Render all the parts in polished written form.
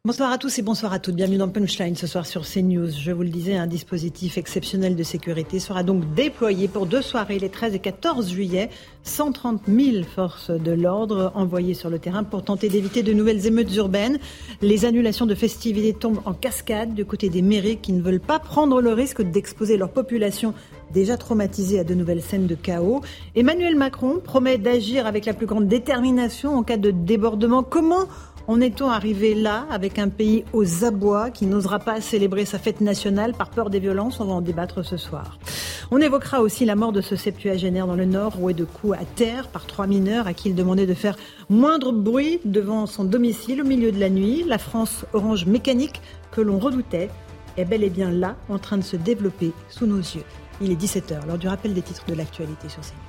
Bonsoir à tous et bonsoir à toutes. Bienvenue dans Punchline ce soir sur CNews. Je vous le disais, un dispositif exceptionnel de sécurité sera donc déployé pour 2 soirées, les 13 et 14 juillet. 130 000 forces de l'ordre envoyées sur le terrain pour tenter d'éviter de nouvelles émeutes urbaines. Les annulations de festivités tombent en cascade du côté des mairies qui ne veulent pas prendre le risque d'exposer leur population déjà traumatisée à de nouvelles scènes de chaos. Emmanuel Macron promet d'agir avec la plus grande détermination en cas de débordement. Comment en est-on arrivé là, avec un pays aux abois qui n'osera pas célébrer sa fête nationale par peur des violences? On va en débattre ce soir. On évoquera aussi la mort de ce septuagénaire dans le Nord, roué de coups à terre par 3 mineurs à qui il demandait de faire moindre bruit devant son domicile au milieu de la nuit. La France orange mécanique que l'on redoutait est bel et bien là, en train de se développer sous nos yeux. Il est 17h, l'heure du rappel des titres de l'actualité sur CNews.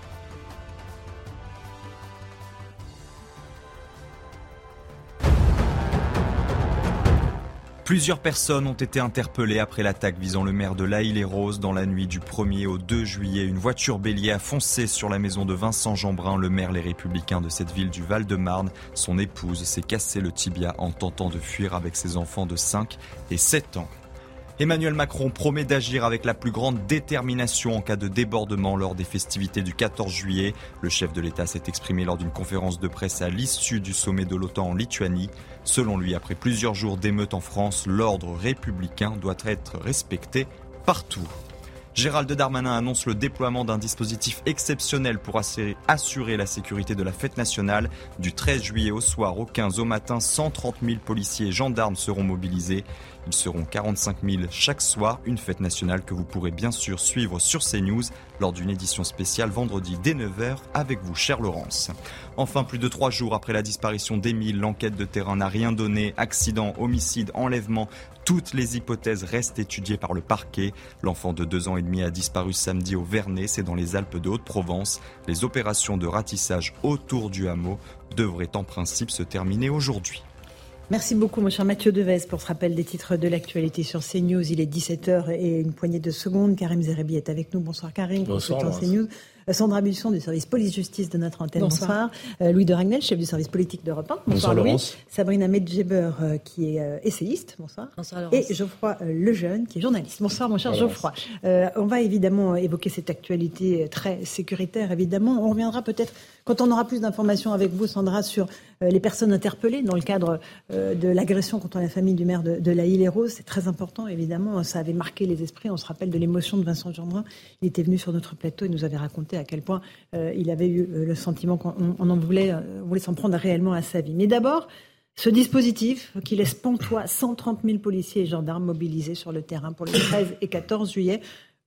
Plusieurs personnes ont été interpellées après l'attaque visant le maire de L'Haÿ-les-Roses dans la nuit du 1er au 2 juillet. Une voiture bélier a foncé sur la maison de Vincent Jeanbrun, le maire Les Républicains de cette ville du Val-de-Marne. Son épouse s'est cassé le tibia en tentant de fuir avec ses enfants de 5 et 7 ans. Emmanuel Macron promet d'agir avec la plus grande détermination en cas de débordement lors des festivités du 14 juillet. Le chef de l'État s'est exprimé lors d'une conférence de presse à l'issue du sommet de l'OTAN en Lituanie. Selon lui, après plusieurs jours d'émeutes en France, l'ordre républicain doit être respecté partout. Gérald Darmanin annonce le déploiement d'un dispositif exceptionnel pour assurer la sécurité de la fête nationale. Du 13 juillet au soir au 15 au matin, 130 000 policiers et gendarmes seront mobilisés. Ils seront 45 000 chaque soir, une fête nationale que vous pourrez bien sûr suivre sur CNews lors d'une édition spéciale vendredi dès 9h avec vous, cher Laurence. Enfin, plus de 3 jours après la disparition d'Émile, l'enquête de terrain n'a rien donné. Accident, homicide, enlèvement, toutes les hypothèses restent étudiées par le parquet. L'enfant de 2 ans et demi a disparu samedi au Vernet, c'est dans les Alpes de Haute-Provence. Les opérations de ratissage autour du hameau devraient en principe se terminer aujourd'hui. Merci beaucoup, mon cher Mathieu Devez, pour ce rappel des titres de l'actualité sur CNews. Il est 17h et une poignée de secondes. Karim Zerebi est avec nous. Bonsoir, Karim. Bonsoir, CNews. Sandra Busson du service police-justice de notre antenne. Bonsoir. Louis de Ragnel, chef du service politique d'Europe 1. Bonsoir Louis. Laurence. Sabrina Medjeber, qui est essayiste. Bonsoir. Bonsoir Laurence. Et Geoffroy Lejeune, qui est journaliste. Bonsoir mon cher Geoffroy. On va évidemment évoquer cette actualité très sécuritaire, évidemment. On reviendra peut-être, quand on aura plus d'informations avec vous, Sandra, sur les personnes interpellées dans le cadre de l'agression contre la famille du maire de L'Haÿ-les-Roses. C'est très important, évidemment. Ça avait marqué les esprits. On se rappelle de l'émotion de Vincent Jeanbrun. Il était venu sur notre plateau. Il nous avait raconté à quel point il avait eu le sentiment qu'on en voulait s'en prendre réellement à sa vie. Mais d'abord, ce dispositif qui laisse pantois 130 000 policiers et gendarmes mobilisés sur le terrain pour les 13 et 14 juillet.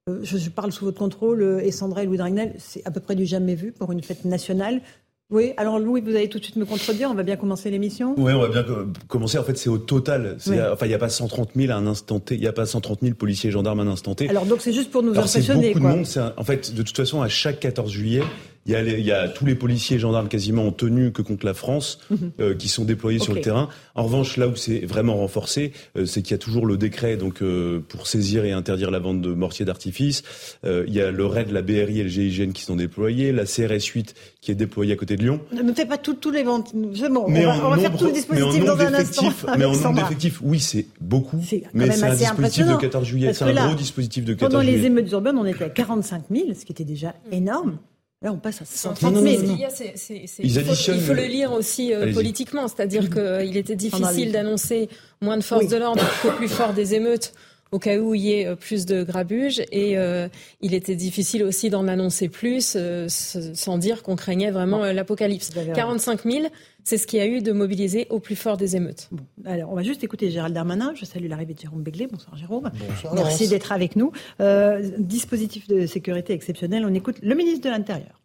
Je parle sous votre contrôle, et Sandra et Louis de Ragnel, c'est à peu près du jamais vu pour une fête nationale. Oui, alors Louis, vous allez tout de suite me contredire, on va bien commencer l'émission. Oui, on va bien commencer. En fait, c'est au total. Il n'y a pas 130 000 à un instant T. Il n'y a pas 130 000 policiers et gendarmes à un instant T. Alors donc c'est juste pour nous impressionner. C'est beaucoup de monde. En fait, de toute façon, à chaque 14 juillet, il y a tous les policiers et gendarmes quasiment en tenue que contre la France qui sont déployés sur le terrain. En revanche, là où c'est vraiment renforcé, c'est qu'il y a toujours le décret donc pour saisir et interdire la vente de mortiers d'artifice. Il y a le RAID, la BRI et le GIGN qui sont déployés, la CRS 8 qui est déployée à côté de Lyon. Ne faites pas tous les ventes. C'est bon, on va faire tout le dispositif dans un instant. Mais en nombre d'effectifs, oui, c'est beaucoup. Mais c'est un dispositif de 14 juillet. C'est un gros dispositif de 14 juillet. Pendant les émeutes urbaines, on était à 45 000, ce qui était déjà énorme. Là, on passe à 130 000. Il faut le lire aussi politiquement, c'est-à-dire qu'il était difficile d'annoncer moins de forces de l'ordre qu'au plus fort des émeutes, au cas où il y ait plus de grabuge, et il était difficile aussi d'en annoncer plus sans dire qu'on craignait vraiment l'apocalypse. 45 000, c'est ce qu'il y a eu de mobilisé au plus fort des émeutes. Bon, alors on va juste écouter Gérald Darmanin. Je salue l'arrivée de Jérôme Béglé. Bonsoir Jérôme. Bonsoir. Merci d'être avec nous. Dispositif de sécurité exceptionnel. On écoute le ministre de l'Intérieur.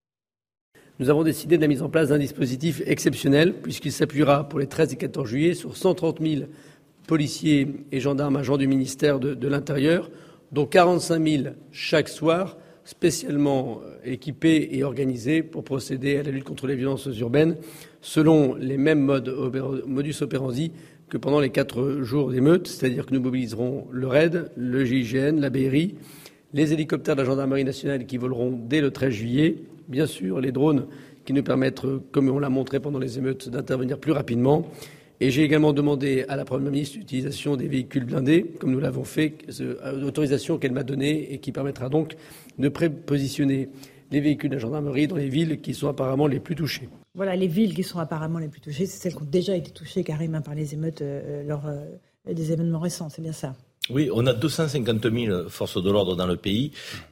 Nous avons décidé de la mise en place d'un dispositif exceptionnel puisqu'il s'appuiera pour les 13 et 14 juillet sur 130 000 policiers et gendarmes agents du ministère de l'Intérieur, dont 45 000 chaque soir, spécialement équipés et organisés pour procéder à la lutte contre les violences urbaines, selon les mêmes modus operandi que pendant les 4 jours d'émeute, c'est-à-dire que nous mobiliserons le RAID, le GIGN, la BRI, les hélicoptères de la gendarmerie nationale qui voleront dès le 13 juillet, bien sûr les drones qui nous permettent, comme on l'a montré pendant les émeutes, d'intervenir plus rapidement, Et j'ai également demandé à la Première ministre l'utilisation des véhicules blindés, comme nous l'avons fait, l'autorisation qu'elle m'a donnée et qui permettra donc de prépositionner les véhicules de la gendarmerie dans les villes qui sont apparemment les plus touchées. Voilà, les villes qui sont apparemment les plus touchées, c'est celles qui ont déjà été touchées, Karim, par les émeutes lors des événements récents, c'est bien ça? Oui, on a 250 000 forces de l'ordre dans le pays et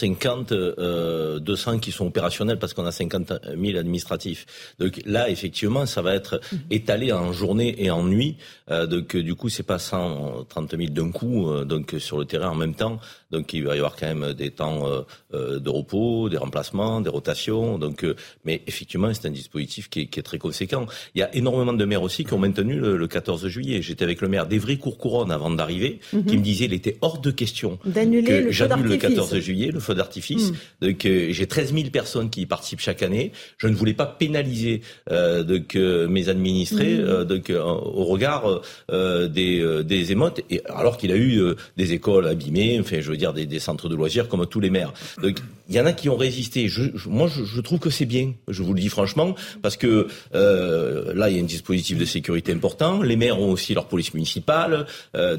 200 qui sont opérationnelles parce qu'on a 50 000 administratifs. Donc là, effectivement, ça va être étalé en journée et en nuit. Donc du coup, c'est pas 130 000 d'un coup, donc sur le terrain en même temps. Donc il va y avoir quand même des temps de repos, des remplacements, des rotations. Donc, mais effectivement, c'est un dispositif qui est très conséquent. Il y a énormément de maires aussi qui ont maintenu le 14 juillet. J'étais avec le maire d'Évry-Courcouronnes avant d'arriver, qui me disait il était hors de question d'annuler que j'annule le 14 juillet, le feu d'artifice. Donc j'ai 13 000 personnes qui y participent chaque année. Je ne voulais pas pénaliser mes administrés au regard des émeutes, et alors qu'il a eu des écoles abîmées, enfin je veux dire des centres de loisirs comme tous les maires. Donc il y en a qui ont résisté. Moi je trouve que c'est bien, je vous le dis franchement, parce que là il y a un dispositif de sécurité important. Les maires ont aussi leur police municipale,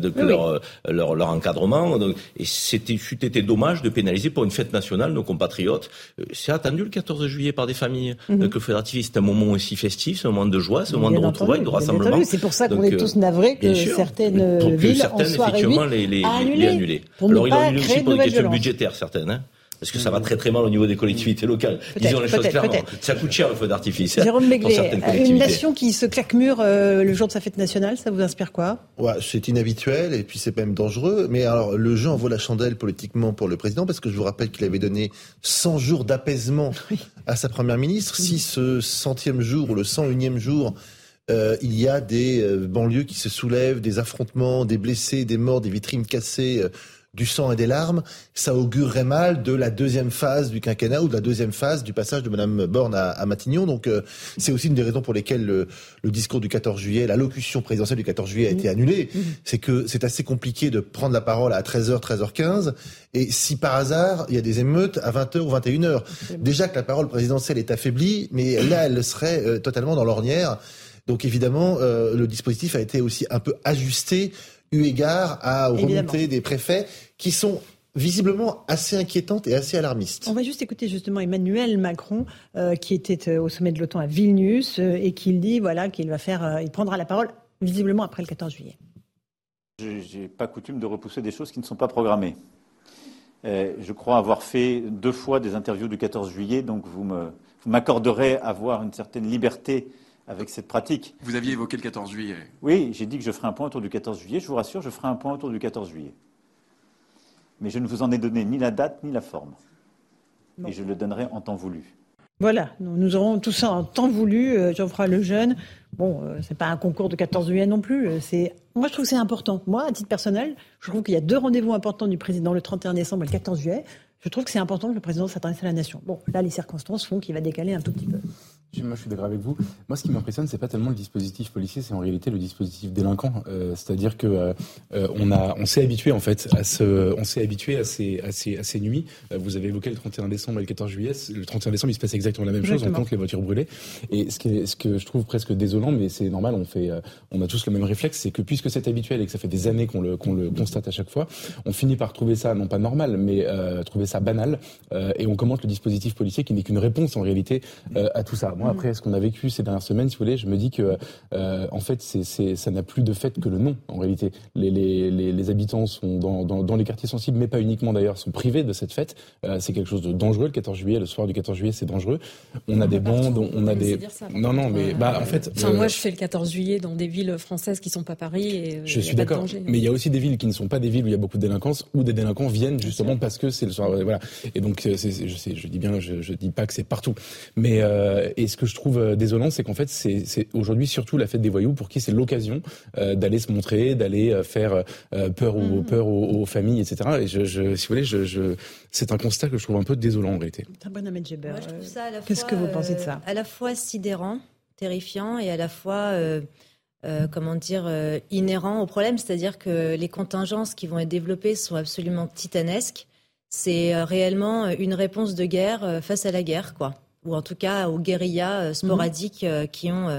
leur encadrement. Donc, et c'était dommage de pénaliser pour une fête nationale nos compatriotes. C'est attendu le 14 juillet par des familles. Donc le feu d'artifice, c'est un moment aussi festif, c'est un moment de joie, c'est un moment de retrouvailles, de rassemblement. C'est pour ça qu'on est tous navrés que certaines villes en soient réunies à annuler. Alors ils l'ont annulé aussi pour des questions budgétaires, certaines. Parce que ça va très très mal au niveau des collectivités locales. Disons les choses clairement. Ça coûte cher le feu d'artifice. Jérôme Begley, une nation qui se claque mur le jour de sa fête nationale, ça vous inspire quoi? C'est inhabituel et puis c'est même dangereux. Mais alors le jeu en vaut la chandelle politiquement pour le président, parce que je vous rappelle qu'il avait donné 100 jours d'apaisement à sa première ministre. Si ce 100e jour ou le 101e jour, il y a des banlieues qui se soulèvent, des affrontements, des blessés, des morts, des vitrines cassées, du sang et des larmes, ça augurerait mal de la deuxième phase du quinquennat ou de la deuxième phase du passage de Madame Borne à Matignon. Donc c'est aussi une des raisons pour lesquelles le discours du 14 juillet, l'allocution présidentielle du 14 juillet a été annulée. C'est que c'est assez compliqué de prendre la parole à 13h, 13h15, et si par hasard il y a des émeutes à 20h ou 21h. Déjà que la parole présidentielle est affaiblie, mais là elle serait totalement dans l'ornière. Donc évidemment, le dispositif a été aussi un peu ajusté eu égard aux remontées des préfets qui sont visiblement assez inquiétantes et assez alarmistes. On va juste écouter justement Emmanuel Macron qui était au sommet de l'OTAN à Vilnius et qui dit qu'il il prendra la parole visiblement après le 14 juillet. Je n'ai pas coutume de repousser des choses qui ne sont pas programmées. Je crois avoir fait 2 fois des interviews du 14 juillet, donc vous m'accorderez avoir une certaine liberté avec cette pratique. Vous aviez évoqué le 14 juillet. Oui, j'ai dit que je ferai un point autour du 14 juillet. Je vous rassure, je ferai un point autour du 14 juillet. Mais je ne vous en ai donné ni la date ni la forme. Et je le donnerai en temps voulu. Voilà, nous aurons tout ça en temps voulu. Geoffroy Lejeune. C'est pas un concours de 14 juillet non plus. Moi, je trouve que c'est important. Moi, à titre personnel, je trouve qu'il y a 2 rendez-vous importants du président, le 31 décembre et le 14 juillet. Je trouve que c'est important que le président s'adresse à la nation. Là, les circonstances font qu'il va décaler un tout petit peu. Moi, je suis d'accord avec vous. Moi, ce qui m'impressionne, c'est pas tellement le dispositif policier, c'est en réalité le dispositif délinquant. C'est-à-dire que on s'est habitué en fait à ces nuits. Vous avez évoqué le 31 décembre et le 14 juillet. Le 31 décembre, il se passe exactement la même chose. On compte les voitures brûlées. Et ce que je trouve presque désolant, mais c'est normal, on a tous le même réflexe, c'est que puisque c'est habituel et que ça fait des années qu'on le constate à chaque fois, on finit par trouver ça non pas normal, mais trouver ça banal. Et on commente le dispositif policier qui n'est qu'une réponse en réalité à tout ça. Moi, après, ce qu'on a vécu ces dernières semaines, si vous voulez, je me dis que, en fait, ça n'a plus de fait que le nom, en réalité. Les habitants sont dans les quartiers sensibles, mais pas uniquement d'ailleurs, sont privés de cette fête. C'est quelque chose de dangereux, le 14 juillet, le soir du 14 juillet, c'est dangereux. On a des bandes, on a des... Non, mais, en fait... moi, je fais le 14 juillet dans des villes françaises qui sont pas Paris et je suis d'accord. Mais il y a aussi des villes qui ne sont pas des villes où il y a beaucoup de délinquance, où des délinquants viennent justement parce que c'est le soir, voilà. Et donc, je dis pas que c'est partout. Mais, et ce que je trouve désolant, c'est qu'en fait, c'est aujourd'hui surtout la fête des voyous pour qui c'est l'occasion d'aller se montrer, d'aller faire peur aux familles, etc. Et si vous voulez, c'est un constat que je trouve un peu désolant en réalité. Qu'est-ce que vous pensez de ça ? À la fois sidérant, terrifiant, et à la fois inhérent au problème, c'est-à-dire que les contingences qui vont être développées sont absolument titanesques. C'est réellement une réponse de guerre face à la guerre, quoi. Ou en tout cas aux guérillas sporadiques qui ont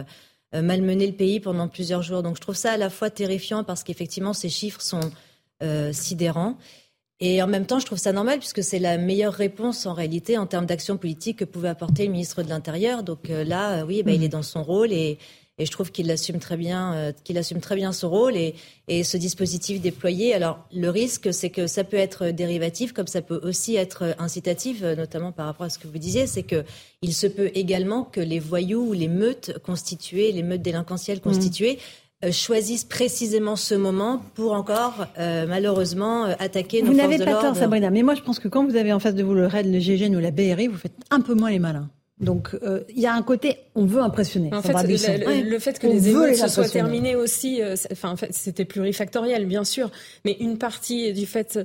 malmené le pays pendant plusieurs jours. Donc je trouve ça à la fois terrifiant parce qu'effectivement ces chiffres sont sidérants. Et en même temps, je trouve ça normal puisque c'est la meilleure réponse en réalité en termes d'action politique que pouvait apporter le ministre de l'Intérieur. Donc là, il est dans son rôle et je trouve qu'il assume très bien ce rôle et ce dispositif déployé. Alors le risque, c'est que ça peut être dérivatif, comme ça peut aussi être incitatif, notamment par rapport à ce que vous disiez, c'est que il se peut également que les voyous ou les meutes délinquentielles constituées choisissent précisément ce moment pour encore, malheureusement, attaquer nos forces de l'ordre. Vous n'avez pas tort, Sabrina, mais moi je pense que quand vous avez en face de vous le RAID, le GIGN ou la BRI, vous faites un peu moins les malins. Donc il y a un côté, on veut impressionner. En fait, le fait que les émeutes se soient terminées aussi, en fait, c'était plurifactoriel, bien sûr, mais une partie du fait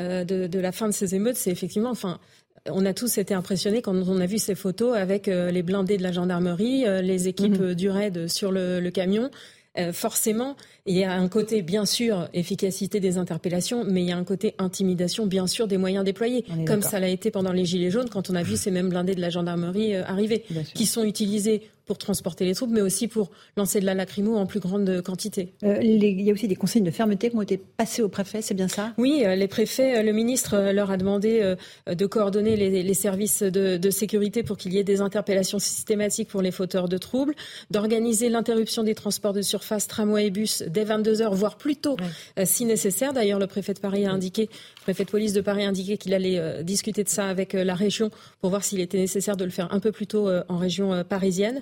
de la fin de ces émeutes, c'est effectivement, on a tous été impressionnés quand on a vu ces photos avec les blindés de la gendarmerie, les équipes du RAID sur le camion. Forcément, il y a un côté, bien sûr, efficacité des interpellations, mais il y a un côté intimidation, bien sûr, des moyens déployés, comme ça l'a été pendant les Gilets jaunes, quand on a vu ces mêmes blindés de la gendarmerie arriver, qui sont utilisés pour transporter les troupes, mais aussi pour lancer de la lacrymo en plus grande quantité. Il y a aussi des consignes de fermeté qui ont été passées aux préfets, c'est bien ça ? Oui, les préfets, le ministre leur a demandé de coordonner les services de sécurité pour qu'il y ait des interpellations systématiques pour les fauteurs de troubles, d'organiser l'interruption des transports de surface, tramway et bus dès 22h, voire plus tôt, si nécessaire. D'ailleurs, le préfet de police de Paris a indiqué qu'il allait discuter de ça avec la région pour voir s'il était nécessaire de le faire un peu plus tôt en région parisienne.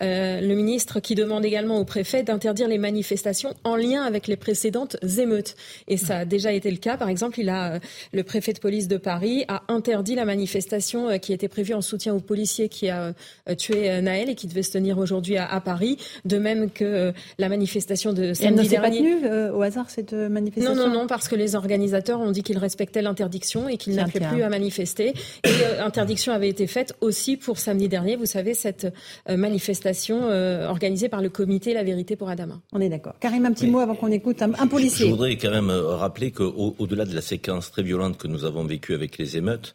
Le ministre qui demande également au préfet d'interdire les manifestations en lien avec les précédentes émeutes. Et ça a déjà été le cas. Par exemple, le préfet de police de Paris a interdit la manifestation qui était prévue en soutien au policier qui a tué Naël et qui devait se tenir aujourd'hui à Paris. De même que la manifestation de samedi dernier. Elle ne s'est pas tenue au hasard, cette manifestation ? Non, parce que les organisateurs ont dit qu'ils respectaient l'interdiction et qu'ils n'appelaient plus à manifester. Et interdiction avait été faite aussi pour samedi dernier. Vous savez, cette manifestation organisée par le comité La Vérité pour Adama. On est d'accord. Karim, un petit mot avant qu'on écoute un policier. Je voudrais quand même rappeler qu'au-delà de la séquence très violente que nous avons vécue avec les émeutes,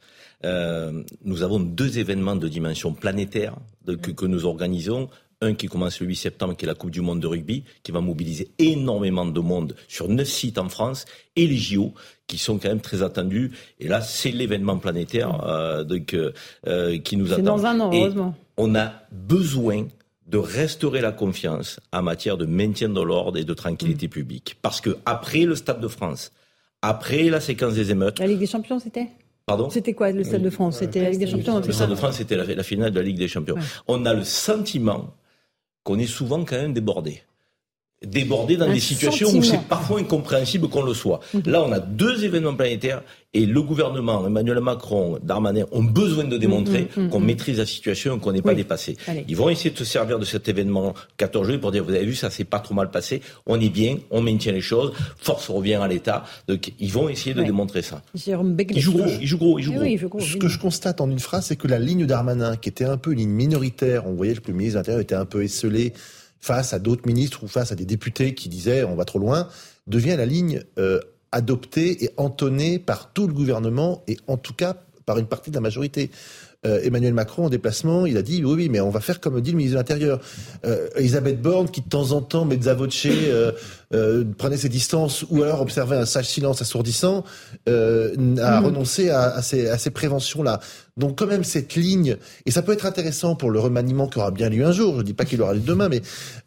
nous avons 2 événements de dimension planétaire que nous organisons. Un qui commence le 8 septembre, qui est la Coupe du Monde de rugby, qui va mobiliser énormément de monde sur 9 sites en France, et les JO, qui sont quand même très attendus. Et là, c'est l'événement planétaire qui nous attend. C'est dans un an, heureusement. On a besoin de restaurer la confiance en matière de maintien de l'ordre et de tranquillité publique. Parce que après le Stade de France, après la séquence des émeutes... La Ligue des Champions, c'était ? Pardon ? C'était quoi le Stade de France ? C'était la Ligue des Champions ? Le Stade de France, c'était la finale de la Ligue des Champions. Ouais. On a le sentiment qu'on est souvent quand même débordé dans des situations où c'est parfois incompréhensible qu'on le soit. Là, on a 2 événements planétaires et le gouvernement, Emmanuel Macron, Darmanin, ont besoin de démontrer qu'on maîtrise la situation et qu'on n'est pas dépassé. Allez. Ils vont essayer de se servir de cet événement 14 juillet pour dire, vous avez vu, ça s'est pas trop mal passé, on est bien, on maintient les choses, force revient à l'État. Donc, ils vont essayer de démontrer ça. Ils jouent gros. Ce que je constate en une phrase, c'est que la ligne Darmanin, qui était un peu une ligne minoritaire, on voyait que le ministre de l'Intérieur était un peu esselé face à d'autres ministres ou face à des députés qui disaient on va trop loin, devient la ligne adoptée et entonnée par tout le gouvernement et en tout cas par une partie de la majorité. Emmanuel Macron, en déplacement, il a dit oui, mais on va faire comme dit le ministre de l'Intérieur. Elisabeth Borne, qui de temps en temps, mezza voce, prenait ses distances ou alors observait un sage silence assourdissant, a renoncé à ces préventions-là. Donc quand même cette ligne, et ça peut être intéressant pour le remaniement qui aura bien lieu un jour, je ne dis pas qu'il aura lieu demain, mais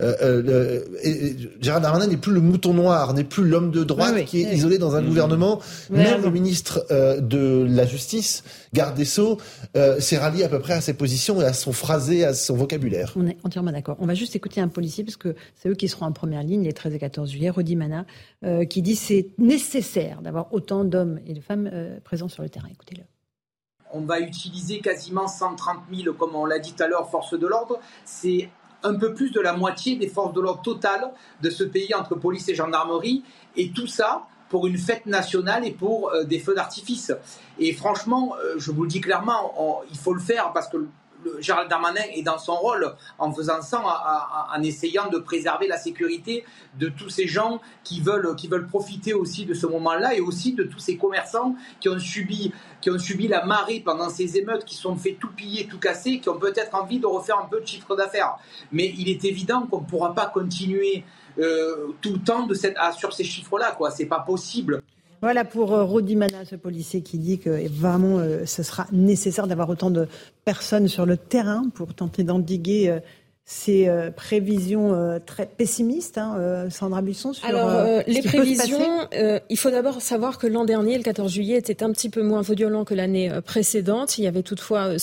Gérald Darmanin n'est plus le mouton noir, n'est plus l'homme de droite qui est isolé dans un gouvernement. Même le ministre de la Justice, garde des Sceaux, s'est rallié à peu près à ses positions et à son phrasé, à son vocabulaire. On est entièrement d'accord. On va juste écouter un policier, parce que c'est eux qui seront en première ligne les 13 et 14 juillet, Rodi Mana, qui dit c'est nécessaire d'avoir autant d'hommes et de femmes présents sur le terrain. Écoutez-le. On va utiliser quasiment 130 000, comme on l'a dit tout à l'heure, forces de l'ordre. C'est un peu plus de la moitié des forces de l'ordre totales de ce pays entre police et gendarmerie. Et tout ça pour une fête nationale et pour des feux d'artifice. Et franchement, je vous le dis clairement, il faut le faire parce que Gérald Darmanin est dans son rôle en faisant ça, en essayant de préserver la sécurité de tous ces gens qui veulent profiter aussi de ce moment-là et aussi de tous ces commerçants qui ont subi la marée pendant ces émeutes, qui sont fait tout piller, tout casser, qui ont peut-être envie de refaire un peu de chiffre d'affaires. Mais il est évident qu'on ne pourra pas continuer tout le temps sur ces chiffres-là, quoi. C'est pas possible. Voilà pour Rodi Mana, ce policier qui dit que vraiment ce sera nécessaire d'avoir autant de personnes sur le terrain pour tenter d'endiguer ces prévisions très pessimistes, Sandra Buisson, sur les prévisions, il faut d'abord savoir que l'an dernier, le 14 juillet, était un petit peu moins violent que l'année précédente. Il y avait toutefois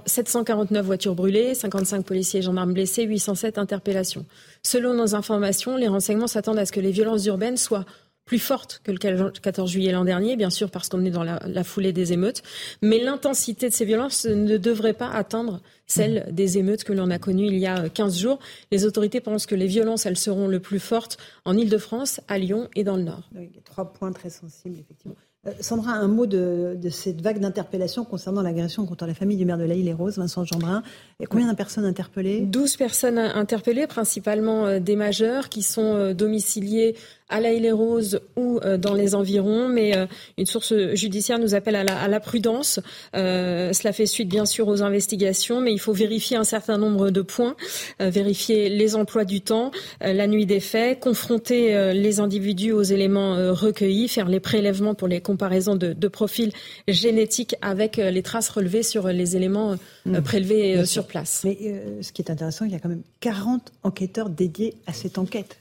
749 voitures brûlées, 55 policiers et gendarmes blessés, 807 interpellations. Selon nos informations, les renseignements s'attendent à ce que les violences urbaines soient plus forte que le 14 juillet l'an dernier, bien sûr, parce qu'on est dans la foulée des émeutes. Mais l'intensité de ces violences ne devrait pas atteindre celle des émeutes que l'on a connues il y a 15 jours. Les autorités pensent que les violences, elles seront le plus fortes en Île-de-France, à Lyon et dans le Nord. Oui, il y a 3 points très sensibles, effectivement. Sandra, un mot de cette vague d'interpellations concernant l'agression contre la famille du maire de l'Haye-les-Roses, Vincent Jeanbrun. Combien de personnes interpellées ? 12 personnes interpellées, principalement des majeurs qui sont domiciliés à l'Haye-les-Roses ou dans les environs, mais une source judiciaire nous appelle à la prudence. Cela fait suite bien sûr aux investigations, mais il faut vérifier un certain nombre de points, vérifier les emplois du temps, la nuit des faits, confronter les individus aux éléments recueillis, faire les prélèvements pour les comparaisons de profils génétiques avec les traces relevées sur les éléments prélevés sur place. Mais ce qui est intéressant, il y a quand même 40 enquêteurs dédiés à cette enquête.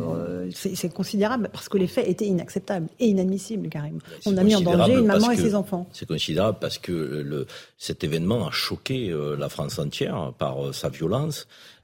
C'est considérable parce que les faits étaient inacceptables et inadmissibles carrément. On a mis en danger une maman et ses enfants. C'est considérable parce que cet événement a choqué la France entière par sa violence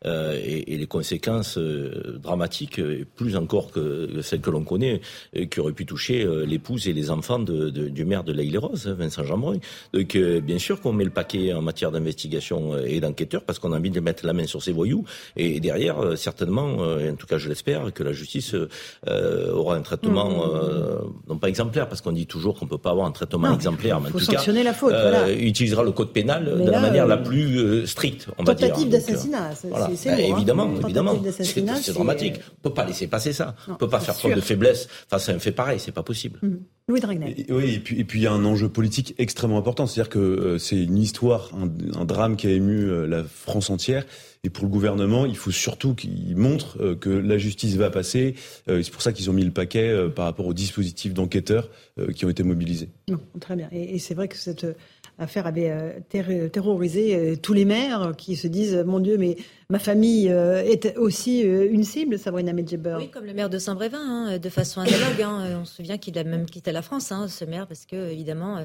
et les conséquences dramatiques, plus encore que celles que l'on connaît, qui auraient pu toucher l'épouse et les enfants du maire de l'Haye-les-Roses, Vincent Jeanbrun. Donc bien sûr qu'on met le paquet en matière d'investigation et d'enquêteurs parce qu'on a envie de mettre la main sur ces voyous et derrière, certainement, en tout cas je l'espère, que la justice aura un traitement non pas exemplaire, parce qu'on dit toujours qu'on ne peut pas avoir un traitement exemplaire, mais en tout cas la faute, utilisera le code pénal de la manière la plus stricte, on va dire. Tentative d'assassinat, c'est lourd, évidemment. C'est dramatique. On ne peut pas laisser passer ça. On ne peut pas faire preuve de faiblesse face à un fait pareil, c'est pas possible. Louis Dragnel. Oui, et puis il y a un enjeu politique extrêmement important, c'est-à-dire que c'est une histoire, un drame qui a ému la France entière. Et pour le gouvernement, il faut surtout qu'il montre que la justice va passer. C'est pour ça qu'ils ont mis le paquet par rapport aux dispositifs d'enquêteurs qui ont été mobilisés. Non, très bien. Et c'est vrai que cette affaire avait terrorisé tous les maires qui se disent « Mon Dieu, mais ma famille est aussi une cible, Sabrina Medjeber ». Oui, comme le maire de Saint-Brévin, de façon analogue. On se souvient qu'il a même quitté la France, ce maire, parce que évidemment...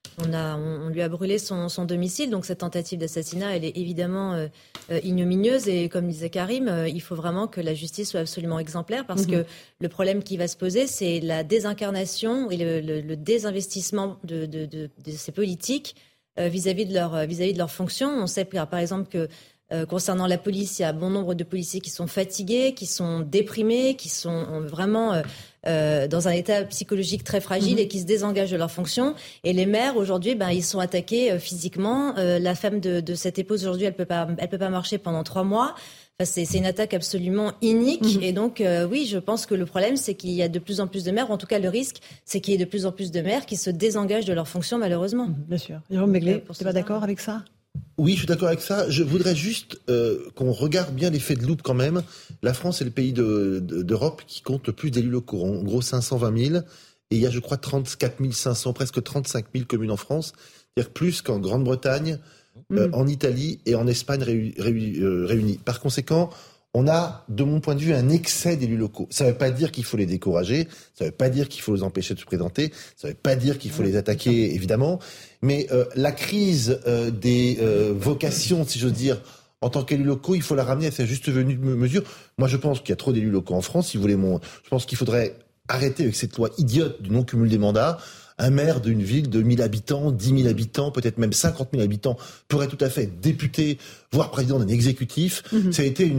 On lui a brûlé son domicile, donc cette tentative d'assassinat, elle est évidemment ignominieuse. Et comme disait Karim, il faut vraiment que la justice soit absolument exemplaire, parce que le problème qui va se poser, c'est la désincarnation et le désinvestissement de ces politiques vis-à-vis de leur fonction. On sait par exemple que concernant la police, il y a bon nombre de policiers qui sont fatigués, qui sont déprimés, qui sont vraiment dans un état psychologique très fragile et qui se désengagent de leur fonction. Et les maires, aujourd'hui, ils sont attaqués physiquement. La femme de cette épouse, aujourd'hui, elle peut pas marcher pendant 3 mois. Enfin, c'est une attaque absolument inique. Et donc, oui, je pense que le problème, c'est qu'il y a de plus en plus de maires, ou en tout cas, le risque, c'est qu'il y ait de plus en plus de maires qui se désengagent de leur fonction, malheureusement. Bien sûr. Jérôme Begley, tu n'es pas d'accord avec ça ? Oui, je suis d'accord avec ça. Je voudrais juste qu'on regarde bien l'effet de loupe quand même. La France est le pays d'Europe qui compte le plus d'élus locaux. En gros, 520 000. Et il y a, je crois, 34 500, presque 35 000 communes en France. C'est-à-dire plus qu'en Grande-Bretagne, en Italie et en Espagne réunis. Par conséquent, on a, de mon point de vue, un excès d'élus locaux. Ça ne veut pas dire qu'il faut les décourager, ça ne veut pas dire qu'il faut les empêcher de se présenter, ça ne veut pas dire qu'il faut les attaquer, évidemment. Mais la crise des vocations, si j'ose dire, en tant qu'élus locaux, il faut la ramener à sa juste mesure. Moi, je pense qu'il y a trop d'élus locaux en France. Si vous voulez je pense qu'il faudrait arrêter avec cette loi idiote du non-cumul des mandats. un maire d'une ville de 1000 habitants, 10 000 habitants, peut-être même 50 000 habitants, pourrait tout à fait être député, voire président d'un exécutif. Ça a été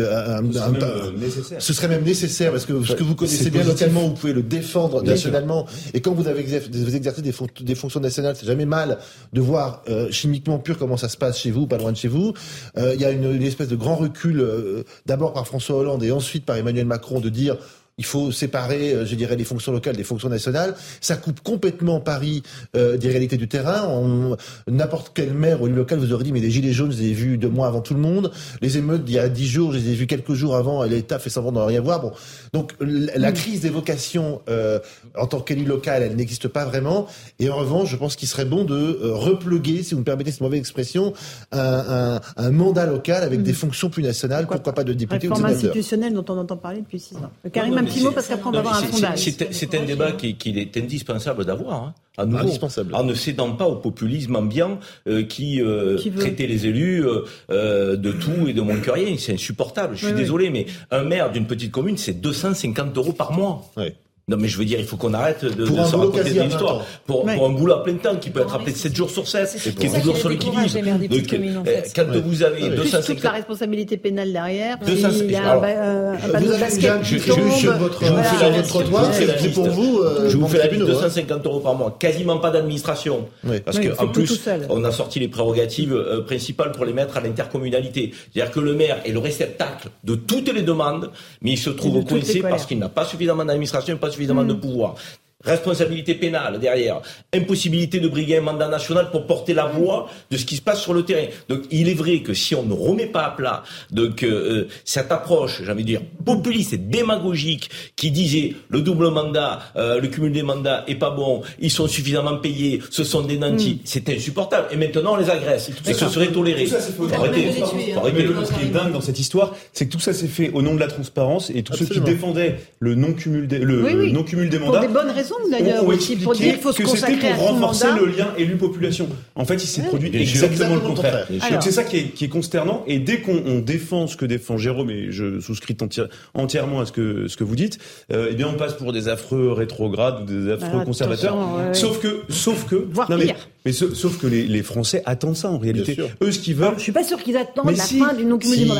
ce serait même nécessaire, parce que ce que vous connaissez bien localement, vous pouvez le défendre nationalement. Et quand vous exercez des fonctions nationales, c'est jamais mal de voir chimiquement pur comment ça se passe chez vous, pas loin de chez vous. Il y a une espèce de grand recul, d'abord par François Hollande et ensuite par Emmanuel Macron, de dire il faut séparer, je dirais, les fonctions locales des fonctions nationales. Ça coupe complètement Paris des réalités du terrain. N'importe quel maire ou élu local vous aurait dit, mais les gilets jaunes, je les ai vus 2 mois avant tout le monde. Les émeutes, il y a 10 jours, je les ai vus quelques jours avant, et l'État fait semblant de rien voir. Bon, donc la crise des vocations en tant qu'élu local, elle n'existe pas vraiment. Et en revanche, je pense qu'il serait bon de repluguer, si vous me permettez cette mauvaise expression, un mandat local avec des fonctions plus nationales. Pourquoi pas de député ou de sénateur. Réforme institutionnelle dont on entend parler depuis 6 ans. Karim, un petit mot, parce qu'après on va avoir un sondage. C'est un débat qu'il est indispensable d'avoir, à nouveau, en ne cédant pas au populisme ambiant qui traitait les élus de tout et de moins que rien. C'est insupportable. Je suis désolé, mais un maire d'une petite commune, c'est 250 € par mois. Oui. Non, mais je veux dire, il faut qu'on arrête de se raconter des histoires. Pour un boulot à plein temps qui peut être appelé 7 jours sur 7, qui est toujours sur le qui-vive. Quand vous avez 250... toute la responsabilité pénale derrière, il y a un panneau de basket qui tombe... Je vous fais la liste, 250 € par mois. Quasiment pas d'administration. Parce qu'en plus, on a sorti les prérogatives principales pour les mettre à l'intercommunalité. C'est-à-dire que le maire est le réceptacle de toutes les demandes, mais il se trouve coincé parce qu'il n'a pas suffisamment d'administration, pas suffisamment de pouvoir. Responsabilité pénale derrière, impossibilité de briguer un mandat national pour porter la voix de ce qui se passe sur le terrain. Donc il est vrai que si on ne remet pas à plat cette approche, j'ai envie de dire, populiste et démagogique qui disait le double mandat, le cumul des mandats est pas bon, ils sont suffisamment payés, ce sont des nantis, c'est insupportable. Et maintenant on les agresse, et ce serait toléré. Arrêtez. Ce qui est dingue dans cette histoire, c'est que tout ça s'est fait au nom de la transparence, et tous ceux qui défendaient le non-cumul des mandats. Pour des bonnes raisons d'ailleurs aussi, pour dire qu'il faut se consacrer à son mandat. Renforcer le lien élu-population. En fait, il s'est produit exactement le contraire. Donc c'est ça qui est consternant. Et dès qu'on défend ce que défend Jérôme, et je souscris entièrement à ce que vous dites, eh bien on passe pour des affreux rétrogrades ou des affreux conservateurs. Sauf que voire pire. Sauf que les Français attendent ça en réalité. Eux, ce qu'ils veulent. Je suis pas sûr qu'ils attendent la fin du non-cumul des mandats.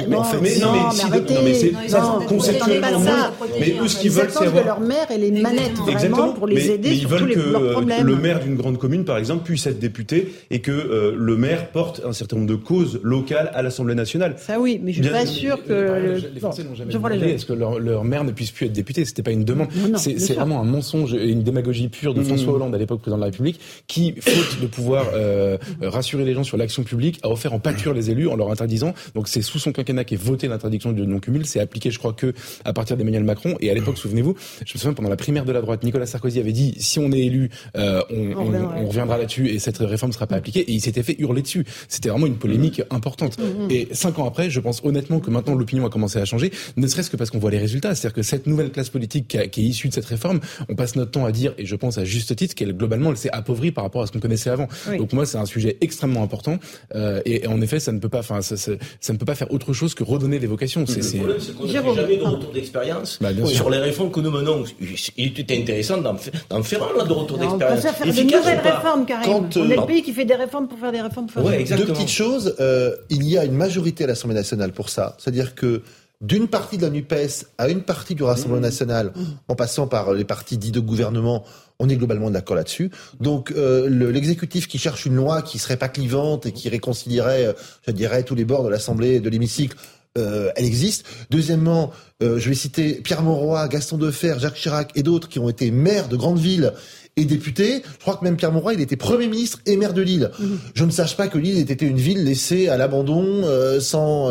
Mais eux, ce qu'ils veulent, c'est avoir que leur maire ait les manettes vraiment pour les aider sur tous leurs problèmes. Le maire d'une grande commune, par exemple, puisse être député et que le maire porte un certain nombre de causes locales à l'Assemblée nationale. Ça oui, mais je suis pas sûr que les Français n'ont jamais demandé est-ce que leur maire ne puisse plus être député. C'était pas une demande. C'est vraiment un mensonge et une démagogie pure de François Hollande à l'époque président de la République qui, faute de pouvoir rassurer les gens sur l'action publique, a offert en pâture les élus en leur interdisant. Donc c'est sous son quinquennat qu'est votée l'interdiction du non-cumul. C'est appliqué, je crois, que à partir d'Emmanuel Macron. Et à l'époque, souvenez-vous, je me souviens pendant la primaire de la droite, Nicolas Sarkozy avait dit si on est élu, on reviendra là-dessus et cette réforme ne sera pas appliquée. Et il s'était fait hurler dessus. C'était vraiment une polémique importante. Et 5 ans après, je pense honnêtement que maintenant l'opinion a commencé à changer, ne serait-ce que parce qu'on voit les résultats. C'est-à-dire que cette nouvelle classe politique qui est issue de cette réforme, on passe notre temps à dire, et je pense à juste titre, qu'elle globalement elle s'est appauvrie par rapport à ce qu'on connaissait avant. Oui. Donc moi c'est un sujet extrêmement important et en effet ça ne peut pas faire autre chose que redonner des vocations. Le problème c'est qu'on n'a jamais de retour d'expérience sur les réformes que nous menons. Il était intéressant d'en faire un de retour d'expérience. On peut faire de nouvelles réformes, Karim. On est le pays qui fait des réformes pour faire des réformes. Deux petites choses. Il y a une majorité à l'Assemblée nationale pour ça. C'est-à-dire que d'une partie de la NUPES à une partie du Rassemblement national, en passant par les partis dits de gouvernement, on est globalement d'accord là-dessus. Donc l'exécutif qui cherche une loi qui serait pas clivante et qui réconcilierait, je dirais, tous les bords de l'Assemblée, de l'hémicycle, elle existe. Deuxièmement, je vais citer Pierre Mauroy, Gaston Defferre, Jacques Chirac et d'autres qui ont été maires de grandes villes et député. Je crois que même Pierre Mauroy, il était Premier ministre et maire de Lille. Je ne sache pas que Lille ait été une ville laissée à l'abandon, sans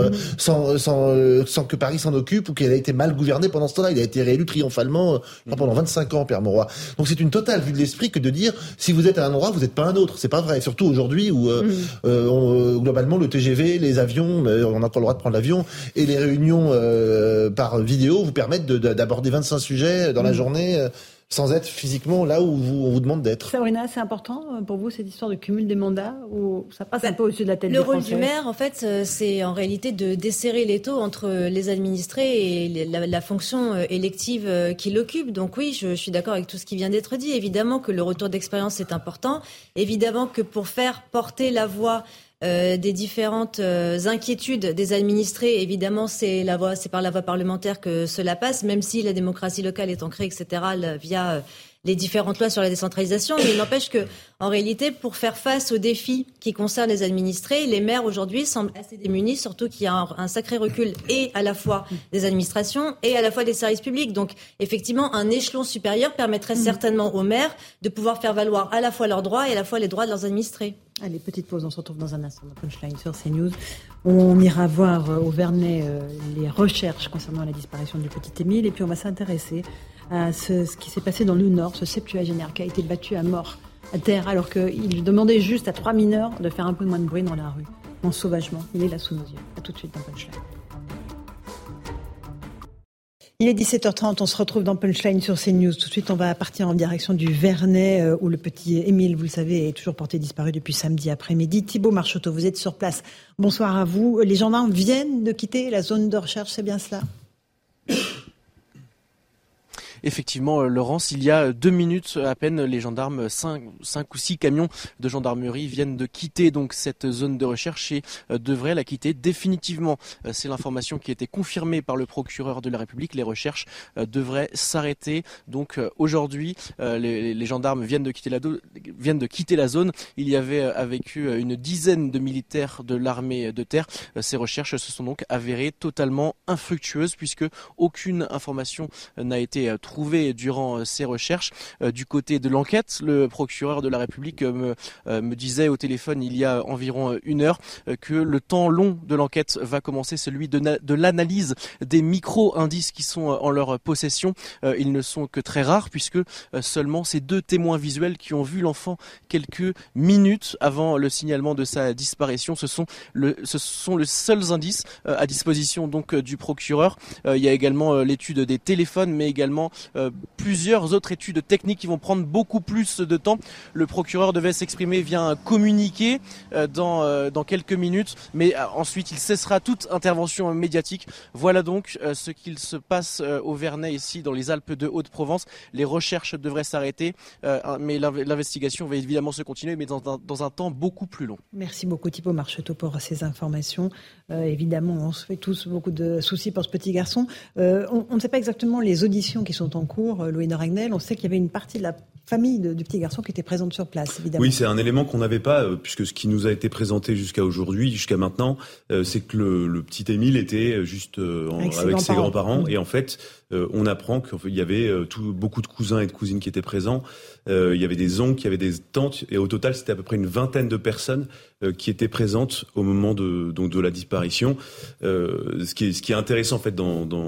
que Paris s'en occupe, ou qu'elle a été mal gouvernée pendant ce temps-là. Il a été réélu triomphalement pendant 25 ans, Pierre Mauroy. Donc c'est une totale vue de l'esprit que de dire si vous êtes à un endroit, vous n'êtes pas à un autre. C'est pas vrai. Surtout aujourd'hui où globalement le TGV, les avions, on n'a pas le droit de prendre l'avion, et les réunions par vidéo vous permettent d'aborder 25 sujets dans la journée. sans être physiquement là où on vous demande d'être. Sabrina, c'est important pour vous cette histoire de cumul des mandats ou ça passe un peu au-dessus de la tête des Français ? Le rôle du maire, en fait, c'est en réalité de desserrer l'étau entre les administrés et la fonction élective qu'il occupe. Donc oui, je suis d'accord avec tout ce qui vient d'être dit. Évidemment que le retour d'expérience est important. Évidemment que pour faire porter la voix des différentes inquiétudes des administrés, évidemment, c'est par la voie parlementaire que cela passe, même si la démocratie locale est ancrée, etc., via les différentes lois sur la décentralisation. Mais il n'empêche que, en réalité, pour faire face aux défis qui concernent les administrés, les maires aujourd'hui semblent assez démunis, surtout qu'il y a un sacré recul et à la fois des administrations et à la fois des services publics. Donc, effectivement, un échelon supérieur permettrait certainement aux maires de pouvoir faire valoir à la fois leurs droits et à la fois les droits de leurs administrés. Allez, petite pause, on se retrouve dans un instant dans Punchline sur CNews. On ira voir au Vernet les recherches concernant la disparition du petit Émile et puis on va s'intéresser à ce qui s'est passé dans le Nord, ce septuagénaire qui a été battu à mort à terre alors qu'il demandait juste à 3 mineurs de faire un peu moins de bruit dans la rue, en sauvagement. Il est là sous nos yeux. À tout de suite dans Punchline. Il est 17h30, on se retrouve dans Punchline sur CNews. Tout de suite, on va partir en direction du Vernet, où le petit Émile, vous le savez, est toujours porté disparu depuis samedi après-midi. Thibaut Marcheteau, vous êtes sur place. Bonsoir à vous. Les gendarmes viennent de quitter la zone de recherche, c'est bien cela ? Effectivement, Laurence, il y a 2 minutes à peine, les gendarmes, 5 ou 6 camions de gendarmerie viennent de quitter donc cette zone de recherche et devraient la quitter définitivement. C'est l'information qui a été confirmée par le procureur de la République. Les recherches devraient s'arrêter. Donc aujourd'hui, les gendarmes viennent de quitter la zone. Il y avait avec eux une dizaine de militaires de l'armée de terre. Ces recherches se sont donc avérées totalement infructueuses puisque aucune information n'a été trouvée durant ces recherches. Du côté de l'enquête, le procureur de la République me disait au téléphone il y a environ 1 heure que le temps long de l'enquête va commencer, celui de l'analyse des micro-indices qui sont en leur possession. Ils ne sont que très rares puisque seulement ces 2 témoins visuels qui ont vu l'enfant quelques minutes avant le signalement de sa disparition, ce sont les seuls indices à disposition donc du procureur. Il y a également l'étude des téléphones, mais également plusieurs autres études techniques qui vont prendre beaucoup plus de temps. Le procureur devait s'exprimer via un communiqué dans quelques minutes, mais ensuite il cessera toute intervention médiatique. Voilà donc ce qu'il se passe au Vernet ici dans les Alpes de Haute-Provence. Les recherches devraient s'arrêter, mais l'investigation va évidemment se continuer, mais dans un temps beaucoup plus long. Merci beaucoup Thibaut Marcheteau pour ces informations. Évidemment, on se fait tous beaucoup de soucis pour ce petit garçon. On ne sait pas exactement les auditions qui sont en cours, Louis Noragnel. On sait qu'il y avait une partie de la famille du petit garçon qui était présente sur place, évidemment. Oui, c'est un élément qu'on n'avait pas, puisque ce qui nous a été présenté jusqu'à maintenant, c'est que le petit Émile était juste avec ses grands-parents. Et en fait, on apprend qu'il y avait beaucoup de cousins et de cousines qui étaient présents. Il y avait des oncles, il y avait des tantes. Et au total, c'était à peu près une vingtaine de personnes qui étaient présentes au moment de la disparition. Ce qui est intéressant en fait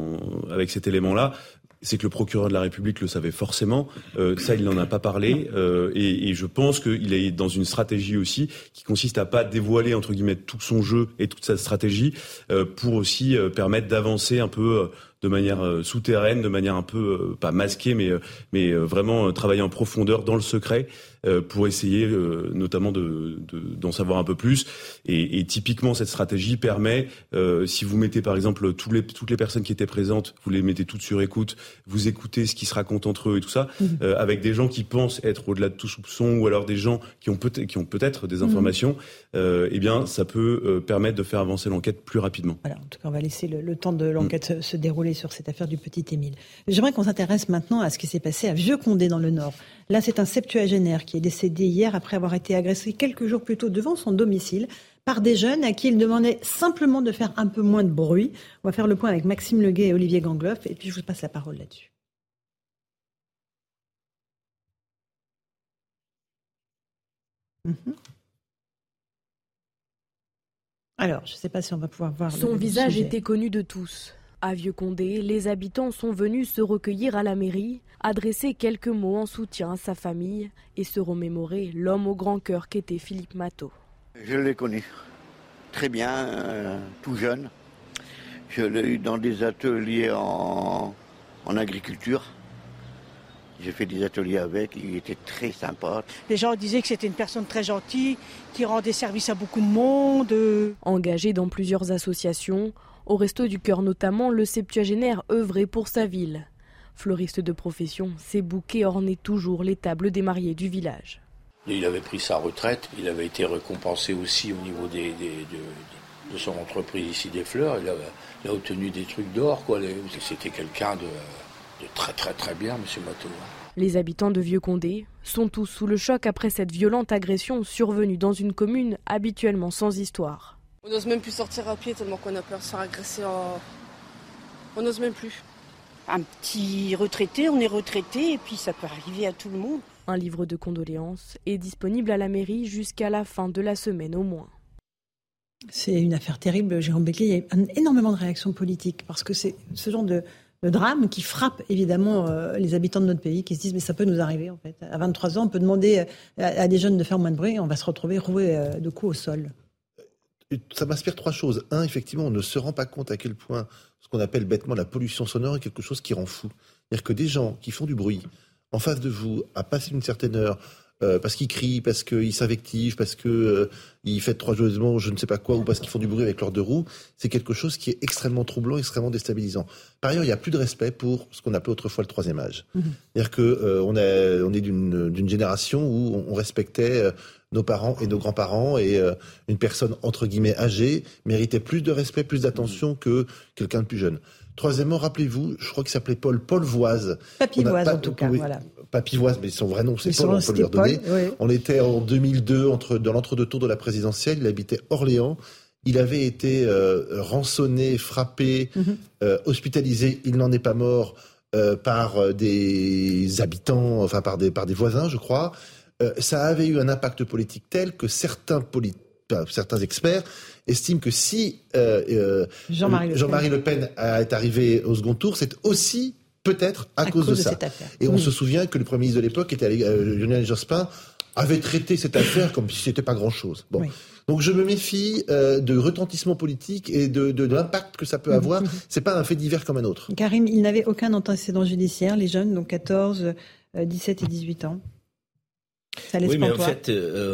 avec cet élément-là, c'est que le procureur de la République le savait forcément. Ça, il n'en a pas parlé. Et je pense qu'il est dans une stratégie aussi qui consiste à pas dévoiler, entre guillemets, tout son jeu et toute sa stratégie pour aussi permettre d'avancer un peu de manière souterraine, de manière un peu, pas masquée, mais vraiment travailler en profondeur dans le secret pour essayer notamment d'en savoir un peu plus. Et typiquement, cette stratégie permet, si vous mettez par exemple toutes les personnes qui étaient présentes, vous les mettez toutes sur écoute, vous écoutez ce qui se raconte entre eux et tout ça, avec des gens qui pensent être au-delà de tout soupçon ou alors des gens qui ont peut-être des informations, eh bien, ça peut permettre de faire avancer l'enquête plus rapidement. Voilà, en tout cas, on va laisser le temps de l'enquête se dérouler sur cette affaire du petit Émile. J'aimerais qu'on s'intéresse maintenant à ce qui s'est passé à Vieux-Condé dans le Nord. Là, c'est un septuagénaire qui est décédé hier après avoir été agressé quelques jours plus tôt devant son domicile par des jeunes à qui il demandait simplement de faire un peu moins de bruit. On va faire le point avec Maxime Leguet et Olivier Gangloff et puis je vous passe la parole là-dessus. Alors, je ne sais pas si on va pouvoir voir son visage était connu de tous. À Vieux-Condé, les habitants sont venus se recueillir à la mairie, adresser quelques mots en soutien à sa famille et se remémorer l'homme au grand cœur qu'était Philippe Matteau. Je l'ai connu très bien, tout jeune. Je l'ai eu dans des ateliers en agriculture. J'ai fait des ateliers avec, il était très sympa. Les gens disaient que c'était une personne très gentille, qui rendait service à beaucoup de monde. Engagé dans plusieurs associations, au Resto du Cœur notamment, le septuagénaire œuvrait pour sa ville. Fleuriste de profession, ses bouquets ornaient toujours les tables des mariés du village. Il avait pris sa retraite, il avait été récompensé aussi au niveau de son entreprise ici des fleurs. Il a obtenu des trucs d'or, quoi. C'était quelqu'un de très très très bien, M. Matteau. Les habitants de Vieux-Condé sont tous sous le choc après cette violente agression survenue dans une commune habituellement sans histoire. On n'ose même plus sortir à pied tellement qu'on a peur de se faire agresser. On n'ose même plus. Un petit retraité, on est retraité et puis ça peut arriver à tout le monde. Un livre de condoléances est disponible à la mairie jusqu'à la fin de la semaine au moins. C'est une affaire terrible, Jérôme Becquet. Il y a énormément de réactions politiques parce que c'est ce genre de drame qui frappe évidemment les habitants de notre pays qui se disent mais ça peut nous arriver en fait. À 23 ans, on peut demander à des jeunes de faire moins de bruit et on va se retrouver roué de coups au sol. Ça m'inspire trois choses. Un, effectivement, on ne se rend pas compte à quel point ce qu'on appelle bêtement la pollution sonore est quelque chose qui rend fou. C'est-à-dire que des gens qui font du bruit en face de vous, à passer une certaine heure, parce qu'ils crient, parce qu'ils s'invectivent, parce qu'ils fêtent trois joyeusement, je ne sais pas quoi, ou parce qu'ils font du bruit avec leurs deux roues, c'est quelque chose qui est extrêmement troublant, extrêmement déstabilisant. Par ailleurs, il n'y a plus de respect pour ce qu'on appelait autrefois le troisième âge. C'est-à-dire que on est d'une génération où on respectait nos parents et nos grands-parents, et une personne entre guillemets âgée méritait plus de respect, plus d'attention que quelqu'un de plus jeune. Troisièmement, rappelez-vous, je crois qu'il s'appelait Paul Voise. Papy Voise, en tout cas, voilà. Papy Voise, mais son vrai nom, c'est Paul, on peut lui redonner. Oui. On était en 2002, dans l'entre-deux-tours de la présidentielle, il habitait Orléans. Il avait été rançonné, frappé, hospitalisé, il n'en est pas mort, par des habitants, enfin par des voisins, je crois. Ça avait eu un impact politique tel que certains experts estiment que si Jean-Marie Le Pen est arrivé au second tour, c'est aussi peut-être à cause de ça. Et on se souvient que le Premier ministre de l'époque, Lionel Jospin, avait traité cette affaire comme si c'était pas grand-chose. Bon. Oui. Donc je me méfie de retentissement politique et de l'impact que ça peut avoir. C'est pas un fait divers comme un autre. Karim, il n'avait aucun antécédent judiciaire, les jeunes, donc 14, 17 et 18 ans. Ça laisse mais en fait,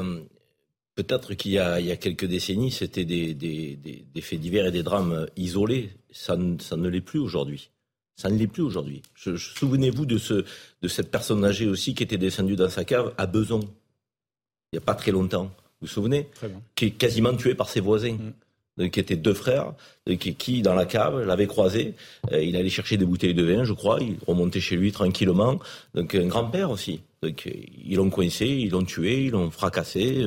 peut-être qu'il y a quelques décennies, c'était des faits divers et des drames isolés. Ça ne l'est plus aujourd'hui. Ça ne l'est plus aujourd'hui. Souvenez-vous de cette personne âgée aussi qui était descendue dans sa cave à Besançon, il n'y a pas très longtemps. Vous vous souvenez ? Qui est quasiment tué par ses voisins. Qui étaient deux frères, qui dans la cave l'avaient croisé. Il allait chercher des bouteilles de vin, je crois. Il remontait chez lui tranquillement. Donc un grand-père aussi. Donc ils l'ont coincé, ils l'ont tué, ils l'ont fracassé.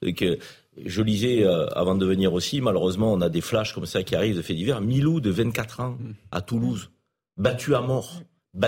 Je lisais avant de venir aussi, malheureusement, on a des flashs comme ça qui arrivent de faits divers. Milou de 24 ans à Toulouse, battu à mort,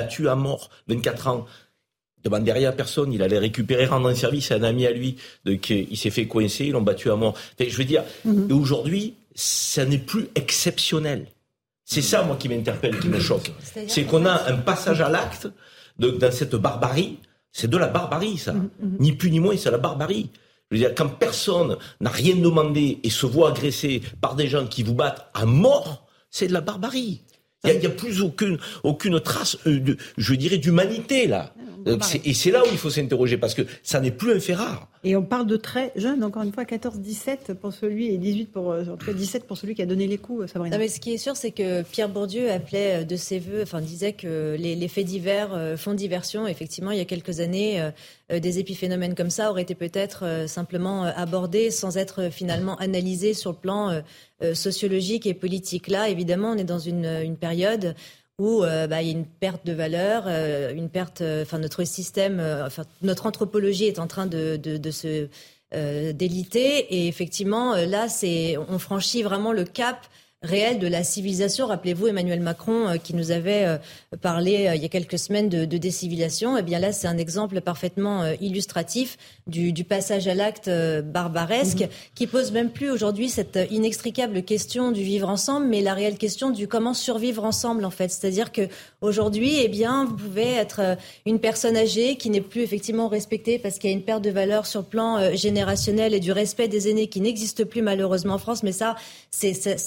24 ans. Il demandait rien à personne, il allait récupérer, rendre un service à un ami à lui. Donc il s'est fait coincer, ils l'ont battu à mort. Enfin, je veux dire, aujourd'hui, ça n'est plus exceptionnel. C'est ça, moi, qui m'interpelle, qui me choque. C'est qu'on a un passage à l'acte dans cette barbarie. C'est de la barbarie, ça. Ni plus ni moins, c'est la barbarie. Je veux dire, quand personne n'a rien demandé et se voit agressé par des gens qui vous battent à mort, c'est de la barbarie. Il n'y a plus aucune trace, je dirais, d'humanité, là. Et c'est là où il faut s'interroger, parce que ça n'est plus un fait rare. Et on parle de très jeunes, encore une fois, 14-17 pour celui et 18 entre 17 pour celui qui a donné les coups, Sabrina. Non, mais ce qui est sûr, c'est que Pierre Bourdieu appelait de ses voeux, disait que les faits divers font diversion. Effectivement, il y a quelques années, des épiphénomènes comme ça auraient été peut-être simplement abordés sans être finalement analysés sur le plan sociologique et politique. Là, évidemment, on est dans une période où il y a une perte de valeur, une perte. Notre système, notre anthropologie est en train de se déliter. Et effectivement, là, on franchit vraiment le cap réel de la civilisation. Rappelez-vous Emmanuel Macron qui nous avait parlé il y a quelques semaines de décivilisation. Eh bien là, c'est un exemple parfaitement illustratif du passage à l'acte barbaresque qui pose même plus aujourd'hui cette inextricable question du vivre ensemble, mais la réelle question du comment survivre ensemble en fait. C'est-à-dire que aujourd'hui, eh bien, vous pouvez être une personne âgée qui n'est plus effectivement respectée parce qu'il y a une perte de valeur sur le plan générationnel et du respect des aînés qui n'existe plus malheureusement en France. Mais ça, c'est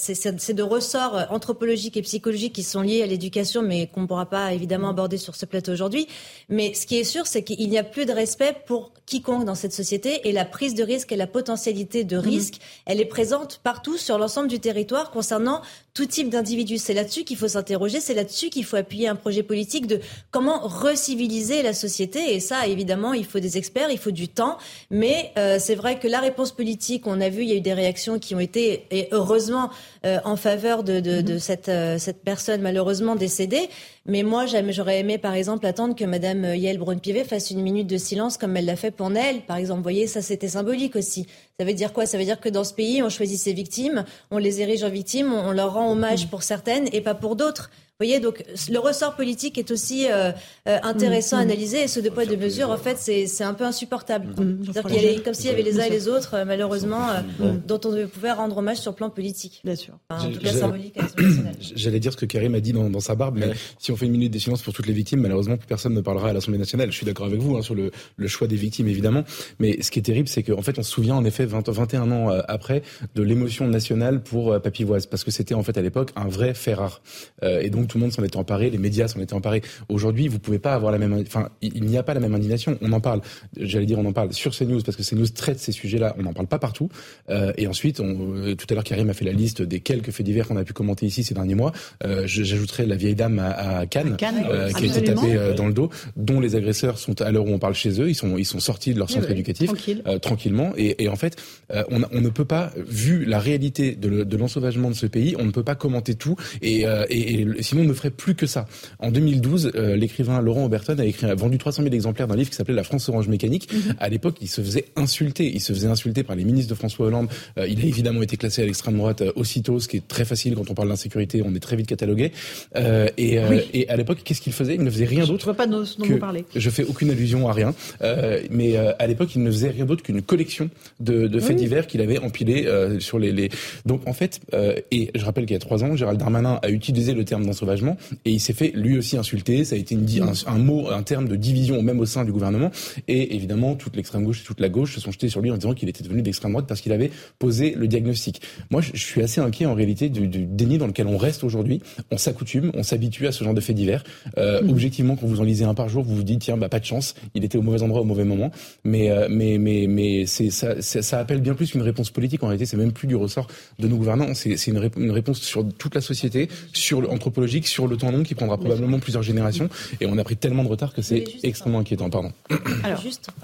c'est de ressorts anthropologiques et psychologiques qui sont liés à l'éducation, mais qu'on ne pourra pas évidemment aborder sur ce plateau aujourd'hui. Mais ce qui est sûr, c'est qu'il n'y a plus de respect pour quiconque dans cette société, et la prise de risque et la potentialité de risque, elle est présente partout sur l'ensemble du territoire concernant tout type d'individus. C'est là-dessus qu'il faut s'interroger, c'est là-dessus qu'il faut appuyer un projet politique de comment reciviliser la société. Et ça, évidemment, il faut des experts, il faut du temps. Mais c'est vrai que la réponse politique, on a vu, il y a eu des réactions qui ont été, et heureusement, en faveur de cette personne malheureusement décédée. Mais moi, j'aurais aimé, par exemple, attendre que Madame Yael Braun-Pivet fasse une minute de silence comme elle l'a fait pour Naël, par exemple. Vous voyez, ça, c'était symbolique aussi. Ça veut dire quoi ? Ça veut dire que dans ce pays, on choisit ses victimes, on les érige en victimes, on leur rend hommage pour certaines et pas pour d'autres. Vous voyez, donc le ressort politique est aussi intéressant à analyser, et ce deux poids deux mesures, en fait, c'est un peu insupportable. C'est-à-dire qu'il y a comme s'il y avait les uns et les autres, malheureusement, dont on pouvait rendre hommage sur le plan politique. Bien sûr. Enfin, en tout cas symbolique à l'Assemblée nationale. J'allais dire ce que Karim a dit dans sa barbe, mais si on fait une minute de silence pour toutes les victimes, malheureusement, plus personne ne parlera à l'Assemblée nationale. Je suis d'accord avec vous sur le choix des victimes, évidemment. Mais ce qui est terrible, c'est qu'en fait, on se souvient, en effet, 21 ans après, de l'émotion nationale pour Papivoise, parce que c'était, en fait, à l'époque, un vrai fait rare. Et donc, tout le monde s'en était emparé, les médias s'en étaient emparés. Aujourd'hui, vous pouvez pas avoir la même, il n'y a pas la même indignation. On en parle, on en parle sur CNews, parce que CNews traite ces sujets-là. On n'en parle pas partout. Et ensuite, tout à l'heure, Karim a fait la liste des quelques faits divers qu'on a pu commenter ici ces derniers mois. J'ajouterai la vieille dame à Cannes, qui a été tapée dans le dos, dont les agresseurs sont, à l'heure où on parle, chez eux. Ils sont sortis de leur centre éducatif tranquillement. Et en fait, on ne peut pas, vu la réalité de l'ensauvagement de ce pays, on ne peut pas commenter tout. Et sinon, on ne ferait plus que ça. En 2012, l'écrivain Laurent Oberton a vendu 300 000 exemplaires d'un livre qui s'appelait La France orange mécanique. À l'époque, il se faisait insulter. Il se faisait insulter par les ministres de François Hollande. Il a évidemment été classé à l'extrême droite aussitôt, ce qui est très facile quand on parle d'insécurité. On est très vite catalogué. Et à l'époque, qu'est-ce qu'il faisait ? Il ne faisait rien d'autre. Je ne veux pas nous parler. Je fais aucune allusion à rien. Mais à l'époque, il ne faisait rien d'autre qu'une collection de faits divers qu'il avait empilés sur les. Donc en fait, et je rappelle qu'il y a 3 ans, Gérald Darmanin a utilisé le terme d'ensauvagement. Et il s'est fait lui aussi insulter. Ça a été un terme de division même au sein du gouvernement. Et évidemment, toute l'extrême gauche et toute la gauche se sont jetés sur lui en disant qu'il était devenu d'extrême droite parce qu'il avait posé le diagnostic. Moi, je suis assez inquiet en réalité du déni dans lequel on reste aujourd'hui. On s'accoutume, on s'habitue à ce genre de faits divers. Objectivement, quand vous en lisez un par jour, vous vous dites tiens, pas de chance, il était au mauvais endroit au mauvais moment. Mais ça appelle bien plus qu'une réponse politique. En réalité, c'est même plus du ressort de nos gouvernants. C'est une réponse sur toute la société, sur l'anthropologique, sur le temps long, qui prendra probablement plusieurs générations, et on a pris tellement de retard que c'est extrêmement inquiétant. Pardon. Alors,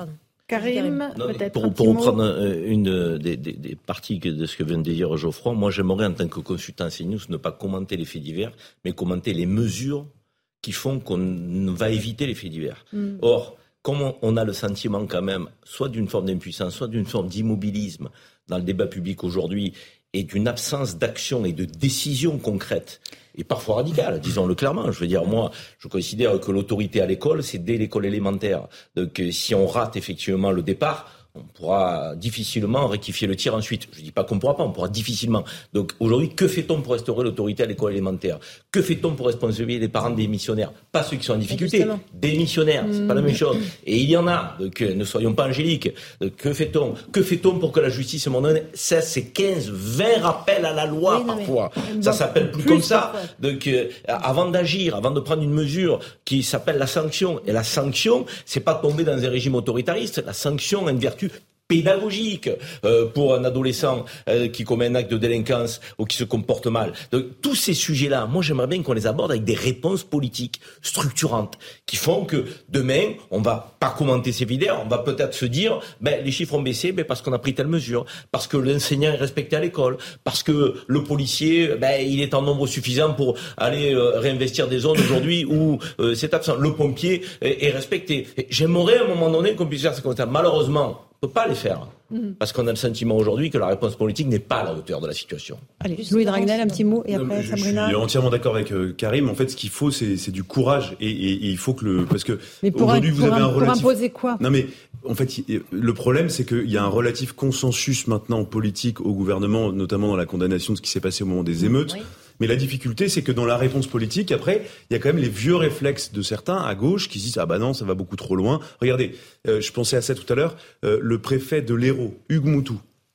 Karim, peut-être pour reprendre une des parties de ce que vient de dire Geoffroy, moi j'aimerais en tant que consultant CNews ne pas commenter les faits divers, mais commenter les mesures qui font qu'on va éviter les faits divers. Or, comme on a le sentiment quand même, soit d'une forme d'impuissance, soit d'une forme d'immobilisme dans le débat public aujourd'hui, et d'une absence d'action et de décision concrète, et parfois radicale, disons-le clairement. Je veux dire, moi, je considère que l'autorité à l'école, c'est dès l'école élémentaire. Donc, si on rate effectivement le départ, on pourra difficilement rectifier le tir ensuite. Je ne dis pas qu'on ne pourra pas, on pourra difficilement. Donc aujourd'hui, que fait-on pour restaurer l'autorité à l'école élémentaire ? Que fait-on pour responsabiliser les parents des missionnaires ? Pas ceux qui sont en difficulté, des missionnaires, c'est pas la même chose. Et il y en a, donc ne soyons pas angéliques. Donc, que fait-on ? Que fait-on pour que la justice cesse ces 15, 20 rappels à la loi parfois ? Ça s'appelle plus comme ça. Donc avant d'agir, avant de prendre une mesure qui s'appelle la sanction. Et la sanction, c'est pas tomber dans un régime autoritariste. La sanction a une vertu pédagogique pour un adolescent qui commet un acte de délinquance ou qui se comporte mal. Donc tous ces sujets-là, moi j'aimerais bien qu'on les aborde avec des réponses politiques structurantes qui font que demain, on va pas commenter ces vidéos, on va peut-être se dire les chiffres ont baissé parce qu'on a pris telle mesure, parce que l'enseignant est respecté à l'école, parce que le policier il est en nombre suffisant pour aller réinvestir des zones aujourd'hui où c'est absent. Le pompier est respecté. Et j'aimerais à un moment donné qu'on puisse faire ce constat. Malheureusement, on ne peut pas les faire. Parce qu'on a le sentiment aujourd'hui que la réponse politique n'est pas à la hauteur de la situation. Allez, Louis Dragnel, un petit mot, et après Sabrina. Je suis entièrement d'accord avec Karim. En fait, ce qu'il faut, c'est du courage. Et il faut que parce que aujourd'hui, vous avez un relatif... Pour imposer quoi ? Non, mais en fait, le problème, c'est qu'il y a un relatif consensus maintenant politique au gouvernement, notamment dans la condamnation de ce qui s'est passé au moment des émeutes. Oui. Mais la difficulté, c'est que dans la réponse politique, après, il y a quand même les vieux réflexes de certains à gauche qui se disent « Ah bah non, ça va beaucoup trop loin ». Regardez, je pensais à ça tout à l'heure, le préfet de l'Hérault, Hugues Moutou,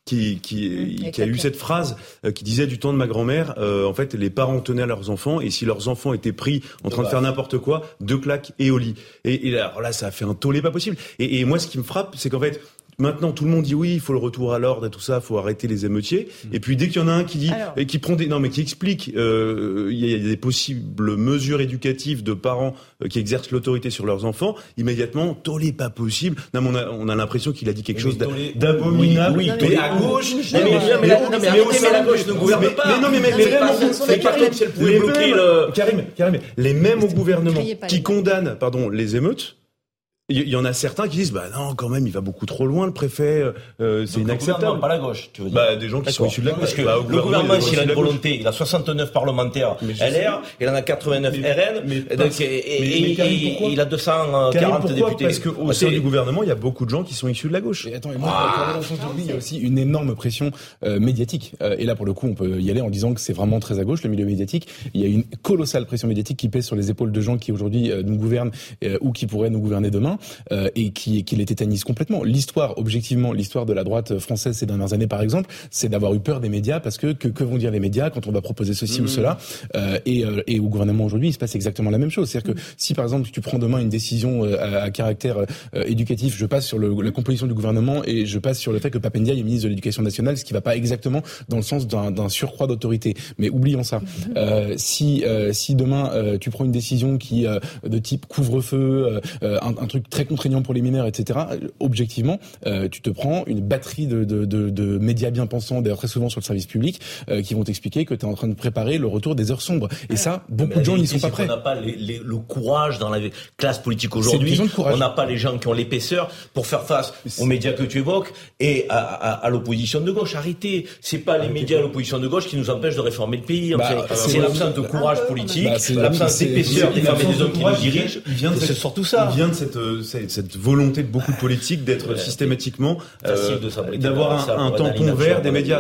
qui a eu cette phrase qui disait du temps de ma grand-mère, en fait, les parents tenaient à leurs enfants, et si leurs enfants étaient pris en train de faire n'importe quoi, 2 claques et au lit. Et alors là, ça a fait un tollé pas possible. Et moi, ce qui me frappe, c'est qu'en fait, maintenant, tout le monde dit oui, il faut le retour à l'ordre et tout ça, il faut arrêter les émeutiers. Et puis dès qu'il y en a un qui dit et qui prend qui explique, il y a des possibles mesures éducatives de parents qui exercent l'autorité sur leurs enfants, immédiatement, tollé pas possible. Non, mais on a l'impression qu'il a dit quelque chose d'abominable. Oui, tollé à gauche. Mais la gauche ne gouverne pas. Karim, les mêmes au gouvernement qui condamnent, les émeutes. Il y en a certains qui disent non, quand même, il va beaucoup trop loin, le préfet, c'est inacceptable. Pas la gauche, tu veux dire. Des gens qui sont issus de la gauche. Parce que le gouvernement, s'il a une volonté, il a 69 parlementaires LR, il en a 89 RN, et il a 240 députés. Parce qu'au sein du gouvernement, il y a beaucoup de gens qui sont issus de la gauche. Et attends, et moi, dans le sens du il y a aussi une énorme pression médiatique. Et là, pour le coup, on peut y aller en disant que c'est vraiment très à gauche, le milieu médiatique. Il y a une colossale pression médiatique qui pèse sur les épaules de gens qui aujourd'hui nous gouvernent ou qui pourraient nous gouverner demain. Et qui les tétanise complètement. L'histoire de la droite française ces dernières années, par exemple, c'est d'avoir eu peur des médias parce que vont dire les médias quand on va proposer ceci ou cela. Et au gouvernement aujourd'hui, il se passe exactement la même chose. C'est-à-dire que si, par exemple, tu prends demain une décision à caractère éducatif, je passe sur la composition du gouvernement et je passe sur le fait que Pape Ndiaye est ministre de l'Éducation nationale, ce qui va pas exactement dans le sens d'un surcroît d'autorité. Mais oublions ça. Si demain tu prends une décision qui de type couvre-feu, un truc très contraignant pour les mineurs, etc. Objectivement, tu te prends une batterie de médias bien pensants, d'ailleurs très souvent sur le service public, qui vont t'expliquer que tu es en train de préparer le retour des heures sombres. Et ça, beaucoup de gens n'y sont pas prêts. On n'a pas le courage dans la classe politique aujourd'hui. On n'a pas les gens qui ont l'épaisseur pour faire face aux médias que tu évoques et à l'opposition de gauche. Arrêtez. C'est pas les médias à l'opposition de gauche qui nous empêchent de réformer le pays. C'est l'absence de courage politique, l'absence d'épaisseur des femmes et des hommes qui nous dirigent. C'est surtout ça. Il vient de cette volonté de beaucoup de politiques d'être systématiquement d'avoir un tampon vert des médias.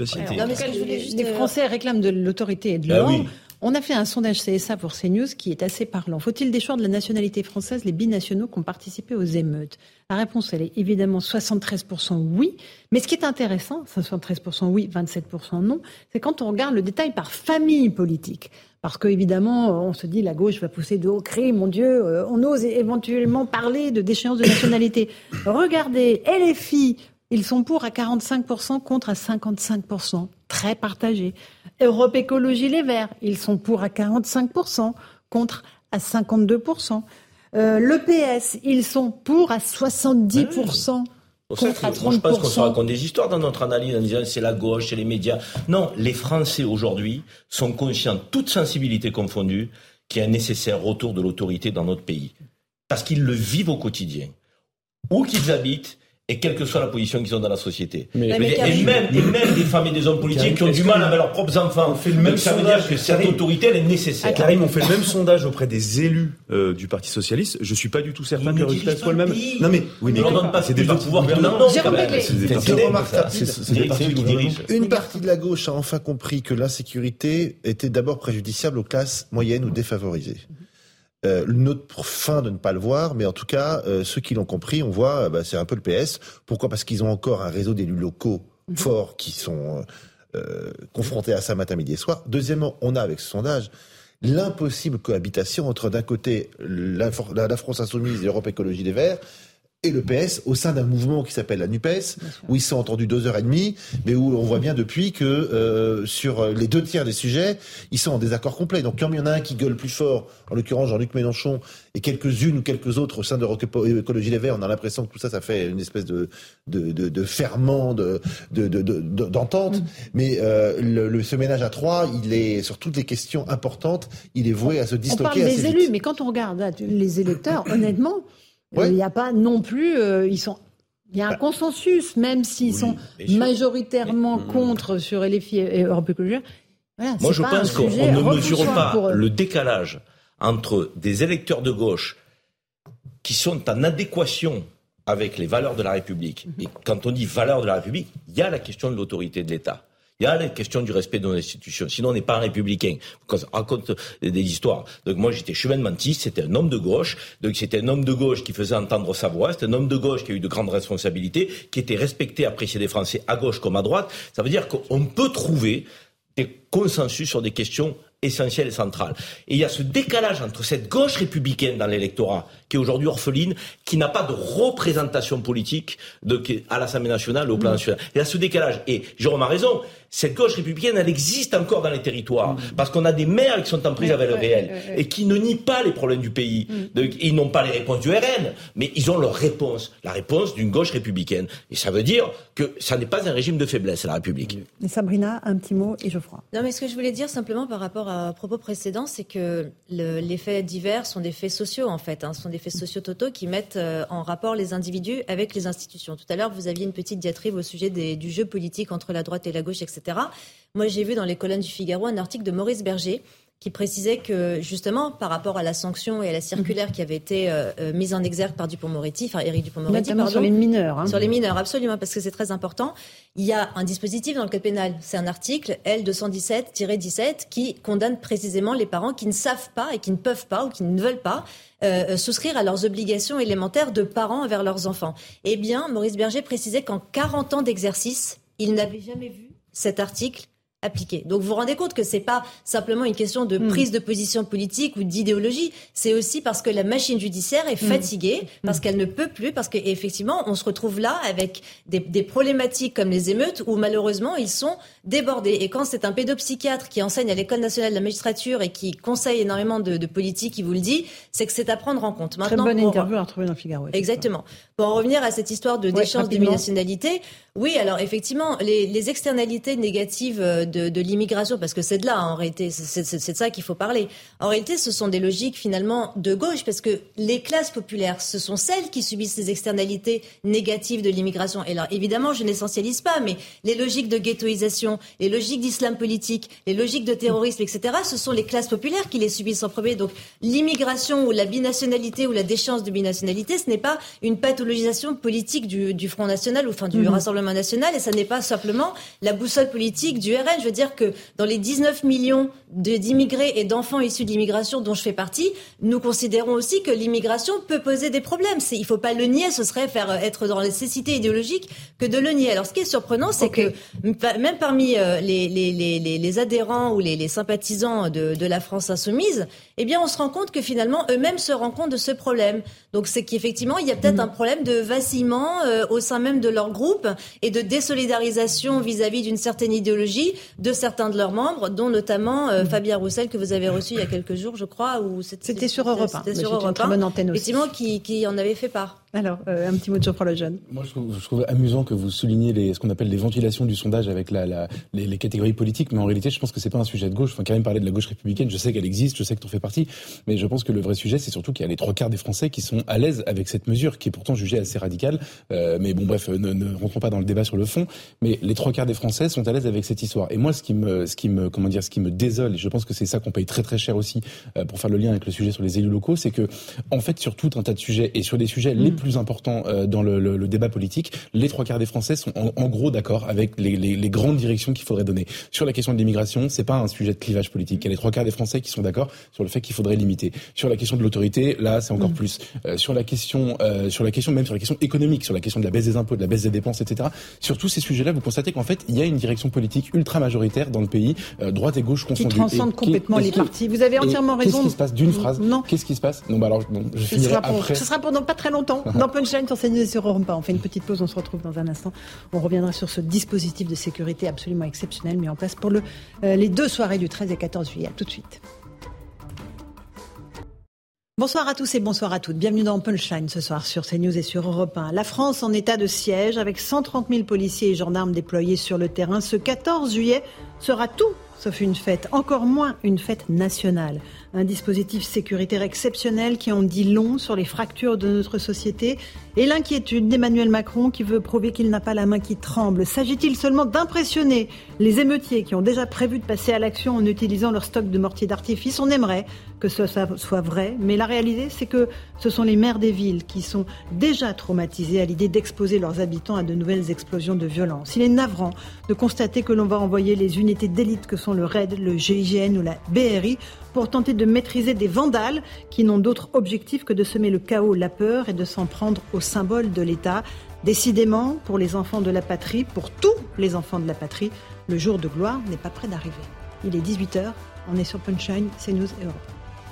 Les Français réclament de l'autorité et de l'ordre. On a fait un sondage CSA pour CNews qui est assez parlant. Faut-il déchoir de la nationalité française les binationaux qui ont participé aux émeutes ? La réponse, elle est évidemment 73% oui. Mais ce qui est intéressant, 73% oui, 27% non, c'est quand on regarde le détail par famille politique. Parce qu'évidemment, on se dit la gauche va pousser de hauts cris, mon Dieu, on ose éventuellement parler de déchéance de nationalité. Regardez, LFI, ils sont pour à 45% contre à 55%, très partagé. Europe Écologie Les Verts, ils sont pour à 45% contre à 52%. Le PS, ils sont pour à 70%. Contre à 30%. Moi, je pense qu'on se raconte des histoires dans notre analyse en disant c'est la gauche, c'est les médias. Non, les Français aujourd'hui sont conscients, toute sensibilité confondue, qu'il y a un nécessaire retour de l'autorité dans notre pays. Parce qu'ils le vivent au quotidien. Où qu'ils habitent, et quelle que soit la position qu'ils ont dans la société. Et même des femmes et des hommes politiques qui ont du mal avec leurs propres enfants. Donc ça veut dire que cette autorité, elle est nécessaire. Karim, on fait le même sondage auprès des élus du Parti Socialiste. Je suis pas du tout certain que le résultat soit le même. Non mais oui, mais on donne pas c'est des partis gouvernants. C'est des partis qui dirigent. Une partie de la gauche a enfin compris que l'insécurité était d'abord préjudiciable aux classes moyennes ou défavorisées. Notre fin de ne pas le voir, mais en tout cas, ceux qui l'ont compris, on voit, c'est un peu le PS. Pourquoi ? Parce qu'ils ont encore un réseau d'élus locaux forts qui sont confrontés à ça matin, midi et soir. Deuxièmement, on a avec ce sondage l'impossible cohabitation entre d'un côté la France Insoumise et l'Europe Écologie Les Verts et le PS au sein d'un mouvement qui s'appelle la NUPES, où ils sont entendus 2h30, mais où on voit bien depuis que sur les 2/3 des sujets, ils sont en désaccord complet. Donc quand il y en a un qui gueule plus fort, en l'occurrence Jean-Luc Mélenchon, et quelques-unes ou quelques autres au sein de Écologie Les Verts, on a l'impression que tout ça fait une espèce de ferment, d'entente. Mais ce ménage à trois, il est sur toutes les questions importantes, il est voué à se disloquer assez vite. On parle des élus, mais quand on regarde les électeurs, honnêtement, il n'y a pas non plus, il y a un consensus, même s'ils sont majoritairement contre sur LFI et Europe Écologie. Voilà, moi, je pense qu'on ne mesure pas le décalage entre des électeurs de gauche qui sont en adéquation avec les valeurs de la République. Et quand on dit valeurs de la République, il y a la question de l'autorité de l'État. Il y a la question du respect de nos institutions. Sinon, on n'est pas un républicain. Quand on raconte des histoires. Donc moi, j'étais chevènementiste, c'était un homme de gauche. Donc c'était un homme de gauche qui faisait entendre sa voix. C'était un homme de gauche qui a eu de grandes responsabilités, qui était respecté, apprécié des Français à gauche comme à droite. Ça veut dire qu'on peut trouver des consensus sur des questions essentielle et centrale. Et il y a ce décalage entre cette gauche républicaine dans l'électorat, qui est aujourd'hui orpheline, qui n'a pas de représentation politique à l'Assemblée nationale ou au plan national. Il y a ce décalage. Et Jérôme a raison, cette gauche républicaine, elle existe encore dans les territoires. Parce qu'on a des maires qui sont en prise avec le réel et qui ne nient pas les problèmes du pays. Ils n'ont pas les réponses du RN, mais ils ont leur réponse. La réponse d'une gauche républicaine. Et ça veut dire que ça n'est pas un régime de faiblesse, la République. Et Sabrina, un petit mot et Geoffroy. Non, mais ce que je voulais dire simplement par rapport à propos précédent, c'est que les faits divers sont des faits sociaux, en fait. Ce sont des faits sociaux totaux qui mettent en rapport les individus avec les institutions. Tout à l'heure, vous aviez une petite diatribe au sujet du jeu politique entre la droite et la gauche, etc. Moi, j'ai vu dans les colonnes du Figaro un article de Maurice Berger qui précisait que, justement, par rapport à la sanction et à la circulaire qui avait été mise en exergue par Dupond-Moretti, enfin Éric Dupond-Moretti, notamment sur les mineurs. Sur les mineurs, absolument, parce que c'est très important. Il y a un dispositif dans le code pénal, c'est un article L217-17 qui condamne précisément les parents qui ne savent pas et qui ne peuvent pas ou qui ne veulent pas souscrire à leurs obligations élémentaires de parents envers leurs enfants. Eh bien, Maurice Berger précisait qu'en 40 ans d'exercice, il n'avait jamais vu cet article appliqué. Donc vous vous rendez compte que c'est pas simplement une question de prise de position politique ou d'idéologie, c'est aussi parce que la machine judiciaire est fatiguée, parce qu'elle ne peut plus, parce qu'effectivement on se retrouve là avec des problématiques comme les émeutes où malheureusement ils sont débordés. Et quand c'est un pédopsychiatre qui enseigne à l'École nationale de la magistrature et qui conseille énormément de politique qui vous le dit, c'est que c'est à prendre en compte. Maintenant, très bonne interview à retrouver dans le Figaro. Exactement. Pour en revenir à cette histoire de déchéance de binationalité, oui, alors effectivement, les externalités négatives de l'immigration, parce que c'est de là, en réalité, c'est de ça qu'il faut parler. En réalité, ce sont des logiques finalement de gauche, parce que les classes populaires, ce sont celles qui subissent les externalités négatives de l'immigration. Et alors, évidemment, je n'essentialise pas, mais les logiques de ghettoisation, les logiques d'islam politique, les logiques de terrorisme, etc., ce sont les classes populaires qui les subissent en premier. Donc, l'immigration ou la binationalité ou la déchéance de binationalité, ce n'est pas une pathologisation politique du Front National ou enfin du Rassemblement National, et ça n'est pas simplement la boussole politique du RN. Je veux dire que dans les 19 millions d'immigrés et d'enfants issus de l'immigration dont je fais partie, nous considérons aussi que l'immigration peut poser des problèmes. Il ne faut pas le nier, ce serait être dans la cécité idéologique que de le nier. Alors ce qui est surprenant, c'est que même parmi les adhérents ou les sympathisants de la France insoumise, eh bien on se rend compte que finalement eux-mêmes se rendent compte de ce problème. Donc c'est qu'effectivement il y a peut-être un problème de vacillement au sein même de leur groupe et de désolidarisation vis-à-vis d'une certaine idéologie de certains de leurs membres, dont notamment Fabien Roussel, que vous avez reçu il y a quelques jours, je crois. C'était sur Europe 1. C'était sur Europe 1. Très bonne antenne aussi. Effectivement, qui en avait fait part. Alors, un petit mot de Geoffroy Lejeune. Moi, je trouve amusant que vous souligniez ce qu'on appelle les ventilations du sondage avec les catégories politiques, mais en réalité, je pense que c'est pas un sujet de gauche. Enfin, Karim parlait de la gauche républicaine, je sais qu'elle existe, je sais que t'en fais partie, mais je pense que le vrai sujet, c'est surtout qu'il y a les 3/4 des Français qui sont à l'aise avec cette mesure, qui est pourtant jugée assez radicale. Mais bon, bref, ne rentrons pas dans le débat sur le fond. Mais les 3/4 des Français sont à l'aise avec cette histoire. Et moi, ce qui me désole, et je pense que c'est ça qu'on paye très très cher aussi pour faire le lien avec le sujet sur les élus locaux, c'est que en fait, sur tout un tas de sujets et sur les sujets les plus importants dans le débat politique, les 3/4 des Français sont en gros d'accord avec les grandes directions qu'il faudrait donner. Sur la question de l'immigration, c'est pas un sujet de clivage politique. Il y a les 3/4 des Français qui sont d'accord sur le fait qu'il faudrait limiter. Sur la question de l'autorité, là, c'est encore plus. Sur la question économique, sur la question de la baisse des impôts, de la baisse des dépenses, etc. Sur tous ces sujets-là, vous constatez qu'en fait, il y a une direction politique ultra majoritaire dans le pays, droite et gauche confondues. Qui transcende complètement les partis. Vous avez entièrement raison. Qu'est-ce qui se passe d'une phrase? Non. Qu'est-ce qui se passe? Non, bah alors, non, je finirai après. Ce sera pendant pas très longtemps. Dans Punchline sur CNews et sur Europe 1. On fait une petite pause, on se retrouve dans un instant. On reviendra sur ce dispositif de sécurité absolument exceptionnel mis en place pour les 2 soirées du 13 et 14 juillet. À tout de suite. Bonsoir à tous et bonsoir à toutes. Bienvenue dans Punchline ce soir sur CNews et sur Europe 1. La France en état de siège avec 130 000 policiers et gendarmes déployés sur le terrain. Ce 14 juillet sera tout sauf une fête, encore moins une fête nationale. Un dispositif sécuritaire exceptionnel qui en dit long sur les fractures de notre société et l'inquiétude d'Emmanuel Macron qui veut prouver qu'il n'a pas la main qui tremble. S'agit-il seulement d'impressionner les émeutiers qui ont déjà prévu de passer à l'action en utilisant leur stock de mortiers d'artifice? On aimerait que ça soit vrai, mais la réalité, c'est que ce sont les maires des villes qui sont déjà traumatisés à l'idée d'exposer leurs habitants à de nouvelles explosions de violence. Il est navrant de constater que l'on va envoyer les unités d'élite que sont le RAID, le GIGN ou la BRI pour tenter de maîtriser des vandales qui n'ont d'autre objectif que de semer le chaos, la peur et de s'en prendre aux symboles de l'État. Décidément, pour les enfants de la patrie, pour tous les enfants de la patrie, le jour de gloire n'est pas près d'arriver. Il est 18h, on est sur Punchline, CNews et Europe.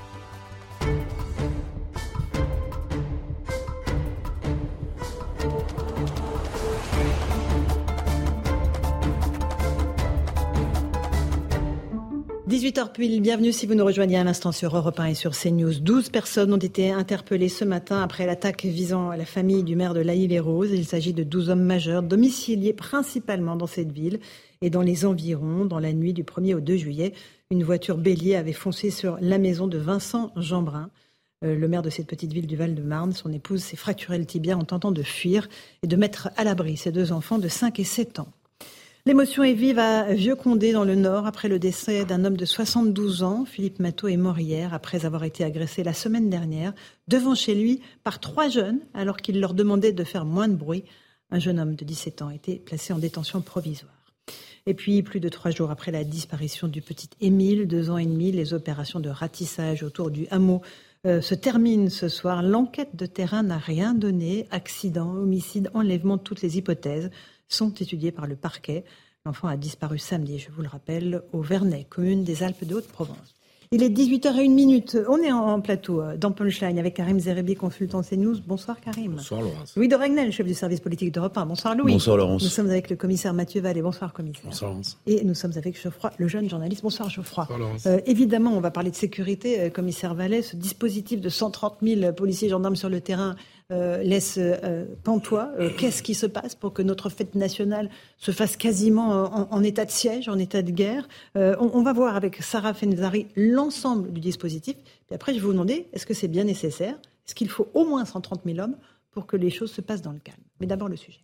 18h pile, bienvenue si vous nous rejoignez à l'instant sur Europe 1 et sur CNews. 12 personnes ont été interpellées ce matin après l'attaque visant la famille du maire de l'Haÿ-les-Roses. Il s'agit de 12 hommes majeurs domiciliés principalement dans cette ville et dans les environs. Dans la nuit du 1er au 2 juillet, une voiture bélier avait foncé sur la maison de Vincent Jeanbrun. Le maire de cette petite ville du Val-de-Marne, son épouse s'est fracturé le tibia en tentant de fuir et de mettre à l'abri ses 2 enfants de 5 et 7 ans. L'émotion est vive à Vieux-Condé dans le Nord après le décès d'un homme de 72 ans. Philippe Matteau est mort hier après avoir été agressé la semaine dernière devant chez lui par 3 jeunes alors qu'il leur demandait de faire moins de bruit. Un jeune homme de 17 ans a été placé en détention provisoire. Et puis, plus de 3 jours après la disparition du petit Émile, 2 ans et demi, les opérations de ratissage autour du hameau se terminent ce soir. L'enquête de terrain n'a rien donné. Accident, homicide, enlèvement, toutes les hypothèses sont étudiées par le parquet. L'enfant a disparu samedi, je vous le rappelle, au Vernet, commune des Alpes de Haute-Provence. Il est 18h01. On est en plateau dans Punchline avec Karim Zerebi, consultant CNews. Bonsoir Karim. Bonsoir Laurence. Louis de Ragnel, chef du service politique d'Europe 1. Bonsoir Louis. Bonsoir Laurence. Nous sommes avec le commissaire Mathieu Vallée. Bonsoir commissaire. Bonsoir Laurence. Et nous sommes avec Geoffroy, le jeune journaliste. Bonsoir Geoffroy. Bonsoir Laurence. Évidemment, on va parler de sécurité, commissaire Vallée. Ce dispositif de 130 000 policiers et gendarmes sur le terrain laisse pantois. Qu'est-ce qui se passe pour que notre fête nationale se fasse quasiment en état de siège, en état de guerre? On va voir avec Sarah Fenzari l'ensemble du dispositif. Puis après, je vais vous demander, est-ce que c'est bien nécessaire? Est-ce qu'il faut au moins 130 000 hommes pour que les choses se passent dans le calme? Mais d'abord le sujet.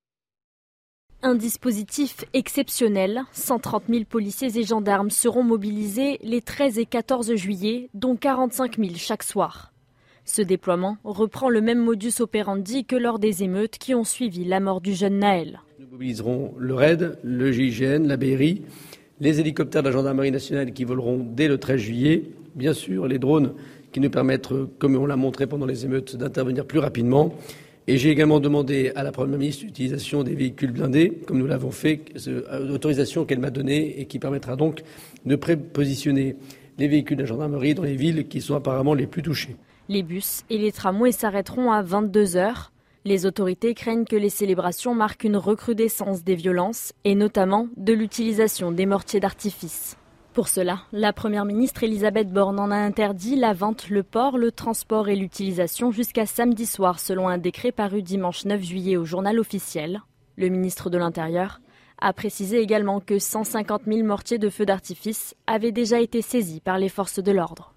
Un dispositif exceptionnel. 130 000 policiers et gendarmes seront mobilisés les 13 et 14 juillet, dont 45 000 chaque soir. Ce déploiement reprend le même modus operandi que lors des émeutes qui ont suivi la mort du jeune Naël. Nous mobiliserons le RAID, le GIGN, la BRI, les hélicoptères de la gendarmerie nationale qui voleront dès le 13 juillet, bien sûr les drones qui nous permettent, comme on l'a montré pendant les émeutes, d'intervenir plus rapidement. Et j'ai également demandé à la Première ministre l'utilisation des véhicules blindés, comme nous l'avons fait, autorisation qu'elle m'a donnée et qui permettra donc de prépositionner les véhicules de la gendarmerie dans les villes qui sont apparemment les plus touchées. Les bus et les tramways s'arrêteront à 22h. Les autorités craignent que les célébrations marquent une recrudescence des violences et notamment de l'utilisation des mortiers d'artifice. Pour cela, la Première ministre Elisabeth Borne en a interdit la vente, le port, le transport et l'utilisation jusqu'à samedi soir selon un décret paru dimanche 9 juillet au journal officiel. Le ministre de l'Intérieur a précisé également que 150 000 mortiers de feu d'artifice avaient déjà été saisis par les forces de l'ordre.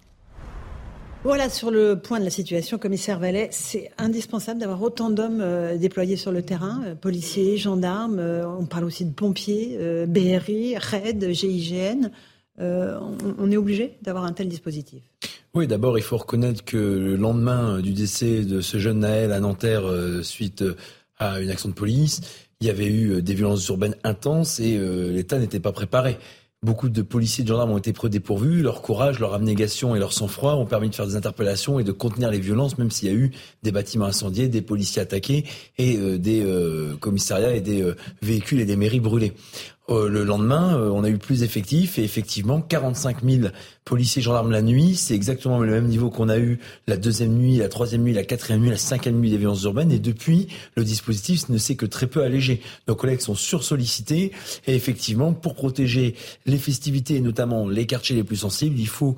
Voilà, sur le point de la situation, commissaire Vallée, c'est indispensable d'avoir autant d'hommes déployés sur le terrain, policiers, gendarmes, on parle aussi de pompiers, BRI, RAID, GIGN. On est obligé d'avoir un tel dispositif. Oui, d'abord, il faut reconnaître que le lendemain du décès de ce jeune Naël à Nanterre, suite à une action de police, il y avait eu des violences urbaines intenses et l'État n'était pas préparé. Beaucoup de policiers et de gendarmes ont été pris au dépourvu. Leur courage, leur abnégation et leur sang-froid ont permis de faire des interpellations et de contenir les violences, même s'il y a eu des bâtiments incendiés, des policiers attaqués et des commissariats et des véhicules et des mairies brûlés. Le lendemain, on a eu plus d'effectifs et effectivement 45 000 policiers et gendarmes la nuit. C'est exactement le même niveau qu'on a eu la 2e nuit, la 3e nuit, la 4e nuit, la 5e nuit des violences urbaines. Et depuis, le dispositif ne s'est que très peu allégé. Nos collègues sont sursollicités et effectivement, pour protéger les festivités et notamment les quartiers les plus sensibles, il faut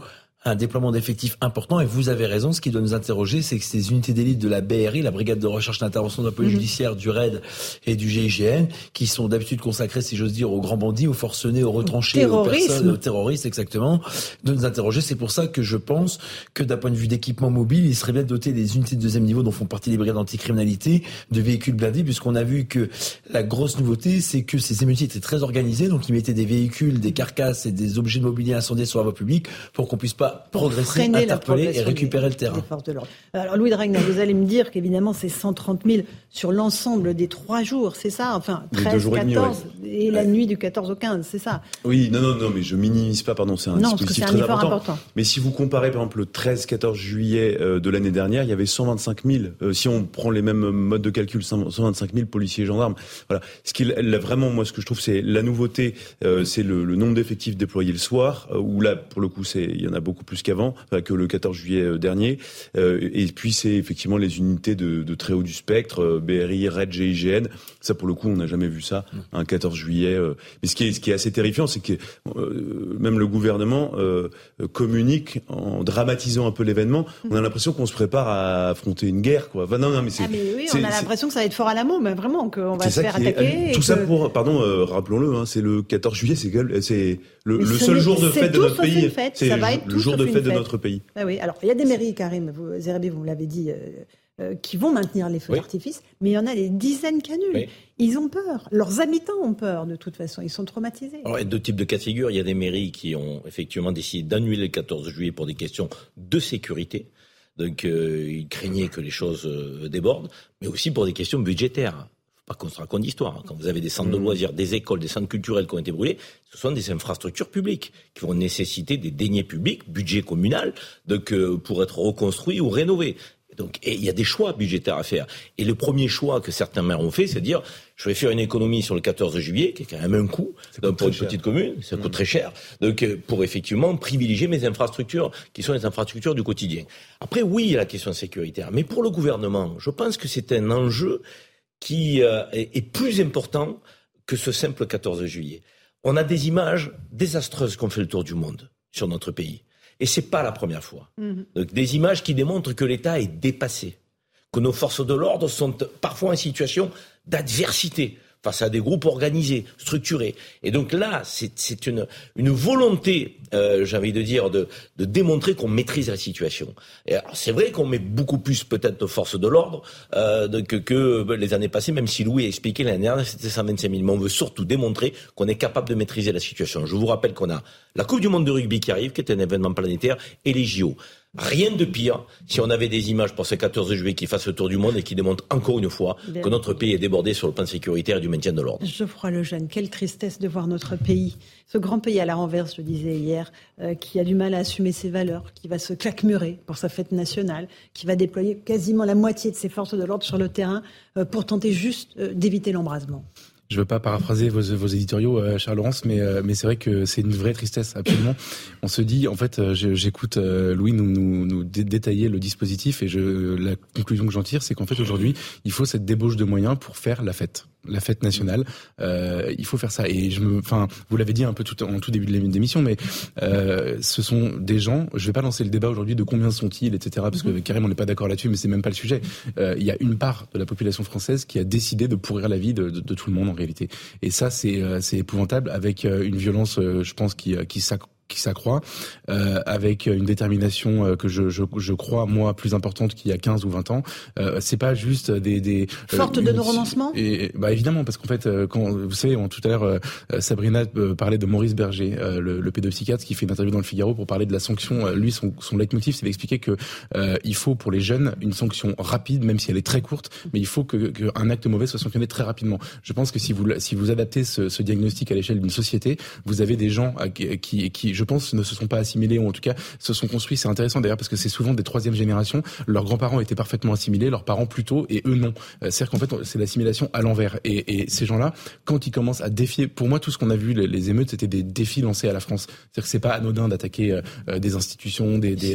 un déploiement d'effectifs important, et vous avez raison, ce qui doit nous interroger, c'est que ces unités d'élite de la BRI, la Brigade de recherche et d'intervention de la police judiciaire, du RAID et du GIGN, qui sont d'habitude consacrés, si j'ose dire, aux grands bandits, aux forcenés, aux retranchés, aux personnes, aux terroristes, exactement, de nous interroger. C'est pour ça que je pense que d'un point de vue d'équipement mobile, il serait bien de doter des unités de deuxième niveau dont font partie les brigades anticriminalité, de véhicules blindés, puisqu'on a vu que la grosse nouveauté, c'est que ces émeutiers étaient très organisés, donc ils mettaient des véhicules, des carcasses et des objets de mobilier incendiés sur la voie publique pour qu'on puisse pas progresser, interpeller et récupérer le terrain. Alors Louis Dragnel, vous allez me dire qu'évidemment c'est 130 000 sur l'ensemble des 3 jours, c'est ça? Enfin 13, 14 et la nuit du 14 au 15, c'est ça? Oui, non, mais je minimise pas, pardon, c'est un dispositif très important. Mais si vous comparez par exemple le 13-14 juillet de l'année dernière, il y avait 125 000, si on prend les mêmes modes de calcul, 125 000 policiers et gendarmes. Voilà. Ce qui vraiment, moi, ce que je trouve, c'est la nouveauté, c'est le nombre d'effectifs déployés le soir, où là, pour le coup, il y en a beaucoup plus qu'avant, que le 14 juillet dernier. Et puis, c'est effectivement les unités de très haut du spectre, BRI, RAID, GIGN. Ça, pour le coup, on n'a jamais vu ça, un 14 juillet. Mais ce qui est assez terrifiant, c'est que même le gouvernement communique en dramatisant un peu l'événement. On a l'impression qu'on se prépare à affronter une guerre, quoi. Enfin, non, mais oui, on a l'impression que ça va être fort à l'amour, mais vraiment, qu'on va se faire attaquer. Tout ça pour, rappelons-le, c'est le 14 juillet, c'est le seul jour de fête de notre pays. C'est le jour de fête de notre pays. Ah oui, alors il y a des mairies, Karim Zeribi, vous l'avez dit, qui vont maintenir les feux d'artifice, mais il y en a des dizaines qui annulent. Oui. Ils ont peur. Leurs habitants ont peur, de toute façon. Ils sont traumatisés. Alors, il y a deux types de cas de figure. Il y a des mairies qui ont effectivement décidé d'annuler le 14 juillet pour des questions de sécurité. Donc, ils craignaient que les choses débordent, mais aussi pour des questions budgétaires. Pas qu'on se raconte d'histoire. Quand vous avez des centres de loisirs, des écoles, des centres culturels qui ont été brûlés, ce sont des infrastructures publiques qui vont nécessiter des deniers publics, budget communal, donc pour être reconstruits ou rénovés. Et il y a des choix budgétaires à faire. Et le premier choix que certains maires ont fait, c'est de dire je vais faire une économie sur le 14 juillet, qui est quand même un coût pour une petite commune, ça coûte très cher, donc pour effectivement privilégier mes infrastructures, qui sont les infrastructures du quotidien. Après, oui, il y a la question sécuritaire, mais pour le gouvernement, je pense que c'est un enjeu qui est plus important que ce simple 14 juillet. On a des images désastreuses qui ont fait le tour du monde sur notre pays. Et c'est pas la première fois. Donc, des images qui démontrent que l'État est dépassé, que nos forces de l'ordre sont parfois en situation d'adversité face à des groupes organisés, structurés. Et donc là, c'est une volonté, j'ai envie de dire, de démontrer qu'on maîtrise la situation. Et alors, c'est vrai qu'on met beaucoup plus peut-être de forces de l'ordre que les années passées, même si Louis a expliqué l'année dernière, c'était 125 000. Mais on veut surtout démontrer qu'on est capable de maîtriser la situation. Je vous rappelle qu'on a la Coupe du Monde de rugby qui arrive, qui est un événement planétaire, et les JO. Rien de pire si on avait des images pour ce 14 juillet qui fassent le tour du monde et qui démontrent encore une fois que notre pays est débordé sur le plan sécuritaire et du maintien de l'ordre. Geoffroy Lejeune, quelle tristesse de voir notre pays, ce grand pays à la renverse, je disais hier, qui a du mal à assumer ses valeurs, qui va se claquemurer pour sa fête nationale, qui va déployer quasiment la moitié de ses forces de l'ordre sur le terrain pour tenter juste d'éviter l'embrasement. Je veux pas paraphraser vos éditoriaux, Charles Laurence, mais c'est vrai que c'est une vraie tristesse, absolument. On se dit, en fait, j'écoute Louis nous détailler le dispositif et la conclusion que j'en tire, c'est qu'en fait aujourd'hui, il faut cette débauche de moyens pour faire la fête nationale. Il faut faire ça. Et vous l'avez dit un peu en tout début de l'émission, mais ce sont des gens. Je vais pas lancer le débat aujourd'hui de combien sont-ils, etc. Parce que carrément on n'est pas d'accord là-dessus, mais c'est même pas le sujet. Il y a une part de la population française qui a décidé de pourrir la vie de tout le monde en réalité. Et ça, c'est épouvantable, avec une violence, je pense, qui s'accroît, avec une détermination que je crois, moi, plus importante qu'il y a 15 ou 20 ans. C'est pas juste des forte de nos renoncements. Et évidemment, parce qu'en fait, quand vous savez, tout à l'heure, Sabrina parlait de Maurice Berger, le pédopsychiatre, qui fait une interview dans le Figaro pour parler de la sanction. Lui, son leitmotiv, c'est d'expliquer que il faut pour les jeunes une sanction rapide, même si elle est très courte, mais il faut qu'un acte mauvais soit sanctionné très rapidement. Je pense que si vous adaptez ce diagnostic à l'échelle d'une société, vous avez des gens qui je pense, ne se sont pas assimilés, ou en tout cas se sont construits. C'est intéressant d'ailleurs parce que c'est souvent des troisième générations. Leurs grands-parents étaient parfaitement assimilés, leurs parents plutôt, et eux non. C'est-à-dire qu'en fait, c'est l'assimilation à l'envers. Et ces gens-là, quand ils commencent à défier, pour moi, tout ce qu'on a vu, les émeutes, c'était des défis lancés à la France. C'est-à-dire que c'est pas anodin d'attaquer des institutions, il y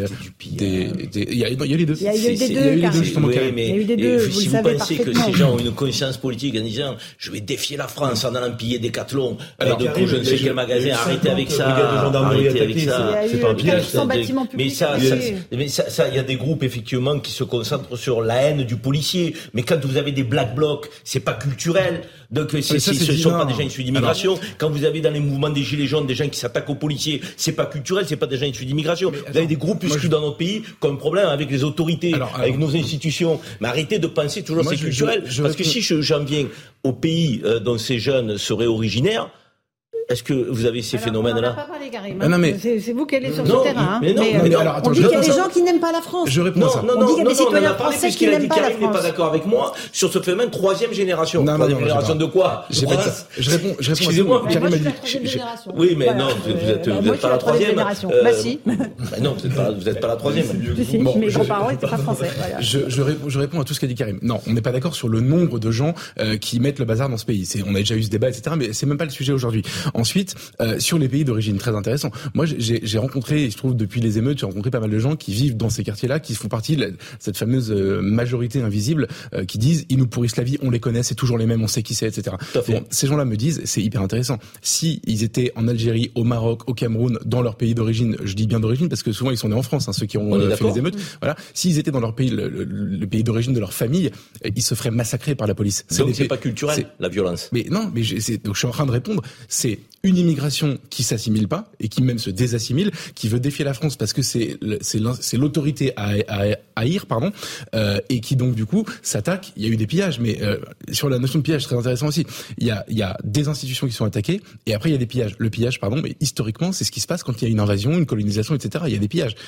a les deux. Il y a eu les deux, justement. Il y a eu des deux. Si vous pensez que ces gens ont une conscience politique en disant je vais défier la France en allant piller Decathlon, du coup je ne sais quel magasin, arrêtez avec ça. gendarmerie attaquée. C'est pas un pillage. Mais ça, il y a des groupes effectivement qui se concentrent sur la haine du policier. Mais quand vous avez des black blocs, c'est pas culturel. Donc ce sont pas des gens issus d'immigration. Quand vous avez dans les mouvements des gilets jaunes des gens qui s'attaquent aux policiers, c'est pas culturel, c'est pas des gens issus d'immigration. Vous avez des groupuscules dans notre pays qui ont un problème avec les autorités, avec nos institutions. Mais arrêtez de penser toujours que c'est culturel. Parce que si j'en viens au pays dont ces jeunes seraient originaires, est-ce que vous avez ces phénomènes-là? On n'en a pas parlé, Karim. C'est vous qui allez sur ce terrain. On dit qu'il y a des gens qui n'aiment pas la France. Je réponds à ça. On dit qu'il y a des citoyens français qui n'aiment pas la France. Karim n'est pas d'accord avec moi sur ce phénomène troisième génération. Troisième génération de quoi? Je réponds. Excusez-moi. Karim a dit. Oui, mais non, vous n'êtes pas la troisième. Bah si. Non, vous n'êtes pas la troisième. Mes grands-parents n'étaient pas français. Je réponds à tout ce qu'a dit Karim. Non, on n'est pas d'accord sur le nombre de gens qui mettent le bazar dans ce pays. On a déjà eu ce débat, etc. Mais c'est même pas le sujet aujourd'hui. Ensuite, sur les pays d'origine, très intéressant. Moi, j'ai rencontré, je trouve, depuis les émeutes, j'ai rencontré pas mal de gens qui vivent dans ces quartiers-là, qui font partie de cette fameuse majorité invisible qui disent ils nous pourrissent la vie, on les connaît, c'est toujours les mêmes, on sait qui c'est, etc. Bon, ces gens-là me disent, c'est hyper intéressant. Si ils étaient en Algérie, au Maroc, au Cameroun, dans leur pays d'origine, je dis bien d'origine parce que souvent ils sont nés en France, ceux qui ont fait les émeutes. Voilà. S'ils étaient dans leur pays, le pays d'origine de leur famille, ils se feraient massacrer par la police. Donc c'est pas culturel, la violence. Mais non, donc je suis en train de répondre. C'est une immigration qui s'assimile pas et qui même se désassimile, qui veut défier la France parce que c'est l'autorité à haïr, et qui donc du coup s'attaque. Il y a eu des pillages, mais sur la notion de pillage, c'est très intéressant aussi. Il y a des institutions qui sont attaquées et après il y a des pillages. Le pillage, mais historiquement, c'est ce qui se passe quand il y a une invasion, une colonisation, etc. Il y a des pillages.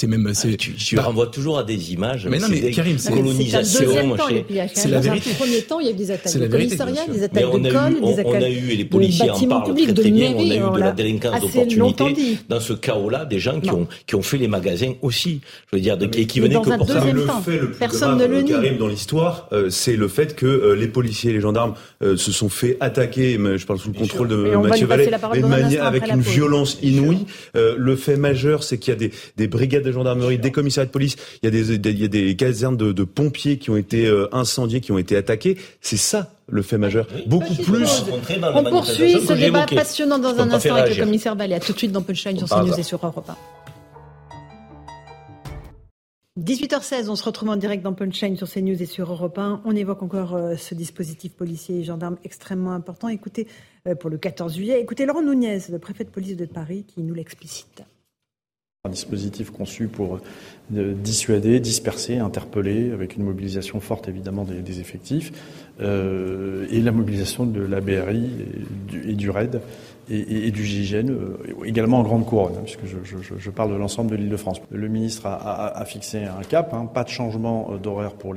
Tu renvoies toujours à des images. Mais non, mais Karim, c'est colonisation. C'est la vérité. Dans un premier temps, il y a eu des attaques de commissariat, des attaques d'école, des attaques on a eu, et les policiers en parlent très bien, on a eu de la délinquance d'opportunité. Dans ce chaos-là, des gens qui ont fait les magasins aussi. Je veux dire, qui venaient que pour ça. Le fait le plus grave, Karim, dans l'histoire, c'est le fait que les policiers et les gendarmes se sont fait attaquer, je parle sous le contrôle de Mathieu Vallet, avec une violence inouïe. Le fait majeur, c'est qu'il y a des brigades de gendarmerie, des commissariats de police, il y a des casernes de pompiers qui ont été incendiées, qui ont été attaquées. C'est ça le fait majeur. Beaucoup plus. On poursuit ce débat passionnant dans un instant avec le commissaire Vallet. À tout de suite dans Punchline sur CNews et sur Europe 1. 18h16, on se retrouve en direct dans Punchline sur CNews et sur Europe 1. On évoque encore ce dispositif policier et gendarme extrêmement important. Écoutez, pour le 14 juillet, écoutez Laurent Nunez, le préfet de police de Paris, qui nous l'explicite. Un dispositif conçu pour dissuader, disperser, interpeller, avec une mobilisation forte évidemment des effectifs, et la mobilisation de la BRI et du RAID et du GIGN, également en grande couronne, puisque je parle de l'ensemble de l'Île-de-France. Le ministre a fixé un cap, pas de changement d'horaire pour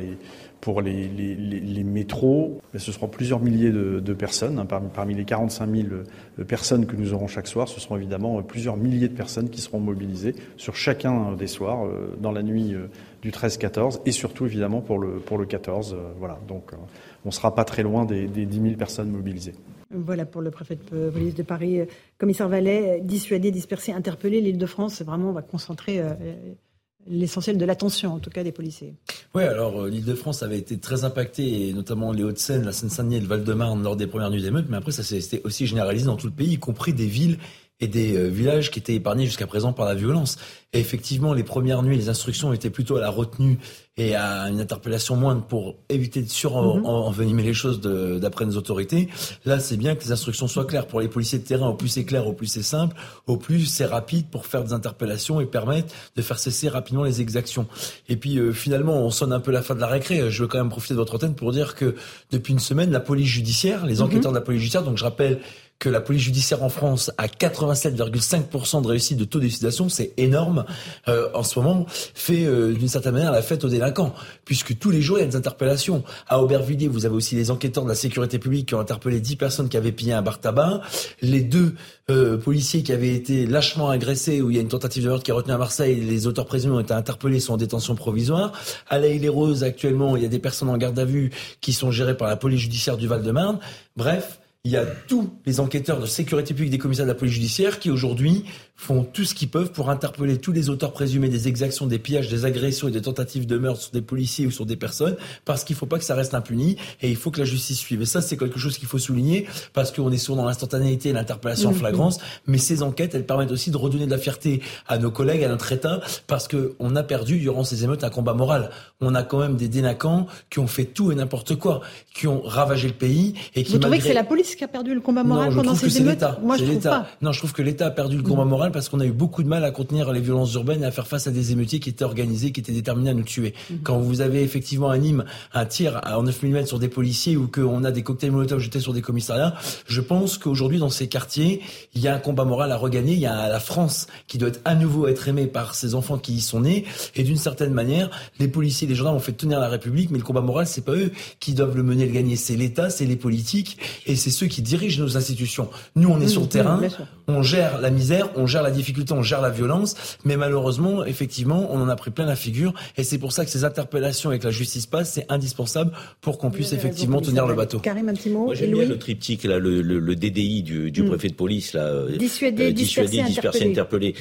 les métros, mais ce seront plusieurs milliers de personnes. Parmi les 45 000 personnes que nous aurons chaque soir, ce seront évidemment plusieurs milliers de personnes qui seront mobilisées sur chacun des soirs, dans la nuit du 13-14, et surtout évidemment pour le 14. Voilà, donc on ne sera pas très loin des 10 000 personnes mobilisées. Voilà pour le préfet de police de Paris, commissaire Vallet, dissuader, disperser, interpeller l'Île-de-France. Vraiment, on va concentrer l'essentiel de l'attention, en tout cas, des policiers. Oui, alors l'Île-de-France avait été très impactée, et notamment les Hauts-de-Seine, la Seine-Saint-Denis et le Val-de-Marne lors des premières nuits d'émeutes, mais après ça s'est aussi généralisé dans tout le pays, y compris des villes et des villages qui étaient épargnés jusqu'à présent par la violence. Et effectivement, les premières nuits, les instructions étaient plutôt à la retenue et à une interpellation moindre pour éviter de envenimer les choses d'après nos autorités. Là, c'est bien que les instructions soient claires. Pour les policiers de terrain, au plus c'est clair, au plus c'est simple, au plus c'est rapide pour faire des interpellations et permettre de faire cesser rapidement les exactions. Et puis finalement, on sonne un peu la fin de la récré. Je veux quand même profiter de votre antenne pour dire que depuis une semaine, la police judiciaire, les enquêteurs de la police judiciaire, donc je rappelle que la police judiciaire en France a 87,5% de réussite de taux d'élucidation, c'est énorme, en ce moment, fait d'une certaine manière la fête aux délinquants, puisque tous les jours il y a des interpellations. À Aubervilliers, vous avez aussi les enquêteurs de la sécurité publique qui ont interpellé 10 personnes qui avaient pillé un bar tabac, les 2 policiers qui avaient été lâchement agressés, où il y a une tentative de meurtre qui est retenue à Marseille, les auteurs présumés ont été interpellés, sont en détention provisoire. À La Île-et-Rose, actuellement, il y a des personnes en garde à vue qui sont gérées par la police judiciaire du Val-de-Marne. Bref, il y a tous les enquêteurs de sécurité publique des commissaires de la police judiciaire qui aujourd'hui font tout ce qu'ils peuvent pour interpeller tous les auteurs présumés des exactions, des pillages, des agressions et des tentatives de meurtre sur des policiers ou sur des personnes, parce qu'il ne faut pas que ça reste impuni et il faut que la justice suive. Et ça, c'est quelque chose qu'il faut souligner, parce qu'on est souvent dans l'instantanéité et l'interpellation en flagrance, mais ces enquêtes, elles permettent aussi de redonner de la fierté à nos collègues, à notre État, parce qu'on a perdu, durant ces émeutes, un combat moral. On a quand même des délinquants qui ont fait tout et n'importe quoi, qui ont ravagé le pays et qui... Vous trouvez que c'est la police qui a perdu le combat moral pendant ces émeutes ? Moi, je trouve pas. Non, je trouve que l'État a perdu le combat moral parce qu'on a eu beaucoup de mal à contenir les violences urbaines et à faire face à des émeutiers qui étaient organisés, qui étaient déterminés à nous tuer. Quand vous avez effectivement un tir en 9 mm sur des policiers ou qu'on a des cocktails Molotov jetés sur des commissariats, je pense qu'aujourd'hui, dans ces quartiers, il y a un combat moral à regagner. Il y a la France qui doit à nouveau être aimée par ces enfants qui y sont nés. Et d'une certaine manière, les policiers, les gendarmes ont fait tenir la République, mais le combat moral, c'est pas eux qui doivent le mener, le gagner. C'est l'État, c'est les politiques et c'est ceux qui dirigent nos institutions. Nous, on est sur le terrain, on gère la misère, on gère la difficulté, on gère la violence, mais malheureusement, effectivement, on en a pris plein la figure et c'est pour ça que ces interpellations avec la justice passent, c'est indispensable pour qu'on puisse effectivement tenir le bateau. Karim, un petit mot. Moi, j'aime bien le triptyque, là, le DDI du préfet de police, là. Dissuader, disperser, interpeller.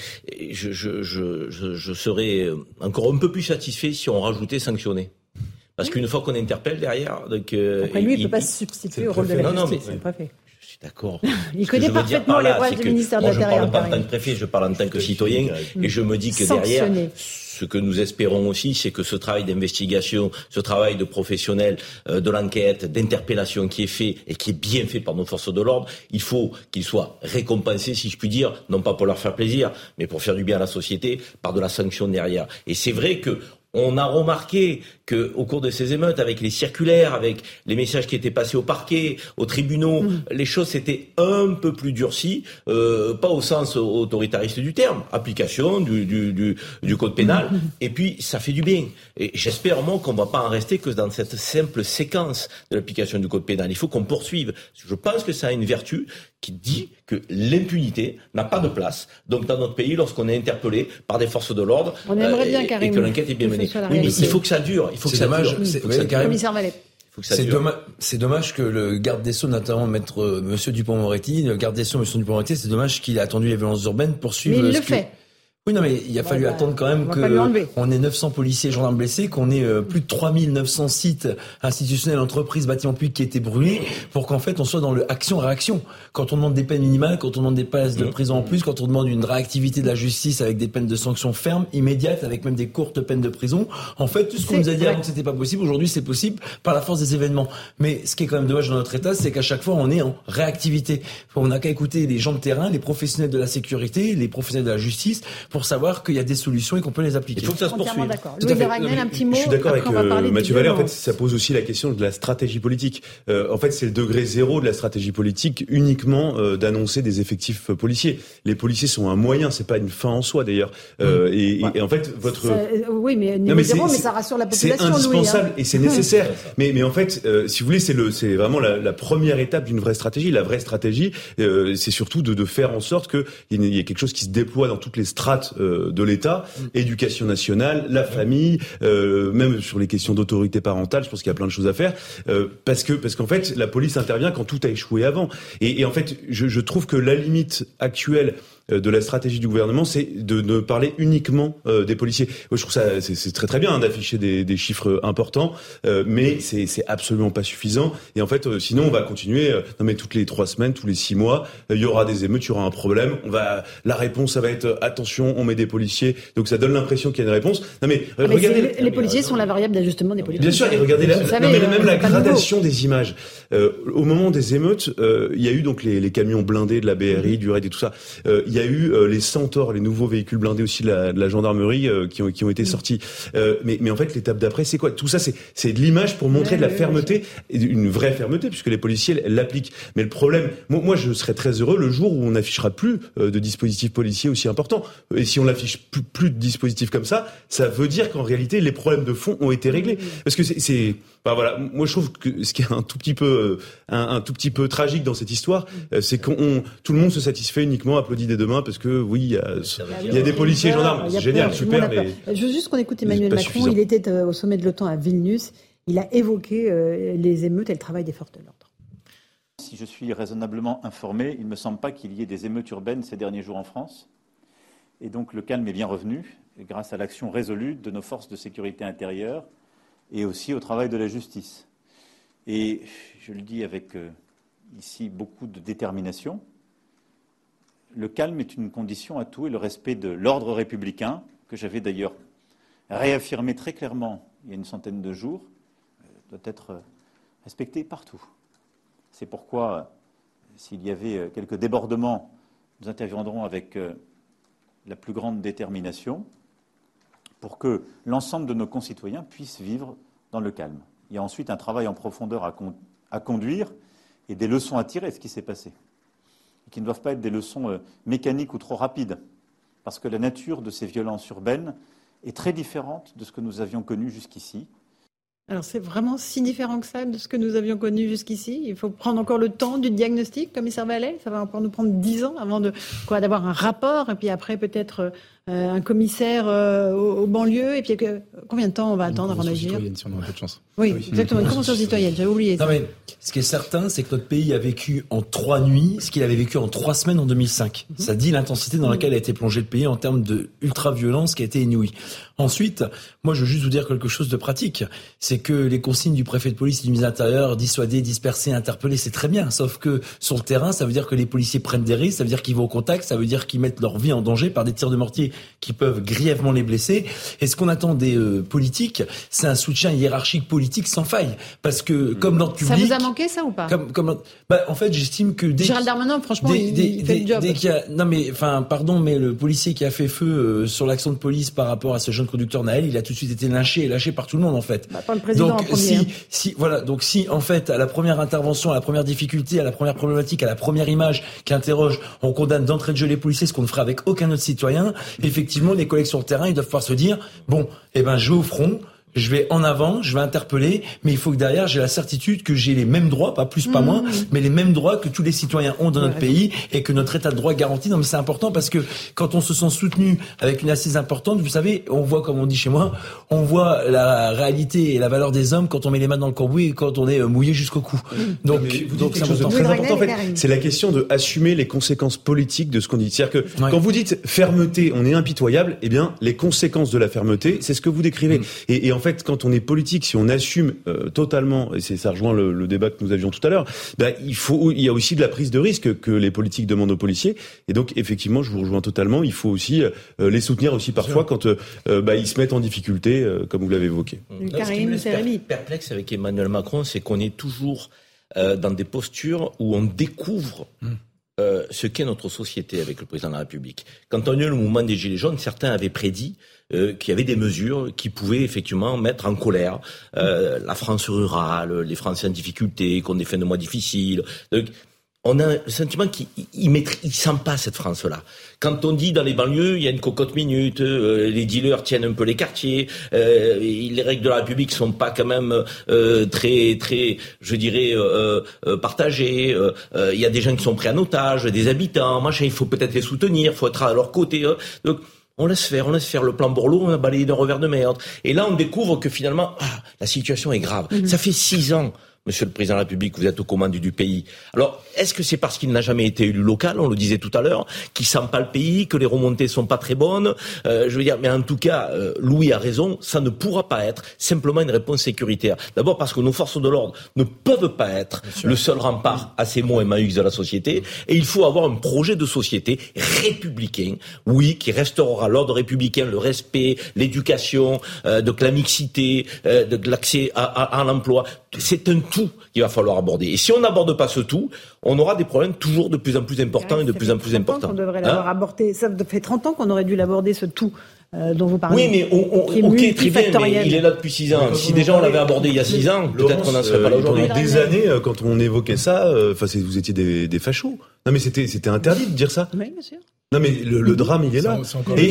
Je serais encore un peu plus satisfait si on rajoutait sanctionner. Parce qu'une fois qu'on interpelle derrière, donc après lui, il ne peut pas se substituer au rôle de la justice, c'est le préfet. Je suis d'accord. Il connaît parfaitement les rôles du ministère de l'Intérieur. Je ne parle pas en tant que préfet, je parle en tant que citoyen, et je me dis que derrière, ce que nous espérons aussi, c'est que ce travail d'investigation, ce travail de professionnels, de l'enquête, d'interpellation qui est fait et qui est bien fait par nos forces de l'ordre, il faut qu'ils soient récompensés, si je puis dire, non pas pour leur faire plaisir, mais pour faire du bien à la société, par de la sanction derrière. Et c'est vrai que on a remarqué que, au cours de ces émeutes, avec les circulaires, avec les messages qui étaient passés au parquet, aux tribunaux, les choses s'étaient un peu plus durcies, pas au sens autoritariste du terme, application du code pénal, et puis ça fait du bien. Et j'espère, moi, qu'on va pas en rester que dans cette simple séquence de l'application du code pénal. Il faut qu'on poursuive. Je pense que ça a une vertu qui dit que l'impunité n'a pas de place. Donc, dans notre pays, lorsqu'on est interpellé par des forces de l'ordre, on aimerait bien, Karim, et que l'enquête est bien menée. Oui, mais il faut que ça dure. Il faut que ça dure. Commissaire Vallet. C'est dommage que le garde des Sceaux, notamment Monsieur Dupond-Moretti, le garde des Sceaux, Monsieur Dupond-Moretti, c'est dommage qu'il ait attendu les violences urbaines pour suivre. Mais il le fait. Oui, non, mais il a fallu attendre quand même qu'on ait 900 policiers et gendarmes blessés, qu'on ait plus de 3900 sites institutionnels, entreprises, bâtiments publics qui étaient brûlés, pour qu'en fait on soit dans le action-réaction. Quand on demande des peines minimales, quand on demande des places de prison en plus, quand on demande une réactivité de la justice avec des peines de sanctions fermes, immédiates, avec même des courtes peines de prison, en fait tout ce qu'on nous a dit avant que c'était pas possible, aujourd'hui c'est possible par la force des événements. Mais ce qui est quand même dommage dans notre État, c'est qu'à chaque fois on est en réactivité. On n'a qu'à écouter les gens de terrain, les professionnels de la sécurité, les professionnels de la justice, pour savoir qu'il y a des solutions et qu'on peut les appliquer. Il faut que ça se poursuive. Louis de Ragnel, un petit mot. Je suis d'accord avec Mathieu Vallet. En fait, ça pose aussi la question de la stratégie politique. En fait, c'est le degré zéro de la stratégie politique uniquement d'annoncer des effectifs policiers. Les policiers sont un moyen, c'est pas une fin en soi d'ailleurs. Et en fait, oui, mais niveau zéro, mais ça rassure la population. C'est indispensable Louis, et c'est nécessaire. Mais en fait, si vous voulez, c'est vraiment la première étape d'une vraie stratégie. La vraie stratégie, c'est surtout de faire en sorte qu'il y ait quelque chose qui se déploie dans toutes les strates de l'État, éducation nationale, la famille, même sur les questions d'autorité parentale, je pense qu'il y a plein de choses à faire, parce qu'en fait, la police intervient quand tout a échoué avant. Et en fait, je trouve que la limite actuelle de la stratégie du gouvernement, c'est de ne parler uniquement des policiers. Moi, je trouve ça c'est très très bien d'afficher des chiffres importants, mais c'est absolument pas suffisant. Et en fait, sinon on va continuer. Non mais toutes les 3 semaines, tous les 6 mois, il y aura des émeutes, il y aura un problème. La réponse, ça va être attention, on met des policiers. Donc ça donne l'impression qu'il y a une réponse. Non mais regardez, les policiers sont la variable d'ajustement des politiques. Bien sûr, et regardez même la gradation des images. Au moment des émeutes, il y a eu donc les camions blindés de la BRI, du RAID et tout ça. Il y a eu les Centaures, les nouveaux véhicules blindés aussi de la gendarmerie qui ont été sortis. Mais en fait, l'étape d'après, c'est quoi ? Tout ça, c'est de l'image pour montrer de la fermeté, une vraie fermeté, puisque les policiers l'appliquent. Mais le problème, moi, je serais très heureux le jour où on n'affichera plus de dispositifs policiers aussi importants. Et si on n'affiche plus de dispositifs comme ça veut dire qu'en réalité, les problèmes de fond ont été réglés. Parce que enfin, voilà, moi je trouve que ce qui est un tout petit peu tragique dans cette histoire, c'est tout le monde se satisfait uniquement, applaudit des deux mains parce que oui, il y a des policiers et gendarmes, c'est génial, super. Mais je veux juste qu'on écoute Emmanuel Macron. Il était au sommet de l'OTAN à Vilnius. Il a évoqué les émeutes et le travail des forces de l'ordre. Si je suis raisonnablement informé, il ne me semble pas qu'il y ait des émeutes urbaines ces derniers jours en France. Et donc le calme est bien revenu grâce à l'action résolue de nos forces de sécurité intérieure et aussi au travail de la justice. Et je le dis avec ici beaucoup de détermination, le calme est une condition à tout et le respect de l'ordre républicain, que j'avais d'ailleurs réaffirmé très clairement il y a une centaine de jours, doit être respecté partout. C'est pourquoi, s'il y avait quelques débordements, nous interviendrons avec la plus grande détermination pour que l'ensemble de nos concitoyens puissent vivre dans le calme. Il y a ensuite un travail en profondeur à conduire et des leçons à tirer de ce qui s'est passé, qui ne doivent pas être des leçons mécaniques ou trop rapides, parce que la nature de ces violences urbaines est très différente de ce que nous avions connu jusqu'ici. Alors c'est vraiment si différent que ça de ce que nous avions connu jusqu'ici. Il faut prendre encore le temps du diagnostic, commissaire Vallée. Ça va encore nous prendre 10 ans avant d'avoir un rapport, et puis après peut-être un commissaire aux banlieues, et puis combien de temps on va attendre avant d'agir ? Si on a un peu de chance. Oui, exactement, une convention citoyenne, j'avais oublié ça. Non mais, ce qui est certain, c'est que notre pays a vécu en 3 nuits ce qu'il avait vécu en 3 semaines en 2005. Ça dit l'intensité dans laquelle a été plongé le pays en termes de ultra-violence qui a été inouïe. Ensuite, moi je veux juste vous dire quelque chose de pratique. C'est que les consignes du préfet de police et du ministre de l'Intérieur, dissuader, disperser, interpeller, c'est très bien. Sauf que sur le terrain, ça veut dire que les policiers prennent des risques, ça veut dire qu'ils vont au contact, ça veut dire qu'ils mettent leur vie en danger par des tirs de mortier qui peuvent grièvement les blesser. Et ce qu'on attend des politiques, c'est un soutien hiérarchique politique sans faille. Parce que, comme l'ordre public... Ça vous a manqué, ça, ou pas ? En fait, j'estime que... Gérald Darmanin, franchement, il fait le job. Mais le policier qui a fait feu sur l'action de police par rapport à ce jeune conducteur Naël, il a tout de suite été lynché par tout le monde, en fait. Pas le président en premier. Donc si, en fait, à la première intervention, à la première difficulté, à la première problématique, à la première image qui interroge, on condamne d'entrée de jeu les policiers, ce qu'on ne ferait avec aucun autre citoyen, effectivement, les collègues sur le terrain, ils doivent pouvoir se dire, je vais au front, je vais en avant, je vais interpeller, mais il faut que derrière, j'ai la certitude que j'ai les mêmes droits, pas plus, pas moins, mais les mêmes droits que tous les citoyens ont dans notre pays et que notre état de droit garantit. Non, mais c'est important parce que quand on se sent soutenu avec une assise importante, vous savez, on voit, comme on dit chez moi, on voit la réalité et la valeur des hommes quand on met les mains dans le cambouis et quand on est mouillé jusqu'au cou. Donc c'est chose de très important, en fait. C'est la question de assumer les conséquences politiques de ce qu'on dit. C'est-à-dire que quand vous dites fermeté, on est impitoyable, eh bien, les conséquences de la fermeté, c'est ce que vous décrivez. Et en fait, quand on est politique, si on assume totalement, et ça rejoint le débat que nous avions tout à l'heure, il y a aussi de la prise de risque que les politiques demandent aux policiers. Et donc, effectivement, je vous rejoins totalement. Il faut aussi les soutenir aussi parfois quand ils se mettent en difficulté, comme vous l'avez évoqué. Ce qui me laisse perplexe avec Emmanuel Macron, c'est qu'on est toujours dans des postures où on découvre ce qu'est notre société avec le président de la République. Quand on a eu le mouvement des Gilets jaunes, certains avaient prédit qu'il y avait des mesures qui pouvaient effectivement mettre en colère la France rurale, les Français en difficulté, qu'on ait fait de mois difficiles. Donc, on a le sentiment qu'il sent pas cette France-là. Quand on dit dans les banlieues, il y a une cocotte minute, les dealers tiennent un peu les quartiers, les règles de la République sont pas quand même très, je dirais, partagées. Il y a des gens qui sont pris en otage, des habitants, il faut peut-être les soutenir, il faut être à leur côté. Donc, on laisse faire le plan Borloo, on a balayé d'un revers de merde. Et là, on découvre que finalement, la situation est grave. Ça fait 6 ans. Monsieur le Président de la République, vous êtes aux commandes du pays. Alors, est-ce que c'est parce qu'il n'a jamais été élu local, on le disait tout à l'heure, qu'il sent pas le pays, que les remontées sont pas très bonnes mais en tout cas, Louis a raison, ça ne pourra pas être simplement une réponse sécuritaire. D'abord parce que nos forces de l'ordre ne peuvent pas être le seul rempart à ces mots Emmaüs de la société, et il faut avoir un projet de société républicain, qui restaurera l'ordre républicain, le respect, l'éducation, de la mixité, de l'accès à l'emploi. C'est un tout qu'il va falloir aborder. Et si on n'aborde pas ce tout, on aura des problèmes toujours de plus en plus importants et de plus en plus importants. On devrait l'avoir abordé. Ça fait 30 ans qu'on aurait dû l'aborder, ce tout dont vous parlez. Oui, mais très bien, mais il est là depuis 6 ans. Si déjà on l'avait abordé il y a 6 ans, peut-être qu'on n'en serait pas là aujourd'hui. Pendant des années, quand on évoquait ça, vous étiez des fachos. Non, mais c'était interdit de dire ça. Oui, bien sûr. Non, mais le drame, il est là.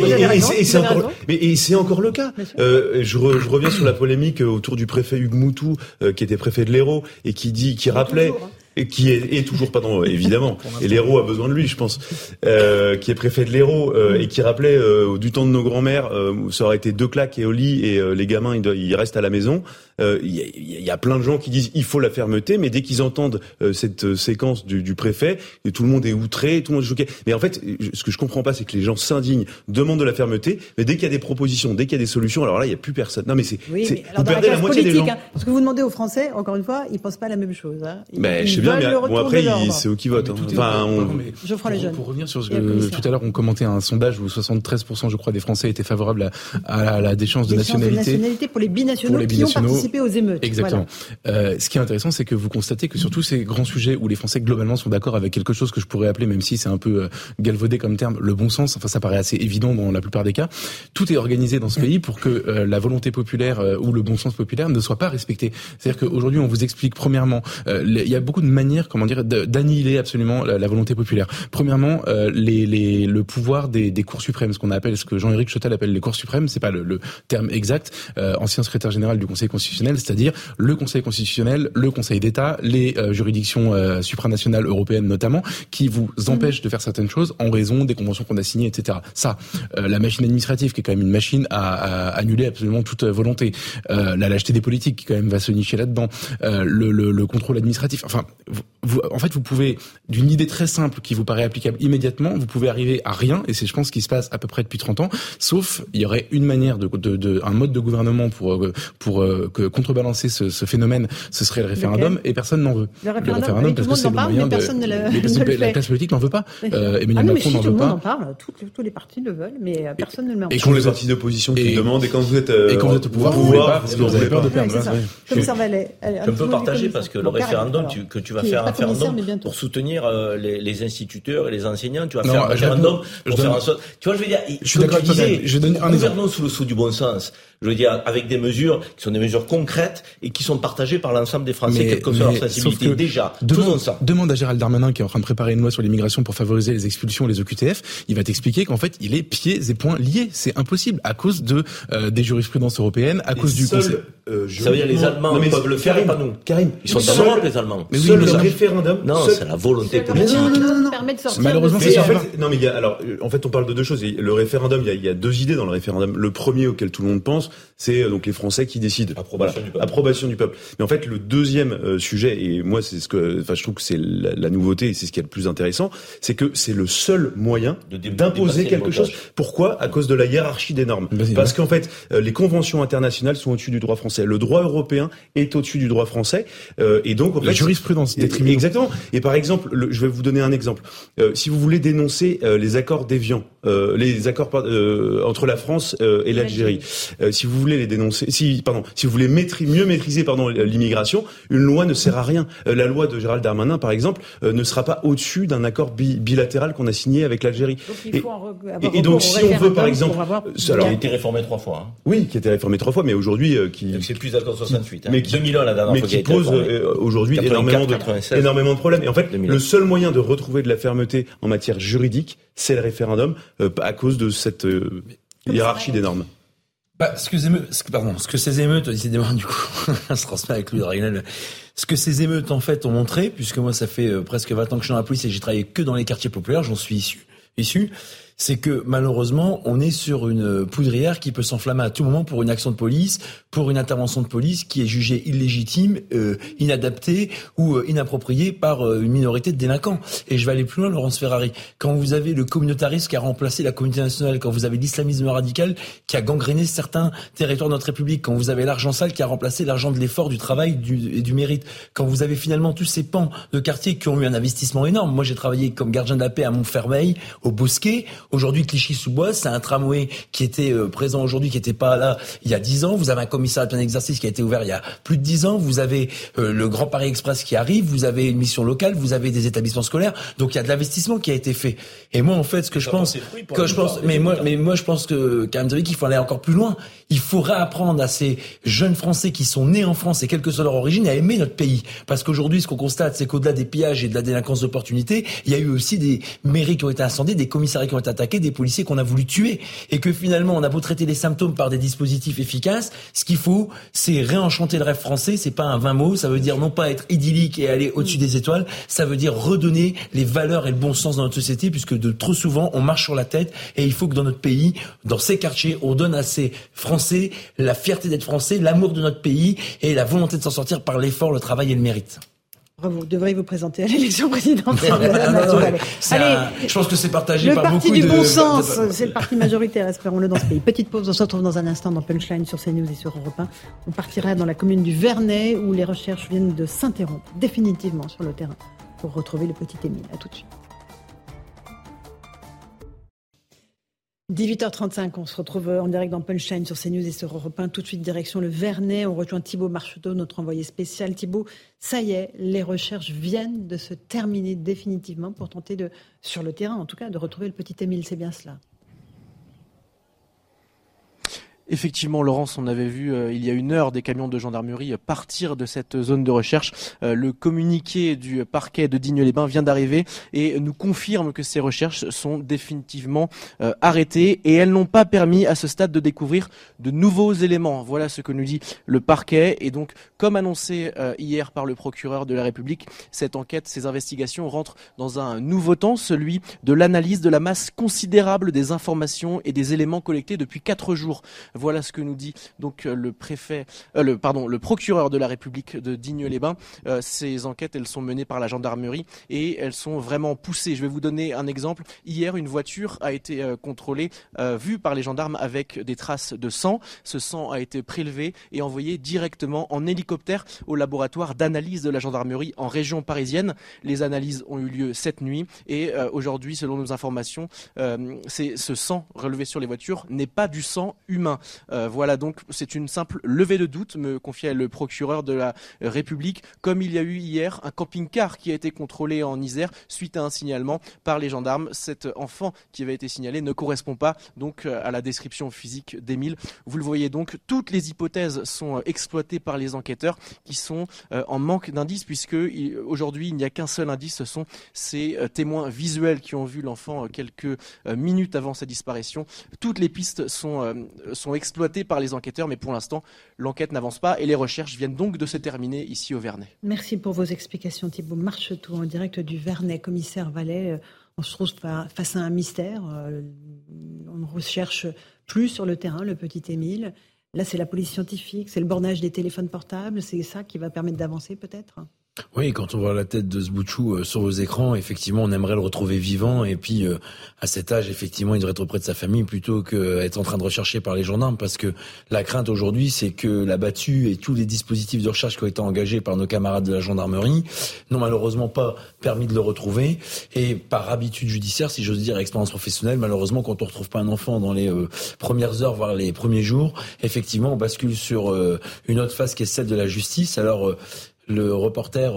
Et c'est encore le cas. Je reviens sur la polémique autour du préfet Hugues Moutou, qui était préfet de l'Hérault, et qui rappelait... Et qui est toujours, pardon, évidemment, et l'Hérault a besoin de lui, je pense, qui est préfet de l'Hérault, et qui rappelait, du temps de nos grands-mères, ça aurait été 2 claques et au lit, et les gamins, ils restent à la maison. il y a plein de gens qui disent il faut la fermeté, mais dès qu'ils entendent cette séquence du préfet, et tout le monde est outré, tout le monde est choqué. Mais en fait, ce que je comprends pas, c'est que les gens s'indignent, demandent de la fermeté, mais dès qu'il y a des propositions, dès qu'il y a des solutions, alors là, il n'y a plus personne. Non, mais vous perdez la moitié des gens. Ce que vous demandez aux Français, encore une fois, ils pensent pas la même chose. Je sais bien, mais bon, après, c'est eux qui votent. Pour revenir sur ce que tout à l'heure, on commentait un sondage où 73%, je crois, des Français étaient favorables à la déchéance de nationalité. Pour les binationaux qui ont participé aux émeutes. Exactement. Voilà. Ce qui est intéressant, c'est que vous constatez que sur tous ces grands sujets où les Français globalement sont d'accord avec quelque chose que je pourrais appeler, même si c'est un peu galvaudé comme terme, le bon sens, enfin ça paraît assez évident dans la plupart des cas, tout est organisé dans ce pays pour que la volonté populaire ou le bon sens populaire ne soit pas respecté. C'est-à-dire qu'aujourd'hui, on vous explique premièrement, il y a beaucoup de manières, d'annihiler absolument la volonté populaire. Premièrement, le pouvoir des cours suprêmes, ce que Jean-Éric Chotel appelle les cours suprêmes, c'est pas le terme exact, ancien secrétaire général du Conseil constitutionnel, c'est-à-dire le Conseil constitutionnel, le Conseil d'État, les juridictions supranationales européennes notamment, qui vous empêchent de faire certaines choses en raison des conventions qu'on a signées, etc. Ça, la machine administrative, qui est quand même une machine à annuler absolument toute volonté, la lâcheté des politiques, qui quand même va se nicher là-dedans, le contrôle administratif. Enfin, en fait, vous pouvez, d'une idée très simple qui vous paraît applicable immédiatement, vous pouvez arriver à rien, et c'est, je pense, ce qui se passe à peu près depuis 30 ans, sauf, il y aurait une manière un mode de gouvernement pour contrebalancer ce phénomène, ce serait le référendum, et personne n'en veut. Le référendum parce que c'est le moyen la classe politique n'en veut pas. Emmanuel Macron n'en veut pas. Tout le monde en parle, tous les partis le veulent, mais personne ne le met en place. Et quand les partis d'opposition qui demandent, et quand vous êtes au pouvoir, vous avez peur de perdre. Comme Vallet. Je peux partager parce que le réféendum, que tu vas faire un référendum pour soutenir les instituteurs et les enseignants, tu vas faire un référendum pour faire en sorte. Tu vois, je veux dire, je suis d'accord avec toi. Je donne un exemple. Gouvernons sous le sceau du bon sens. Je veux dire, avec des mesures qui sont des mesures concrètes et qui sont partagées par l'ensemble des Français, quelle que soit leur sensibilité. Déjà, faisons ça. Demande à Gérald Darmanin, qui est en train de préparer une loi sur l'immigration pour favoriser les expulsions et les OQTF. Il va t'expliquer qu'en fait, il est pieds et poings liés. C'est impossible à cause des jurisprudences européennes, à cause du Conseil. Ça veut dire les Allemands peuvent le faire et pas nous. Karim, ils sont dans l'Europe, les Allemands. Mais seul le référendum. Non, c'est la volonté politique. Non. Permet de sortir. Malheureusement, c'est ça. Non, mais en fait, on parle de deux choses. Le référendum, il y a deux idées dans le référendum. Le premier auquel tout le monde pense, c'est donc les Français qui décident. Approbation du peuple. Mais en fait, le deuxième sujet, et moi, c'est je trouve que c'est la nouveauté, et c'est ce qui est le plus intéressant, c'est que c'est le seul moyen d'imposer quelque chose. Pourquoi ? À cause de la hiérarchie des normes. Parce qu'en fait, les conventions internationales sont au-dessus du droit français. Le droit européen est au-dessus du droit français, et donc en fait, la jurisprudence des tribunaux. Exactement. Et par exemple, je vais vous donner un exemple. Si vous voulez dénoncer les accords d'Évian, les accords entre la France et l'Algérie, si vous voulez les dénoncer, si vous voulez mieux maîtriser l'immigration, une loi ne sert à rien. La loi de Gérald Darmanin, par exemple, ne sera pas au-dessus d'un accord bilatéral qu'on a signé avec l'Algérie. Et donc, si on veut, par exemple, qui a été réformé 3 fois. Hein. Oui, qui a été réformé 3 fois, mais aujourd'hui, c'est plus d'accord 68. Mais 2001 la dernière fois. Mais qui pose aujourd'hui énormément de problèmes. Et en fait, le seul moyen de retrouver de la fermeté en matière juridique, c'est le référendum, à cause de cette hiérarchie des normes. Ce que ces émeutes, décidément, du coup, on se transmet avec Louis Dragnel. Ce que ces émeutes, en fait, ont montré, puisque moi, ça fait presque 20 ans que je suis dans la police et j'ai travaillé que dans les quartiers populaires, j'en suis issu, c'est que malheureusement, on est sur une poudrière qui peut s'enflammer à tout moment pour une action de police, pour une intervention de police qui est jugée illégitime, inadaptée ou inappropriée par une minorité de délinquants. Et je vais aller plus loin, Laurence Ferrari. Quand vous avez le communautarisme qui a remplacé la communauté nationale, quand vous avez l'islamisme radical qui a gangréné certains territoires de notre République, quand vous avez l'argent sale qui a remplacé l'argent de l'effort, du travail et du mérite, quand vous avez finalement tous ces pans de quartiers qui ont eu un investissement énorme. Moi, j'ai travaillé comme gardien de la paix à Montfermeil, au Bosquet. Aujourd'hui, Clichy-sous-Bois, c'est un tramway qui était présent aujourd'hui, qui n'était pas là il y a 10 ans. Vous avez un commissariat de plein exercice qui a été ouvert il y a plus de 10 ans. Vous avez le Grand Paris Express qui arrive. Vous avez une mission locale. Vous avez des établissements scolaires. Donc il y a de l'investissement qui a été fait. Et moi, en fait, ce que je pense, je pense que Karim Zerebi, qu'il faut aller encore plus loin. Il faut réapprendre à ces jeunes Français qui sont nés en France et quelle que soit leur origine à aimer notre pays. Parce qu'aujourd'hui, ce qu'on constate, c'est qu'au-delà des pillages et de la délinquance d'opportunité, il y a eu aussi des mairies qui ont été incendiées, des commissariats qui ont été attaquer des policiers qu'on a voulu tuer. Et que finalement, on a beau traiter les symptômes par des dispositifs efficaces, ce qu'il faut, c'est réenchanter le rêve français. C'est pas un vain mot. Ça veut dire non pas être idyllique et aller au-dessus des étoiles. Ça veut dire redonner les valeurs et le bon sens dans notre société, puisque de trop souvent, on marche sur la tête. Et il faut que dans notre pays, dans ces quartiers, on donne à ces Français la fierté d'être Français, l'amour de notre pays et la volonté de s'en sortir par l'effort, le travail et le mérite. Bravo, vous devriez vous présenter à l'élection présidentielle. Je pense que c'est partagé par beaucoup de... Le parti du bon sens, c'est le parti majoritaire, espérons-le, dans ce pays. Petite pause, on se retrouve dans un instant dans Punchline sur CNews et sur Europe 1. On partira dans la commune du Vernet où les recherches viennent de s'interrompre définitivement sur le terrain pour retrouver le petit Émile. À tout de suite. 18h35, on se retrouve en direct dans Punchline sur CNews et sur Europe 1. Tout de suite, direction le Vernet. On rejoint Thibaut Marcheteau, notre envoyé spécial. Thibaut, ça y est, les recherches viennent de se terminer définitivement pour tenter sur le terrain en tout cas, de retrouver le petit Émile. C'est bien cela? Effectivement, Laurence, on avait vu il y a une heure des camions de gendarmerie partir de cette zone de recherche. Le communiqué du parquet de Digne-les-Bains vient d'arriver et nous confirme que ces recherches sont définitivement arrêtées et elles n'ont pas permis à ce stade de découvrir de nouveaux éléments. Voilà ce que nous dit le parquet. Et donc, comme annoncé hier par le procureur de la République, cette enquête, ces investigations rentrent dans un nouveau temps, celui de l'analyse de la masse considérable des informations et des éléments collectés depuis 4 jours. Voilà ce que nous dit donc le procureur de la République de Digne-les-Bains. Ces enquêtes, elles sont menées par la gendarmerie et elles sont vraiment poussées. Je vais vous donner un exemple. Hier, une voiture a été contrôlée, vue par les gendarmes avec des traces de sang. Ce sang a été prélevé et envoyé directement en hélicoptère au laboratoire d'analyse de la gendarmerie en région parisienne. Les analyses ont eu lieu cette nuit et aujourd'hui, selon nos informations, ce sang relevé sur les voitures n'est pas du sang humain. Voilà, donc c'est une simple levée de doute, me confiait le procureur de la République, comme il y a eu hier un camping-car qui a été contrôlé en Isère suite à un signalement par les gendarmes. Cet enfant qui avait été signalé ne correspond pas donc à la description physique d'Émile. Vous le voyez donc, toutes les hypothèses sont exploitées par les enquêteurs qui sont en manque d'indices, puisque aujourd'hui il n'y a qu'un seul indice, ce sont ces témoins visuels qui ont vu l'enfant quelques minutes avant sa disparition. Toutes les pistes sont exploitées par les enquêteurs, mais pour l'instant, l'enquête n'avance pas et les recherches viennent donc de se terminer ici au Vernet. Merci pour vos explications, Thibaut Marcheteau, en direct du Vernet. Commissaire Vallet, on se trouve face à un mystère. On ne recherche plus sur le terrain le petit Émile. Là, c'est la police scientifique, c'est le bornage des téléphones portables. C'est ça qui va permettre d'avancer, peut-être ? Oui, quand on voit la tête de ce bout de chou sur vos écrans, effectivement, on aimerait le retrouver vivant. Et puis, à cet âge, effectivement, il devrait être auprès de sa famille plutôt qu'être en train de rechercher par les gendarmes. Parce que la crainte aujourd'hui, c'est que la battue et tous les dispositifs de recherche qui ont été engagés par nos camarades de la gendarmerie n'ont malheureusement pas permis de le retrouver. Et par habitude judiciaire, si j'ose dire, expérience professionnelle, malheureusement, quand on retrouve pas un enfant dans les premières heures, voire les premiers jours, effectivement, on bascule sur une autre phase qui est celle de la justice. Alors, le reporter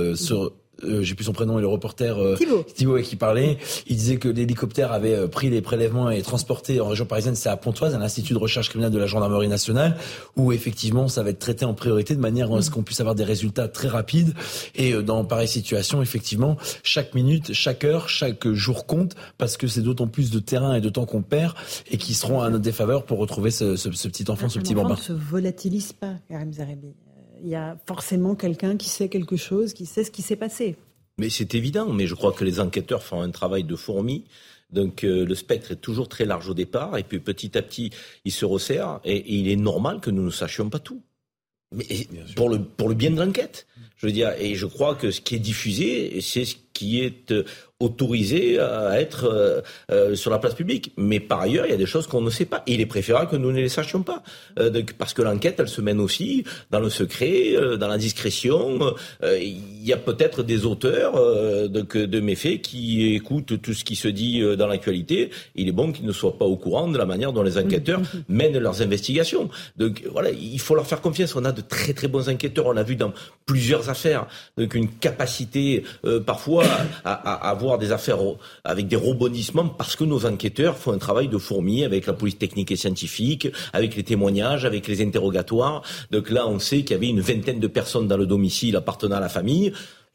j'ai plus son prénom, et le reporter Thibaut qui parlait, il disait que l'hélicoptère avait pris les prélèvements et transporté en région parisienne, c'est à Pontoise, à l'Institut de recherche criminelle de la gendarmerie nationale, où effectivement ça va être traité en priorité de manière à ce qu'on puisse avoir des résultats très rapides. Et dans pareille situation, effectivement, chaque minute, chaque heure, chaque jour compte, parce que c'est d'autant plus de terrain et de temps qu'on perd et qui seront à notre défaveur pour retrouver ce petit enfant, ce petit bambin. Ne se volatilise pas, Karim Zerébi. Il y a forcément quelqu'un qui sait quelque chose, qui sait ce qui s'est passé. Mais c'est évident, mais je crois que les enquêteurs font un travail de fourmi. Donc le spectre est toujours très large au départ, et puis petit à petit, il se resserre, et il est normal que nous ne sachions pas tout. Mais pour le bien de l'enquête, je veux dire, et je crois que ce qui est diffusé, c'est ce qui est autorisé à être sur la place publique. Mais par ailleurs, il y a des choses qu'on ne sait pas. Et il est préférable que nous ne les sachions pas. Parce que l'enquête, elle se mène aussi dans le secret, dans la discrétion. Il y a peut-être des auteurs de méfaits qui écoutent tout ce qui se dit dans l'actualité. Il est bon qu'ils ne soient pas au courant de la manière dont les enquêteurs mènent leurs investigations. Donc voilà, il faut leur faire confiance. On a de très très bons enquêteurs. On l'a vu dans plusieurs affaires. Donc une capacité parfois à avoir des affaires avec des rebondissements, parce que nos enquêteurs font un travail de fourmi avec la police technique et scientifique, avec les témoignages, avec les interrogatoires. Donc là, on sait qu'il y avait une 20aine de personnes dans le domicile appartenant à la famille.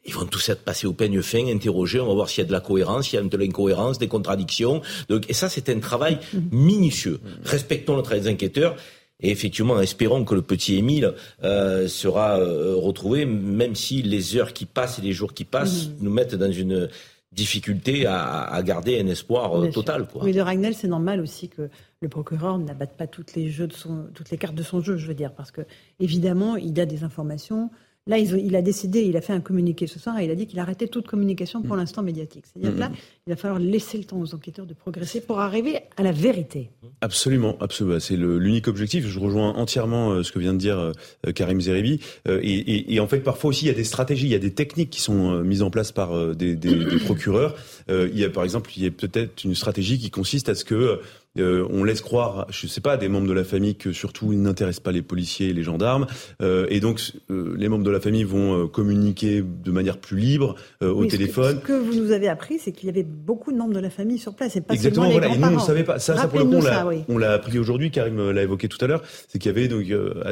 Ils vont tous être passés au peigne fin, interrogés, on va voir s'il y a de la cohérence, s'il y a de l'incohérence, des contradictions. Donc, et ça, c'est un travail minutieux. Respectons le travail des enquêteurs. Et effectivement, espérons que le petit Émile sera retrouvé, même si les heures qui passent et les jours qui passent nous mettent dans une difficulté à garder un espoir total. Quoi. Oui, de Ragnel, c'est normal aussi que le procureur n'abatte pas toutes les cartes de son jeu, je veux dire, parce que évidemment, il a des informations. Là, il a décidé, il a fait un communiqué ce soir et il a dit qu'il arrêtait toute communication pour l'instant médiatique. C'est-à-dire que là, il va falloir laisser le temps aux enquêteurs de progresser pour arriver à la vérité. Absolument. C'est l'unique objectif. Je rejoins entièrement ce que vient de dire Karim Zeribi. Et en fait, parfois aussi, il y a des stratégies, il y a des techniques qui sont mises en place par des procureurs. Il y a, par exemple, peut-être une stratégie qui consiste à ce que on laisse croire, je sais pas, à des membres de la famille que surtout ils n'intéressent pas les policiers et les gendarmes, et donc les membres de la famille vont communiquer de manière plus libre au téléphone. Ce que vous nous avez appris, c'est qu'il y avait beaucoup de membres de la famille sur place, et pas exactement, seulement les voilà, grands-parents. Et nous on savait pas. Ça pour le coup, on l'a appris aujourd'hui. Karim l'a évoqué tout à l'heure, c'est qu'il y avait donc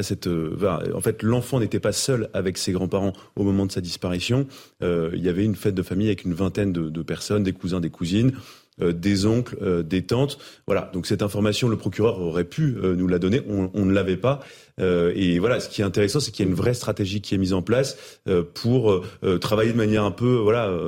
en fait l'enfant n'était pas seul avec ses grands-parents au moment de sa disparition. Il y avait une fête de famille avec une vingtaine de personnes, des cousins, des cousines. Des oncles, des tantes, voilà. Donc cette information, le procureur aurait pu nous la donner, on ne l'avait pas. Et voilà, ce qui est intéressant, c'est qu'il y a une vraie stratégie qui est mise en place pour travailler de manière un peu,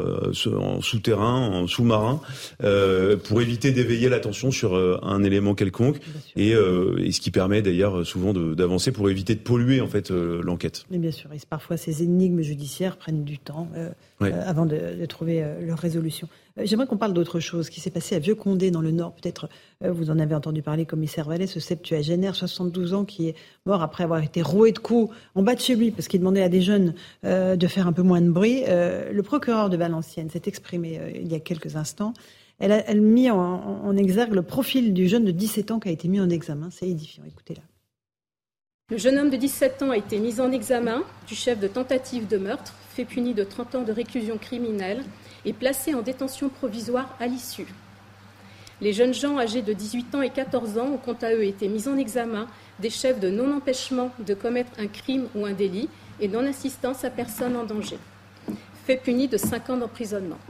en souterrain, en sous-marin, pour éviter d'éveiller l'attention sur un élément quelconque, et ce qui permet d'ailleurs souvent d'avancer pour éviter de polluer en fait l'enquête. Mais bien sûr, et parfois ces énigmes judiciaires prennent du temps avant de trouver leur résolution. J'aimerais qu'on parle d'autre chose, ce qui s'est passé à Vieux-Condé dans le Nord. Peut-être vous en avez entendu parler, commissaire Vallée, ce septuagénaire, 72 ans, qui est mort après avoir été roué de coups en bas de chez lui parce qu'il demandait à des jeunes de faire un peu moins de bruit. Le procureur de Valenciennes s'est exprimé il y a quelques instants. Elle a mis en exergue le profil du jeune de 17 ans qui a été mis en examen. C'est édifiant, écoutez-la. Le jeune homme de 17 ans a été mis en examen du chef de tentative de meurtre, fait puni de 30 ans de réclusion criminelle et placé en détention provisoire à l'issue. Les jeunes gens âgés de 18 ans et 14 ans ont quant à eux été mis en examen des chefs de non-empêchement de commettre un crime ou un délit et non-assistance à personne en danger, fait puni de 5 ans d'emprisonnement.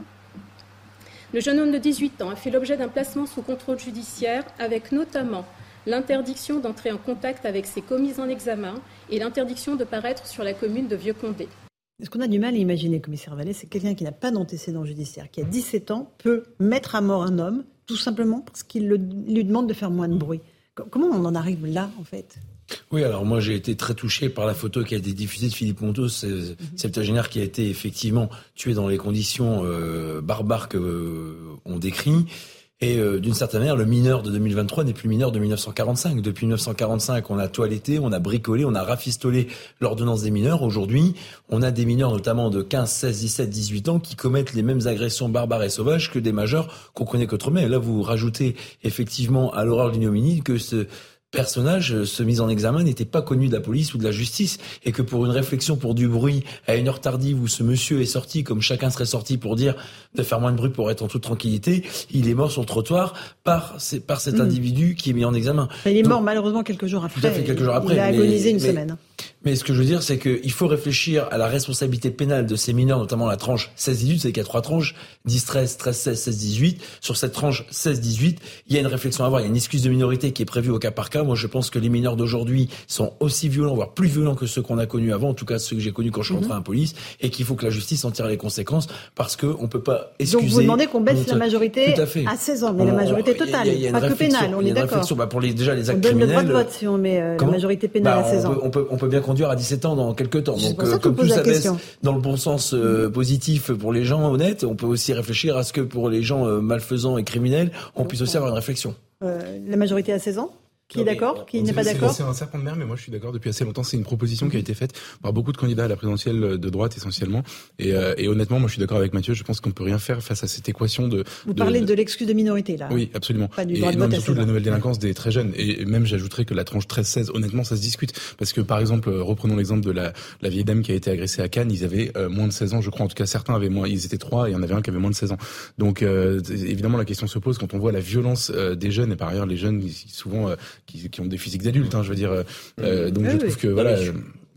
Le jeune homme de 18 ans a fait l'objet d'un placement sous contrôle judiciaire avec notamment l'interdiction d'entrer en contact avec ses commis en examen et l'interdiction de paraître sur la commune de Vieux-Condé. Ce qu'on a du mal à imaginer, commissaire Vallée, c'est quelqu'un qui n'a pas d'antécédent judiciaire, qui a 17 ans, peut mettre à mort un homme, tout simplement parce qu'il lui demande de faire moins de bruit. Comment on en arrive là, en fait ? Oui, alors moi j'ai été très touché par la photo qui a été diffusée de Philippe Montos, septuagénaire qui a été effectivement tué dans les conditions barbares qu'on décrit. Et d'une certaine manière, le mineur de 2023 n'est plus le mineur de 1945. Depuis 1945, on a toiletté, on a bricolé, on a rafistolé l'ordonnance des mineurs. Aujourd'hui, on a des mineurs notamment de 15, 16, 17, 18 ans qui commettent les mêmes agressions barbares et sauvages que des majeurs qu'on connaît qu'autrement. Et là, vous rajoutez effectivement à l'horreur de l'ignominie que ce personnage, ce mis en examen, n'était pas connu de la police ou de la justice, et que pour une réflexion pour du bruit à une heure tardive où ce monsieur est sorti, comme chacun serait sorti pour dire de faire moins de bruit pour être en toute tranquillité, il est mort sur le trottoir par cet individu qui est mis en examen. Il est mort malheureusement quelques jours après. Tout à fait, quelques jours après. Il a agonisé une semaine. Mais ce que je veux dire, c'est qu'il faut réfléchir à la responsabilité pénale de ces mineurs, notamment la tranche 16-18, c'est qu'il y a 3 tranches, 10-13, 13-16, 16-18. Sur cette tranche 16-18, il y a une réflexion à avoir, il y a une excuse de minorité qui est prévue au cas par cas. Moi, je pense que les mineurs d'aujourd'hui sont aussi violents, voire plus violents que ceux qu'on a connus avant, en tout cas ceux que j'ai connus quand je suis rentré à la police, et qu'il faut que la justice en tire les conséquences, parce qu'on peut pas excuser... Donc vous demandez qu'on baisse la majorité à 16 ans, mais la majorité totale, pas que pénale, on est d'accord. Pour déjà les actes criminels... On donne le droit de vote si on met la majorité pénale à 16 ans. On peut bien conduire à 17 ans dans quelques temps. Donc, comme tout ça baisse dans le bon sens positif pour les gens honnêtes, on peut aussi réfléchir à ce que pour les gens malfaisants et criminels, on puisse aussi avoir une réflexion. La majorité à 16 ans ? Qui est d'accord ? Qui n'est pas d'accord ? C'est un serpent de mer, mais moi je suis d'accord depuis assez longtemps. C'est une proposition qui a été faite par beaucoup de candidats à la présidentielle de droite essentiellement. Et honnêtement, moi je suis d'accord avec Mathieu. Je pense qu'on peut rien faire face à cette équation de. Vous parlez de l'excuse de minorité là. Oui, absolument. Pas du droit de vote. Surtout de la nouvelle délinquance des très jeunes. Et même j'ajouterais que la tranche 13-16, honnêtement, ça se discute. Parce que par exemple, reprenons l'exemple de la vieille dame qui a été agressée à Cannes. Ils avaient moins de 16 ans, je crois. En tout cas, certains avaient moins. Ils étaient 3 et il y en avait un qui avait moins de 16 ans. Donc évidemment, la question se pose quand on voit la violence des jeunes. Et par ailleurs, les jeunes souvent qui ont des physiques d'adultes, je veux dire. Donc je trouve que voilà.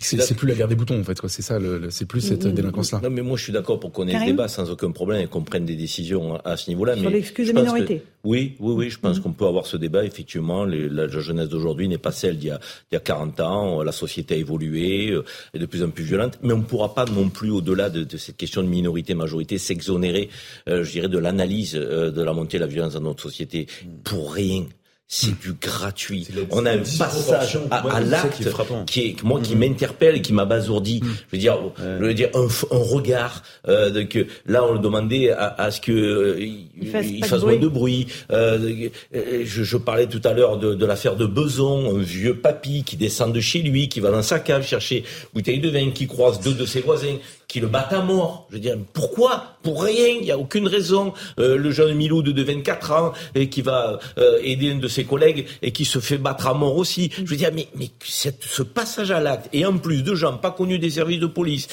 C'est plus la guerre des boutons, en fait, quoi. C'est ça, c'est plus cette délinquance-là. Non, mais moi, je suis d'accord pour qu'on ait ce débat sans aucun problème et qu'on prenne des décisions à ce niveau-là. Sur l'excuse de minorité. Oui, je pense qu'on peut avoir ce débat. Effectivement, la jeunesse d'aujourd'hui n'est pas celle d'il y a 40 ans. La société a évolué, est de plus en plus violente. Mais on ne pourra pas non plus, au-delà de cette question de minorité-majorité, s'exonérer, je dirais, de l'analyse de la montée de la violence dans notre société. Pour rien. C'est du gratuit. On a un passage à l'acte qui m'interpelle et qui m'abasourdit. Je veux dire, un regard. Que là, on le demandait à ce que il fasse moins de bruit. Je parlais tout à l'heure de l'affaire de Beson, un vieux papy qui descend de chez lui, qui va dans sa cave chercher bouteille de vin, qui croise 2 de ses voisins, qui le battent à mort. Je veux dire, pourquoi ? Pour rien. Il n'y a aucune raison. Le jeune Miloud de 24 ans qui va aider un de ses collègues et qui se fait battre à mort aussi. Je veux dire, mais ce passage à l'acte, et en plus de gens pas connus des services de police,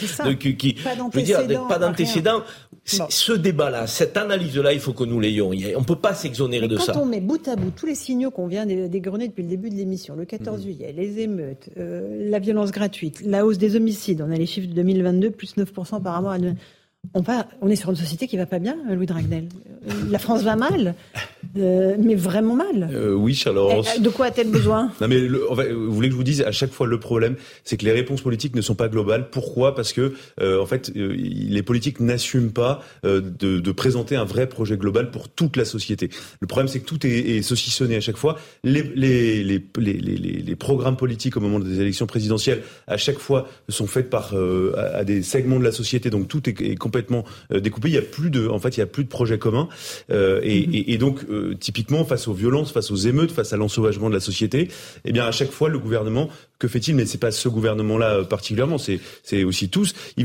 pas d'antécédents, ce débat-là, cette analyse-là, il faut que nous l'ayons. On ne peut pas s'exonérer de ça. Quand on met bout à bout tous les signaux qu'on vient d'égrener depuis le début de l'émission, le 14 juillet, les émeutes, la violence gratuite, la hausse des homicides, on a les chiffres de 2022, plus 9% par rapport à... On est sur une société qui va pas bien, Louis Dragnel. La France va mal, mais vraiment mal. Oui, Charles-Laurence. De quoi a-t-elle besoin ? Non, mais vous voulez que je vous dise, à chaque fois, le problème, c'est que les réponses politiques ne sont pas globales. Pourquoi ? Parce que, en fait, les politiques n'assument pas de présenter un vrai projet global pour toute la société. Le problème, c'est que tout est saucissonné à chaque fois. Les programmes politiques au moment des élections présidentielles, à chaque fois, sont faits à des segments de la société. Donc tout est complètement découpé. Il y a plus de projet commun. Et donc, typiquement, face aux violences, face aux émeutes, face à l'ensauvagement de la société, eh bien, à chaque fois, le gouvernement, que fait-il ? Mais c'est pas ce gouvernement-là particulièrement, c'est aussi tous. Il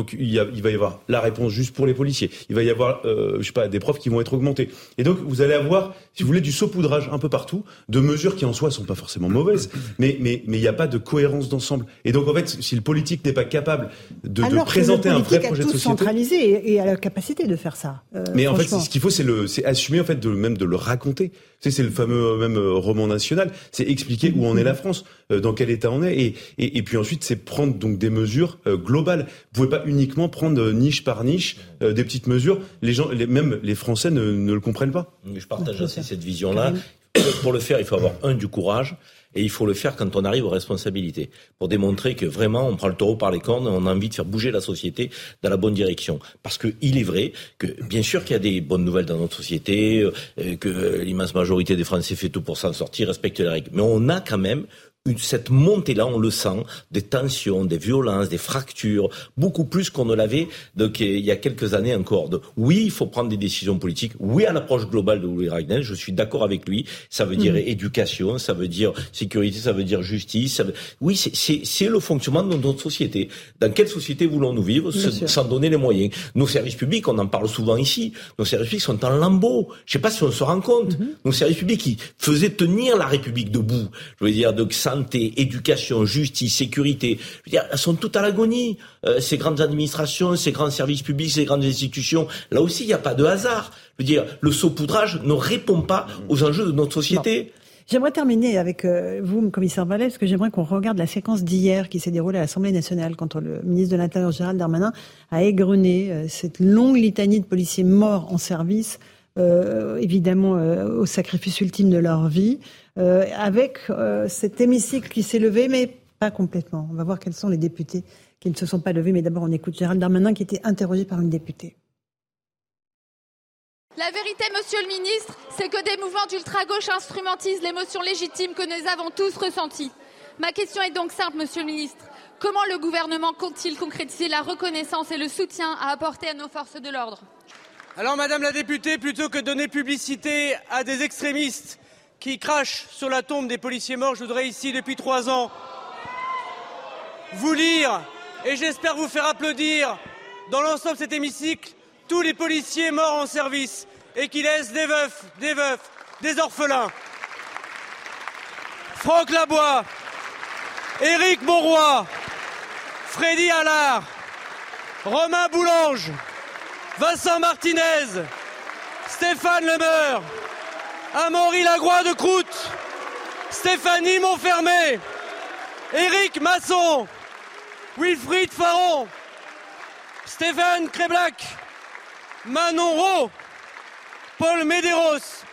va y avoir la réponse juste pour les policiers. Il va y avoir, des profs qui vont être augmentés. Et donc, vous allez avoir, si vous voulez, du saupoudrage un peu partout, de mesures qui en soi sont pas forcément mauvaises, mais il n'y a pas de cohérence d'ensemble. Et donc, en fait, si le politique n'est pas capable de présenter un vrai projet de société, centralisé et à la capacité de faire ça. Mais en fait, ce qu'il faut, c'est assumer en fait de le raconter. C'est le fameux même roman national. C'est expliquer où en est la France, dans quel état on est, et puis ensuite c'est prendre donc des mesures globales. Vous pouvez pas uniquement prendre niche par niche des petites mesures. Même les Français ne le comprennent pas. Je partage aussi cette vision-là. Pour le faire, il faut avoir du courage. Et il faut le faire quand on arrive aux responsabilités, pour démontrer que vraiment on prend le taureau par les cornes et on a envie de faire bouger la société dans la bonne direction. Parce que il est vrai que bien sûr qu'il y a des bonnes nouvelles dans notre société, que l'immense majorité des Français fait tout pour s'en sortir, respecte les règles. Mais on a quand même cette montée-là, on le sent, des tensions, des violences, des fractures, beaucoup plus qu'on ne l'avait il y a quelques années encore. Oui, il faut prendre des décisions politiques. Oui, à l'approche globale de Louis Dragnel, je suis d'accord avec lui. Ça veut dire éducation, ça veut dire sécurité, ça veut dire justice. Oui, c'est le fonctionnement de notre société. Dans quelle société voulons-nous vivre sans donner les moyens ? Nos services publics, on en parle souvent ici, nos services publics sont en lambeaux. Je sais pas si on se rend compte. Nos services publics qui faisaient tenir la République debout. Je veux dire, donc santé, éducation, justice, sécurité, je veux dire, elles sont toutes à l'agonie. Ces grandes administrations, ces grands services publics, ces grandes institutions, là aussi, il n'y a pas de hasard. Je veux dire, le saupoudrage ne répond pas aux enjeux de notre société. Bon. J'aimerais terminer avec vous, commissaire Vallée, parce que j'aimerais qu'on regarde la séquence d'hier qui s'est déroulée à l'Assemblée nationale quand le ministre de l'Intérieur, Gérald Darmanin, a égrené cette longue litanie de policiers morts en service, évidemment au sacrifice ultime de leur vie, avec cet hémicycle qui s'est levé, mais pas complètement. On va voir quels sont les députés qui ne se sont pas levés, mais d'abord on écoute Gérald Darmanin qui était interrogé par une députée. La vérité, monsieur le ministre, c'est que des mouvements d'ultra-gauche instrumentisent l'émotion légitime que nous avons tous ressentie. Ma question est donc simple, monsieur le ministre. Comment le gouvernement compte-t-il concrétiser la reconnaissance et le soutien à apporter à nos forces de l'ordre ? Alors, madame la députée, plutôt que de donner publicité à des extrémistes qui crachent sur la tombe des policiers morts, je voudrais ici, depuis 3 ans, vous lire, et j'espère vous faire applaudir, dans l'ensemble de cet hémicycle, tous les policiers morts en service et qui laissent des veufs, des orphelins. Franck Laboie, Éric Monroy, Freddy Allard, Romain Boulange, Vincent Martinez, Stéphane Lemeur, Amaury Lagroix de Croûte, Stéphanie Montfermé, Éric Masson, Wilfried Faron, Stéphane Kreblak, Manon Rau, Paul Medeiros.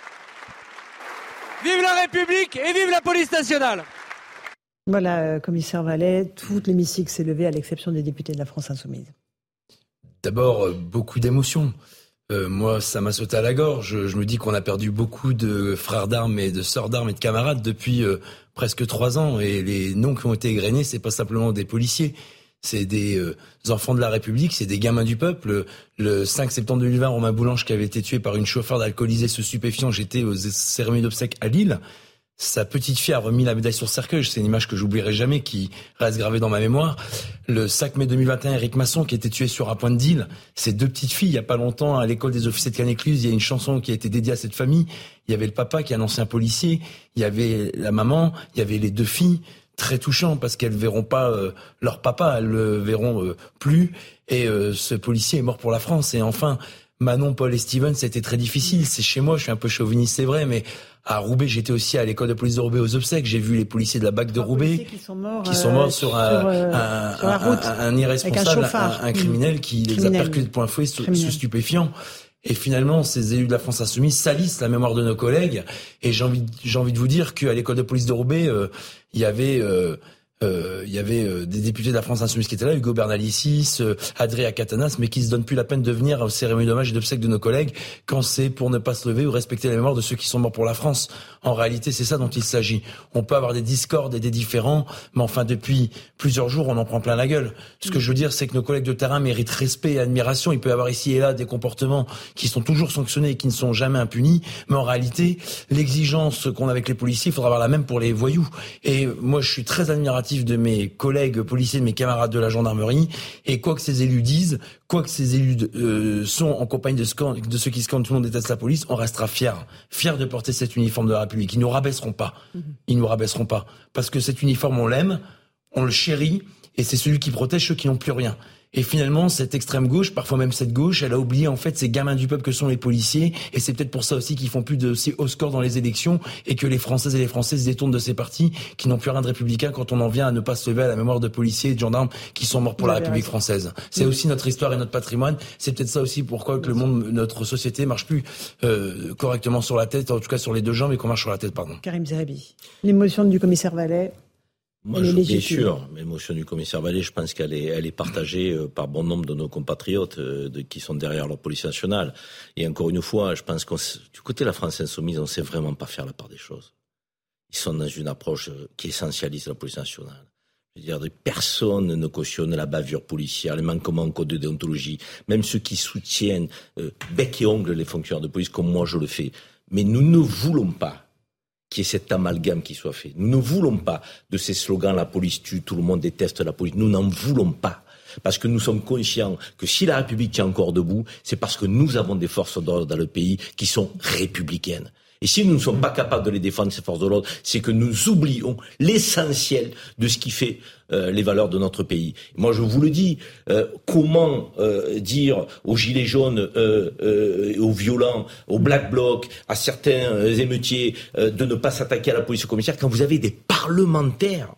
Vive la République et vive la police nationale. Voilà, commissaire Vallet, tout l'hémicycle s'est levé à l'exception des députés de la France Insoumise. D'abord, beaucoup d'émotions. Moi, ça m'a sauté à la gorge. Je me dis qu'on a perdu beaucoup de frères d'armes et de sœurs d'armes et de camarades depuis presque 3 ans. Et les noms qui ont été égrenés, c'est pas simplement des policiers. C'est des enfants de la République, c'est des gamins du peuple. Le 5 septembre 2020, Romain Boulange, qui avait été tué par une chauffeur d'alcoolisé sous stupéfiant, j'étais aux cérémonies d'obsèques à Lille. Sa petite fille a remis la médaille sur le cercueil. C'est une image que j'oublierai jamais, qui reste gravée dans ma mémoire. Le 5 mai 2021, Éric Masson, qui était tué sur un point de deal. Ses 2 petites filles, il y a pas longtemps, à l'école des officiers de Canécluse, il y a une chanson qui a été dédiée à cette famille. Il y avait le papa, qui est un ancien policier. Il y avait la maman. Il y avait les 2 filles. Très touchant, parce qu'elles verront pas leur papa, elles le verront plus. Et ce policier est mort pour la France. Et enfin, Manon, Paul et Steven, c'était très difficile. C'est chez moi, je suis un peu chauviniste, c'est vrai, mais à Roubaix, j'étais aussi à l'école de police de Roubaix aux obsèques. J'ai vu les policiers de la BAC de Roubaix qui sont morts sur un irresponsable, un criminel qui les a percutés de point fouet sous stupéfiant. Et finalement, ces élus de la France Insoumise salissent la mémoire de nos collègues. Et j'ai envie de vous dire qu'à l'école de police de Roubaix, il y avait des députés de la France Insoumise qui étaient là, Hugo Bernalicis, Adrien Catanas, mais qui se donnent plus la peine de venir aux cérémonies d'hommage et d'obsèques de nos collègues quand c'est pour ne pas se lever ou respecter la mémoire de ceux qui sont morts pour la France. En réalité, c'est ça dont il s'agit. On peut avoir des discordes et des différends, mais enfin, depuis plusieurs jours, on en prend plein la gueule. Ce que je veux dire, c'est que nos collègues de terrain méritent respect et admiration. Il peut y avoir ici et là des comportements qui sont toujours sanctionnés et qui ne sont jamais impunis, mais en réalité, l'exigence qu'on a avec les policiers, il faudra avoir la même pour les voyous. Et moi, je suis très admiratif de mes collègues policiers, de mes camarades de la gendarmerie, et quoi que ces élus disent, quoi que ces élus sont en compagnie de ceux qui scandent tout le monde déteste la police, on restera fiers de porter cet uniforme de la République. Ils nous rabaisseront pas. Ils nous rabaisseront pas. Parce que cet uniforme, on l'aime, on le chérit, et c'est celui qui protège ceux qui n'ont plus rien. Et finalement, cette extrême gauche, parfois même cette gauche, elle a oublié en fait ces gamins du peuple que sont les policiers, et c'est peut-être pour ça aussi qu'ils font plus de si haut score dans les élections, et que les Françaises et les Français se détournent de ces partis qui n'ont plus rien de républicain quand on en vient à ne pas se lever à la mémoire de policiers et de gendarmes qui sont morts pour la République française. C'est aussi notre histoire et notre patrimoine. C'est peut-être ça aussi pourquoi que le monde, notre société marche plus correctement sur la tête, en tout cas sur les 2 jambes, et qu'on marche sur la tête, pardon. Karim Zeribi, l'émotion du commissaire Vallet. Moi, bien sûr, l'émotion du commissaire Vallet, je pense qu'elle est partagée par bon nombre de nos compatriotes qui sont derrière leur police nationale. Et encore une fois, je pense du côté de la France Insoumise, on ne sait vraiment pas faire la part des choses. Ils sont dans une approche qui essentialise la police nationale. Je veux dire, personne ne cautionne la bavure policière, les manquements au code de déontologie, même ceux qui soutiennent bec et ongle les fonctionnaires de police, comme moi je le fais. Mais nous ne voulons pas qu'il y ait cet amalgame qui soit fait. Nous ne voulons pas de ces slogans « la police tue, tout le monde déteste la police ». Nous n'en voulons pas. Parce que nous sommes conscients que si la République tient encore debout, c'est parce que nous avons des forces d'ordre dans le pays qui sont républicaines. Et si nous ne sommes pas capables de les défendre, ces forces de l'ordre, c'est que nous oublions l'essentiel de ce qui fait les valeurs de notre pays. Moi, je vous le dis, comment dire aux gilets jaunes, aux violents, aux black blocs, à certains émeutiers, de ne pas s'attaquer à la police au commissariat quand vous avez des parlementaires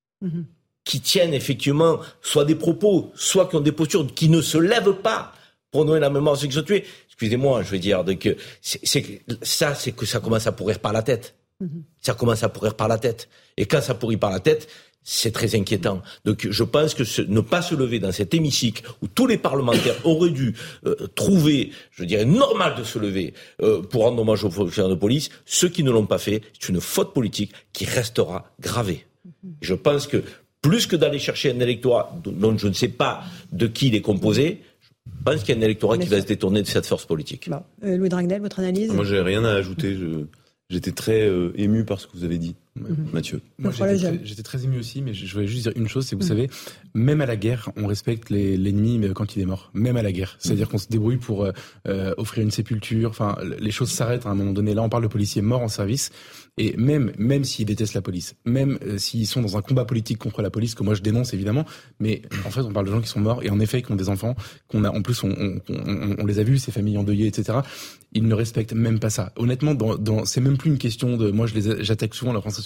qui tiennent effectivement soit des propos, soit qui ont des postures qui ne se lèvent pas pour donner la mémoire à ceux qui sont tués. Excusez-moi, je veux dire, donc, c'est que ça commence à pourrir par la tête. Ça commence à pourrir par la tête. Et quand ça pourrit par la tête, c'est très inquiétant. Donc je pense que ne pas se lever dans cet hémicycle où tous les parlementaires auraient dû trouver, je dirais, normal de se lever pour rendre hommage aux fonctionnaires de police, ceux qui ne l'ont pas fait, c'est une faute politique qui restera gravée. Et je pense que plus que d'aller chercher un électorat dont je ne sais pas de qui il est composé, je pense qu'il y a un électorat qui va se détourner de cette force politique. Bon. Louis Dragnel, votre analyse ? Moi, j'ai rien à ajouter. J'étais très ému par ce que vous avez dit, Mathieu. Moi, j'étais très ému aussi, mais je voulais juste dire une chose, c'est que vous savez, même à la guerre, on respecte l'ennemi quand il est mort. Même à la guerre. C'est-à-dire qu'on se débrouille pour offrir une sépulture. Enfin, les choses s'arrêtent à un moment donné. Là, on parle de policiers morts en service. Et même s'ils détestent la police, même s'ils sont dans un combat politique contre la police, que moi je dénonce évidemment, mais en fait on parle de gens qui sont morts et en effet qui ont des enfants, qu'on a en plus on les a vus, ces familles endeuillées, etc. Ils ne respectent même pas ça. Honnêtement, c'est même plus une question de moi j'attaque souvent la France Insoumise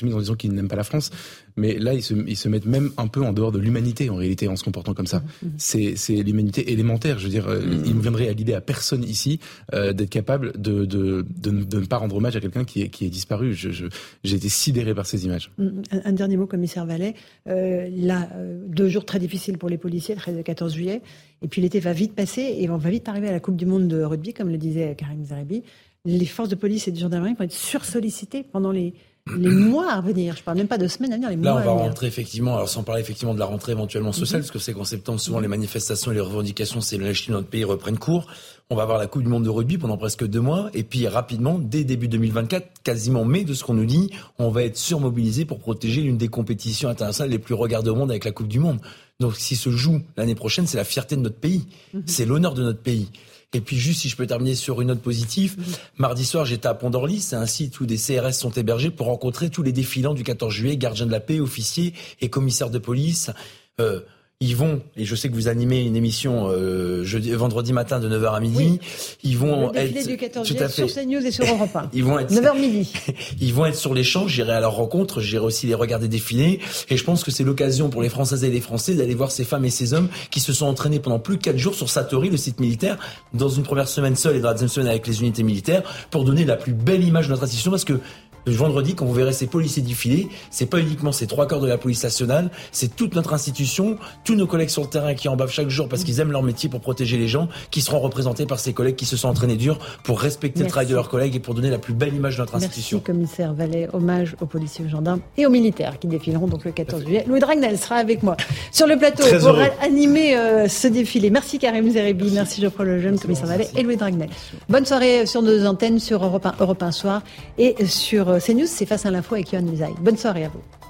extrémistes en disant qu'ils n'aiment pas la France. Mais là, ils se mettent même un peu en dehors de l'humanité, en réalité, en se comportant comme ça. C'est l'humanité élémentaire. Je veux dire, il ne viendrait à l'idée à personne ici d'être capable de ne pas rendre hommage à quelqu'un qui est disparu. J'ai été sidéré par ces images. Un dernier mot, commissaire Vallée. Là, 2 jours très difficiles pour les policiers, 13 et 14 juillet. Et puis l'été va vite passer et on va vite arriver à la Coupe du Monde de rugby, comme le disait Karim Zerebi. Les forces de police et de gendarmerie vont être sursollicitées pendant les mois à venir. Je parle même pas de semaines à venir, les mois à venir. Là, on va rentrer effectivement, alors sans parler effectivement de la rentrée éventuellement sociale, parce que c'est qu'en septembre, souvent les manifestations et les revendications, c'est le lâcheté de notre pays reprennent cours. On va avoir la Coupe du Monde de rugby pendant presque 2 mois, et puis rapidement, dès début 2024, quasiment mai de ce qu'on nous dit, on va être surmobilisé pour protéger l'une des compétitions internationales les plus regardées au monde avec la Coupe du Monde. Donc, ce qui se joue l'année prochaine, c'est la fierté de notre pays. C'est l'honneur de notre pays. Et puis juste, si je peux terminer sur une note positive, mardi soir, j'étais à Pont-d'Orly, c'est un site où des CRS sont hébergés pour rencontrer tous les défilants du 14 juillet, gardiens de la paix, officiers et commissaires de police. Ils vont, et je sais que vous animez une émission vendredi matin de 9h à midi, ils vont le défilé du 14 juillet sur CNews et sur Europe 1. Ils vont être 9h midi. Ils vont être sur les champs, j'irai à leur rencontre, j'irai aussi les regarder défiler, et je pense que c'est l'occasion pour les Françaises et les Français d'aller voir ces femmes et ces hommes qui se sont entraînés pendant plus de 4 jours sur Satory, le site militaire, dans une première semaine seule et dans la deuxième semaine avec les unités militaires, pour donner la plus belle image de notre institution, parce que le vendredi, quand vous verrez ces policiers défiler, c'est pas uniquement ces 3 corps de la police nationale, c'est toute notre institution, tous nos collègues sur le terrain qui en bavent chaque jour parce qu'ils aiment leur métier pour protéger les gens, qui seront représentés par ces collègues qui se sont entraînés dur pour respecter le travail de leurs collègues et pour donner la plus belle image de notre institution. Merci, commissaire Vallée. Hommage aux policiers, aux gendarmes et aux militaires qui défileront donc le 14 juillet. Louis Dragnel sera avec moi sur le plateau pour animer ce défilé. Merci Karim Zerebi, merci Geoffroy Lejeune, commissaire Vallée et Louis Dragnel. Bonne soirée sur nos antennes, sur Europe 1 Soir et sur CNews, c'est Face à l'info avec Yohann Usaï. Bonne soirée à vous.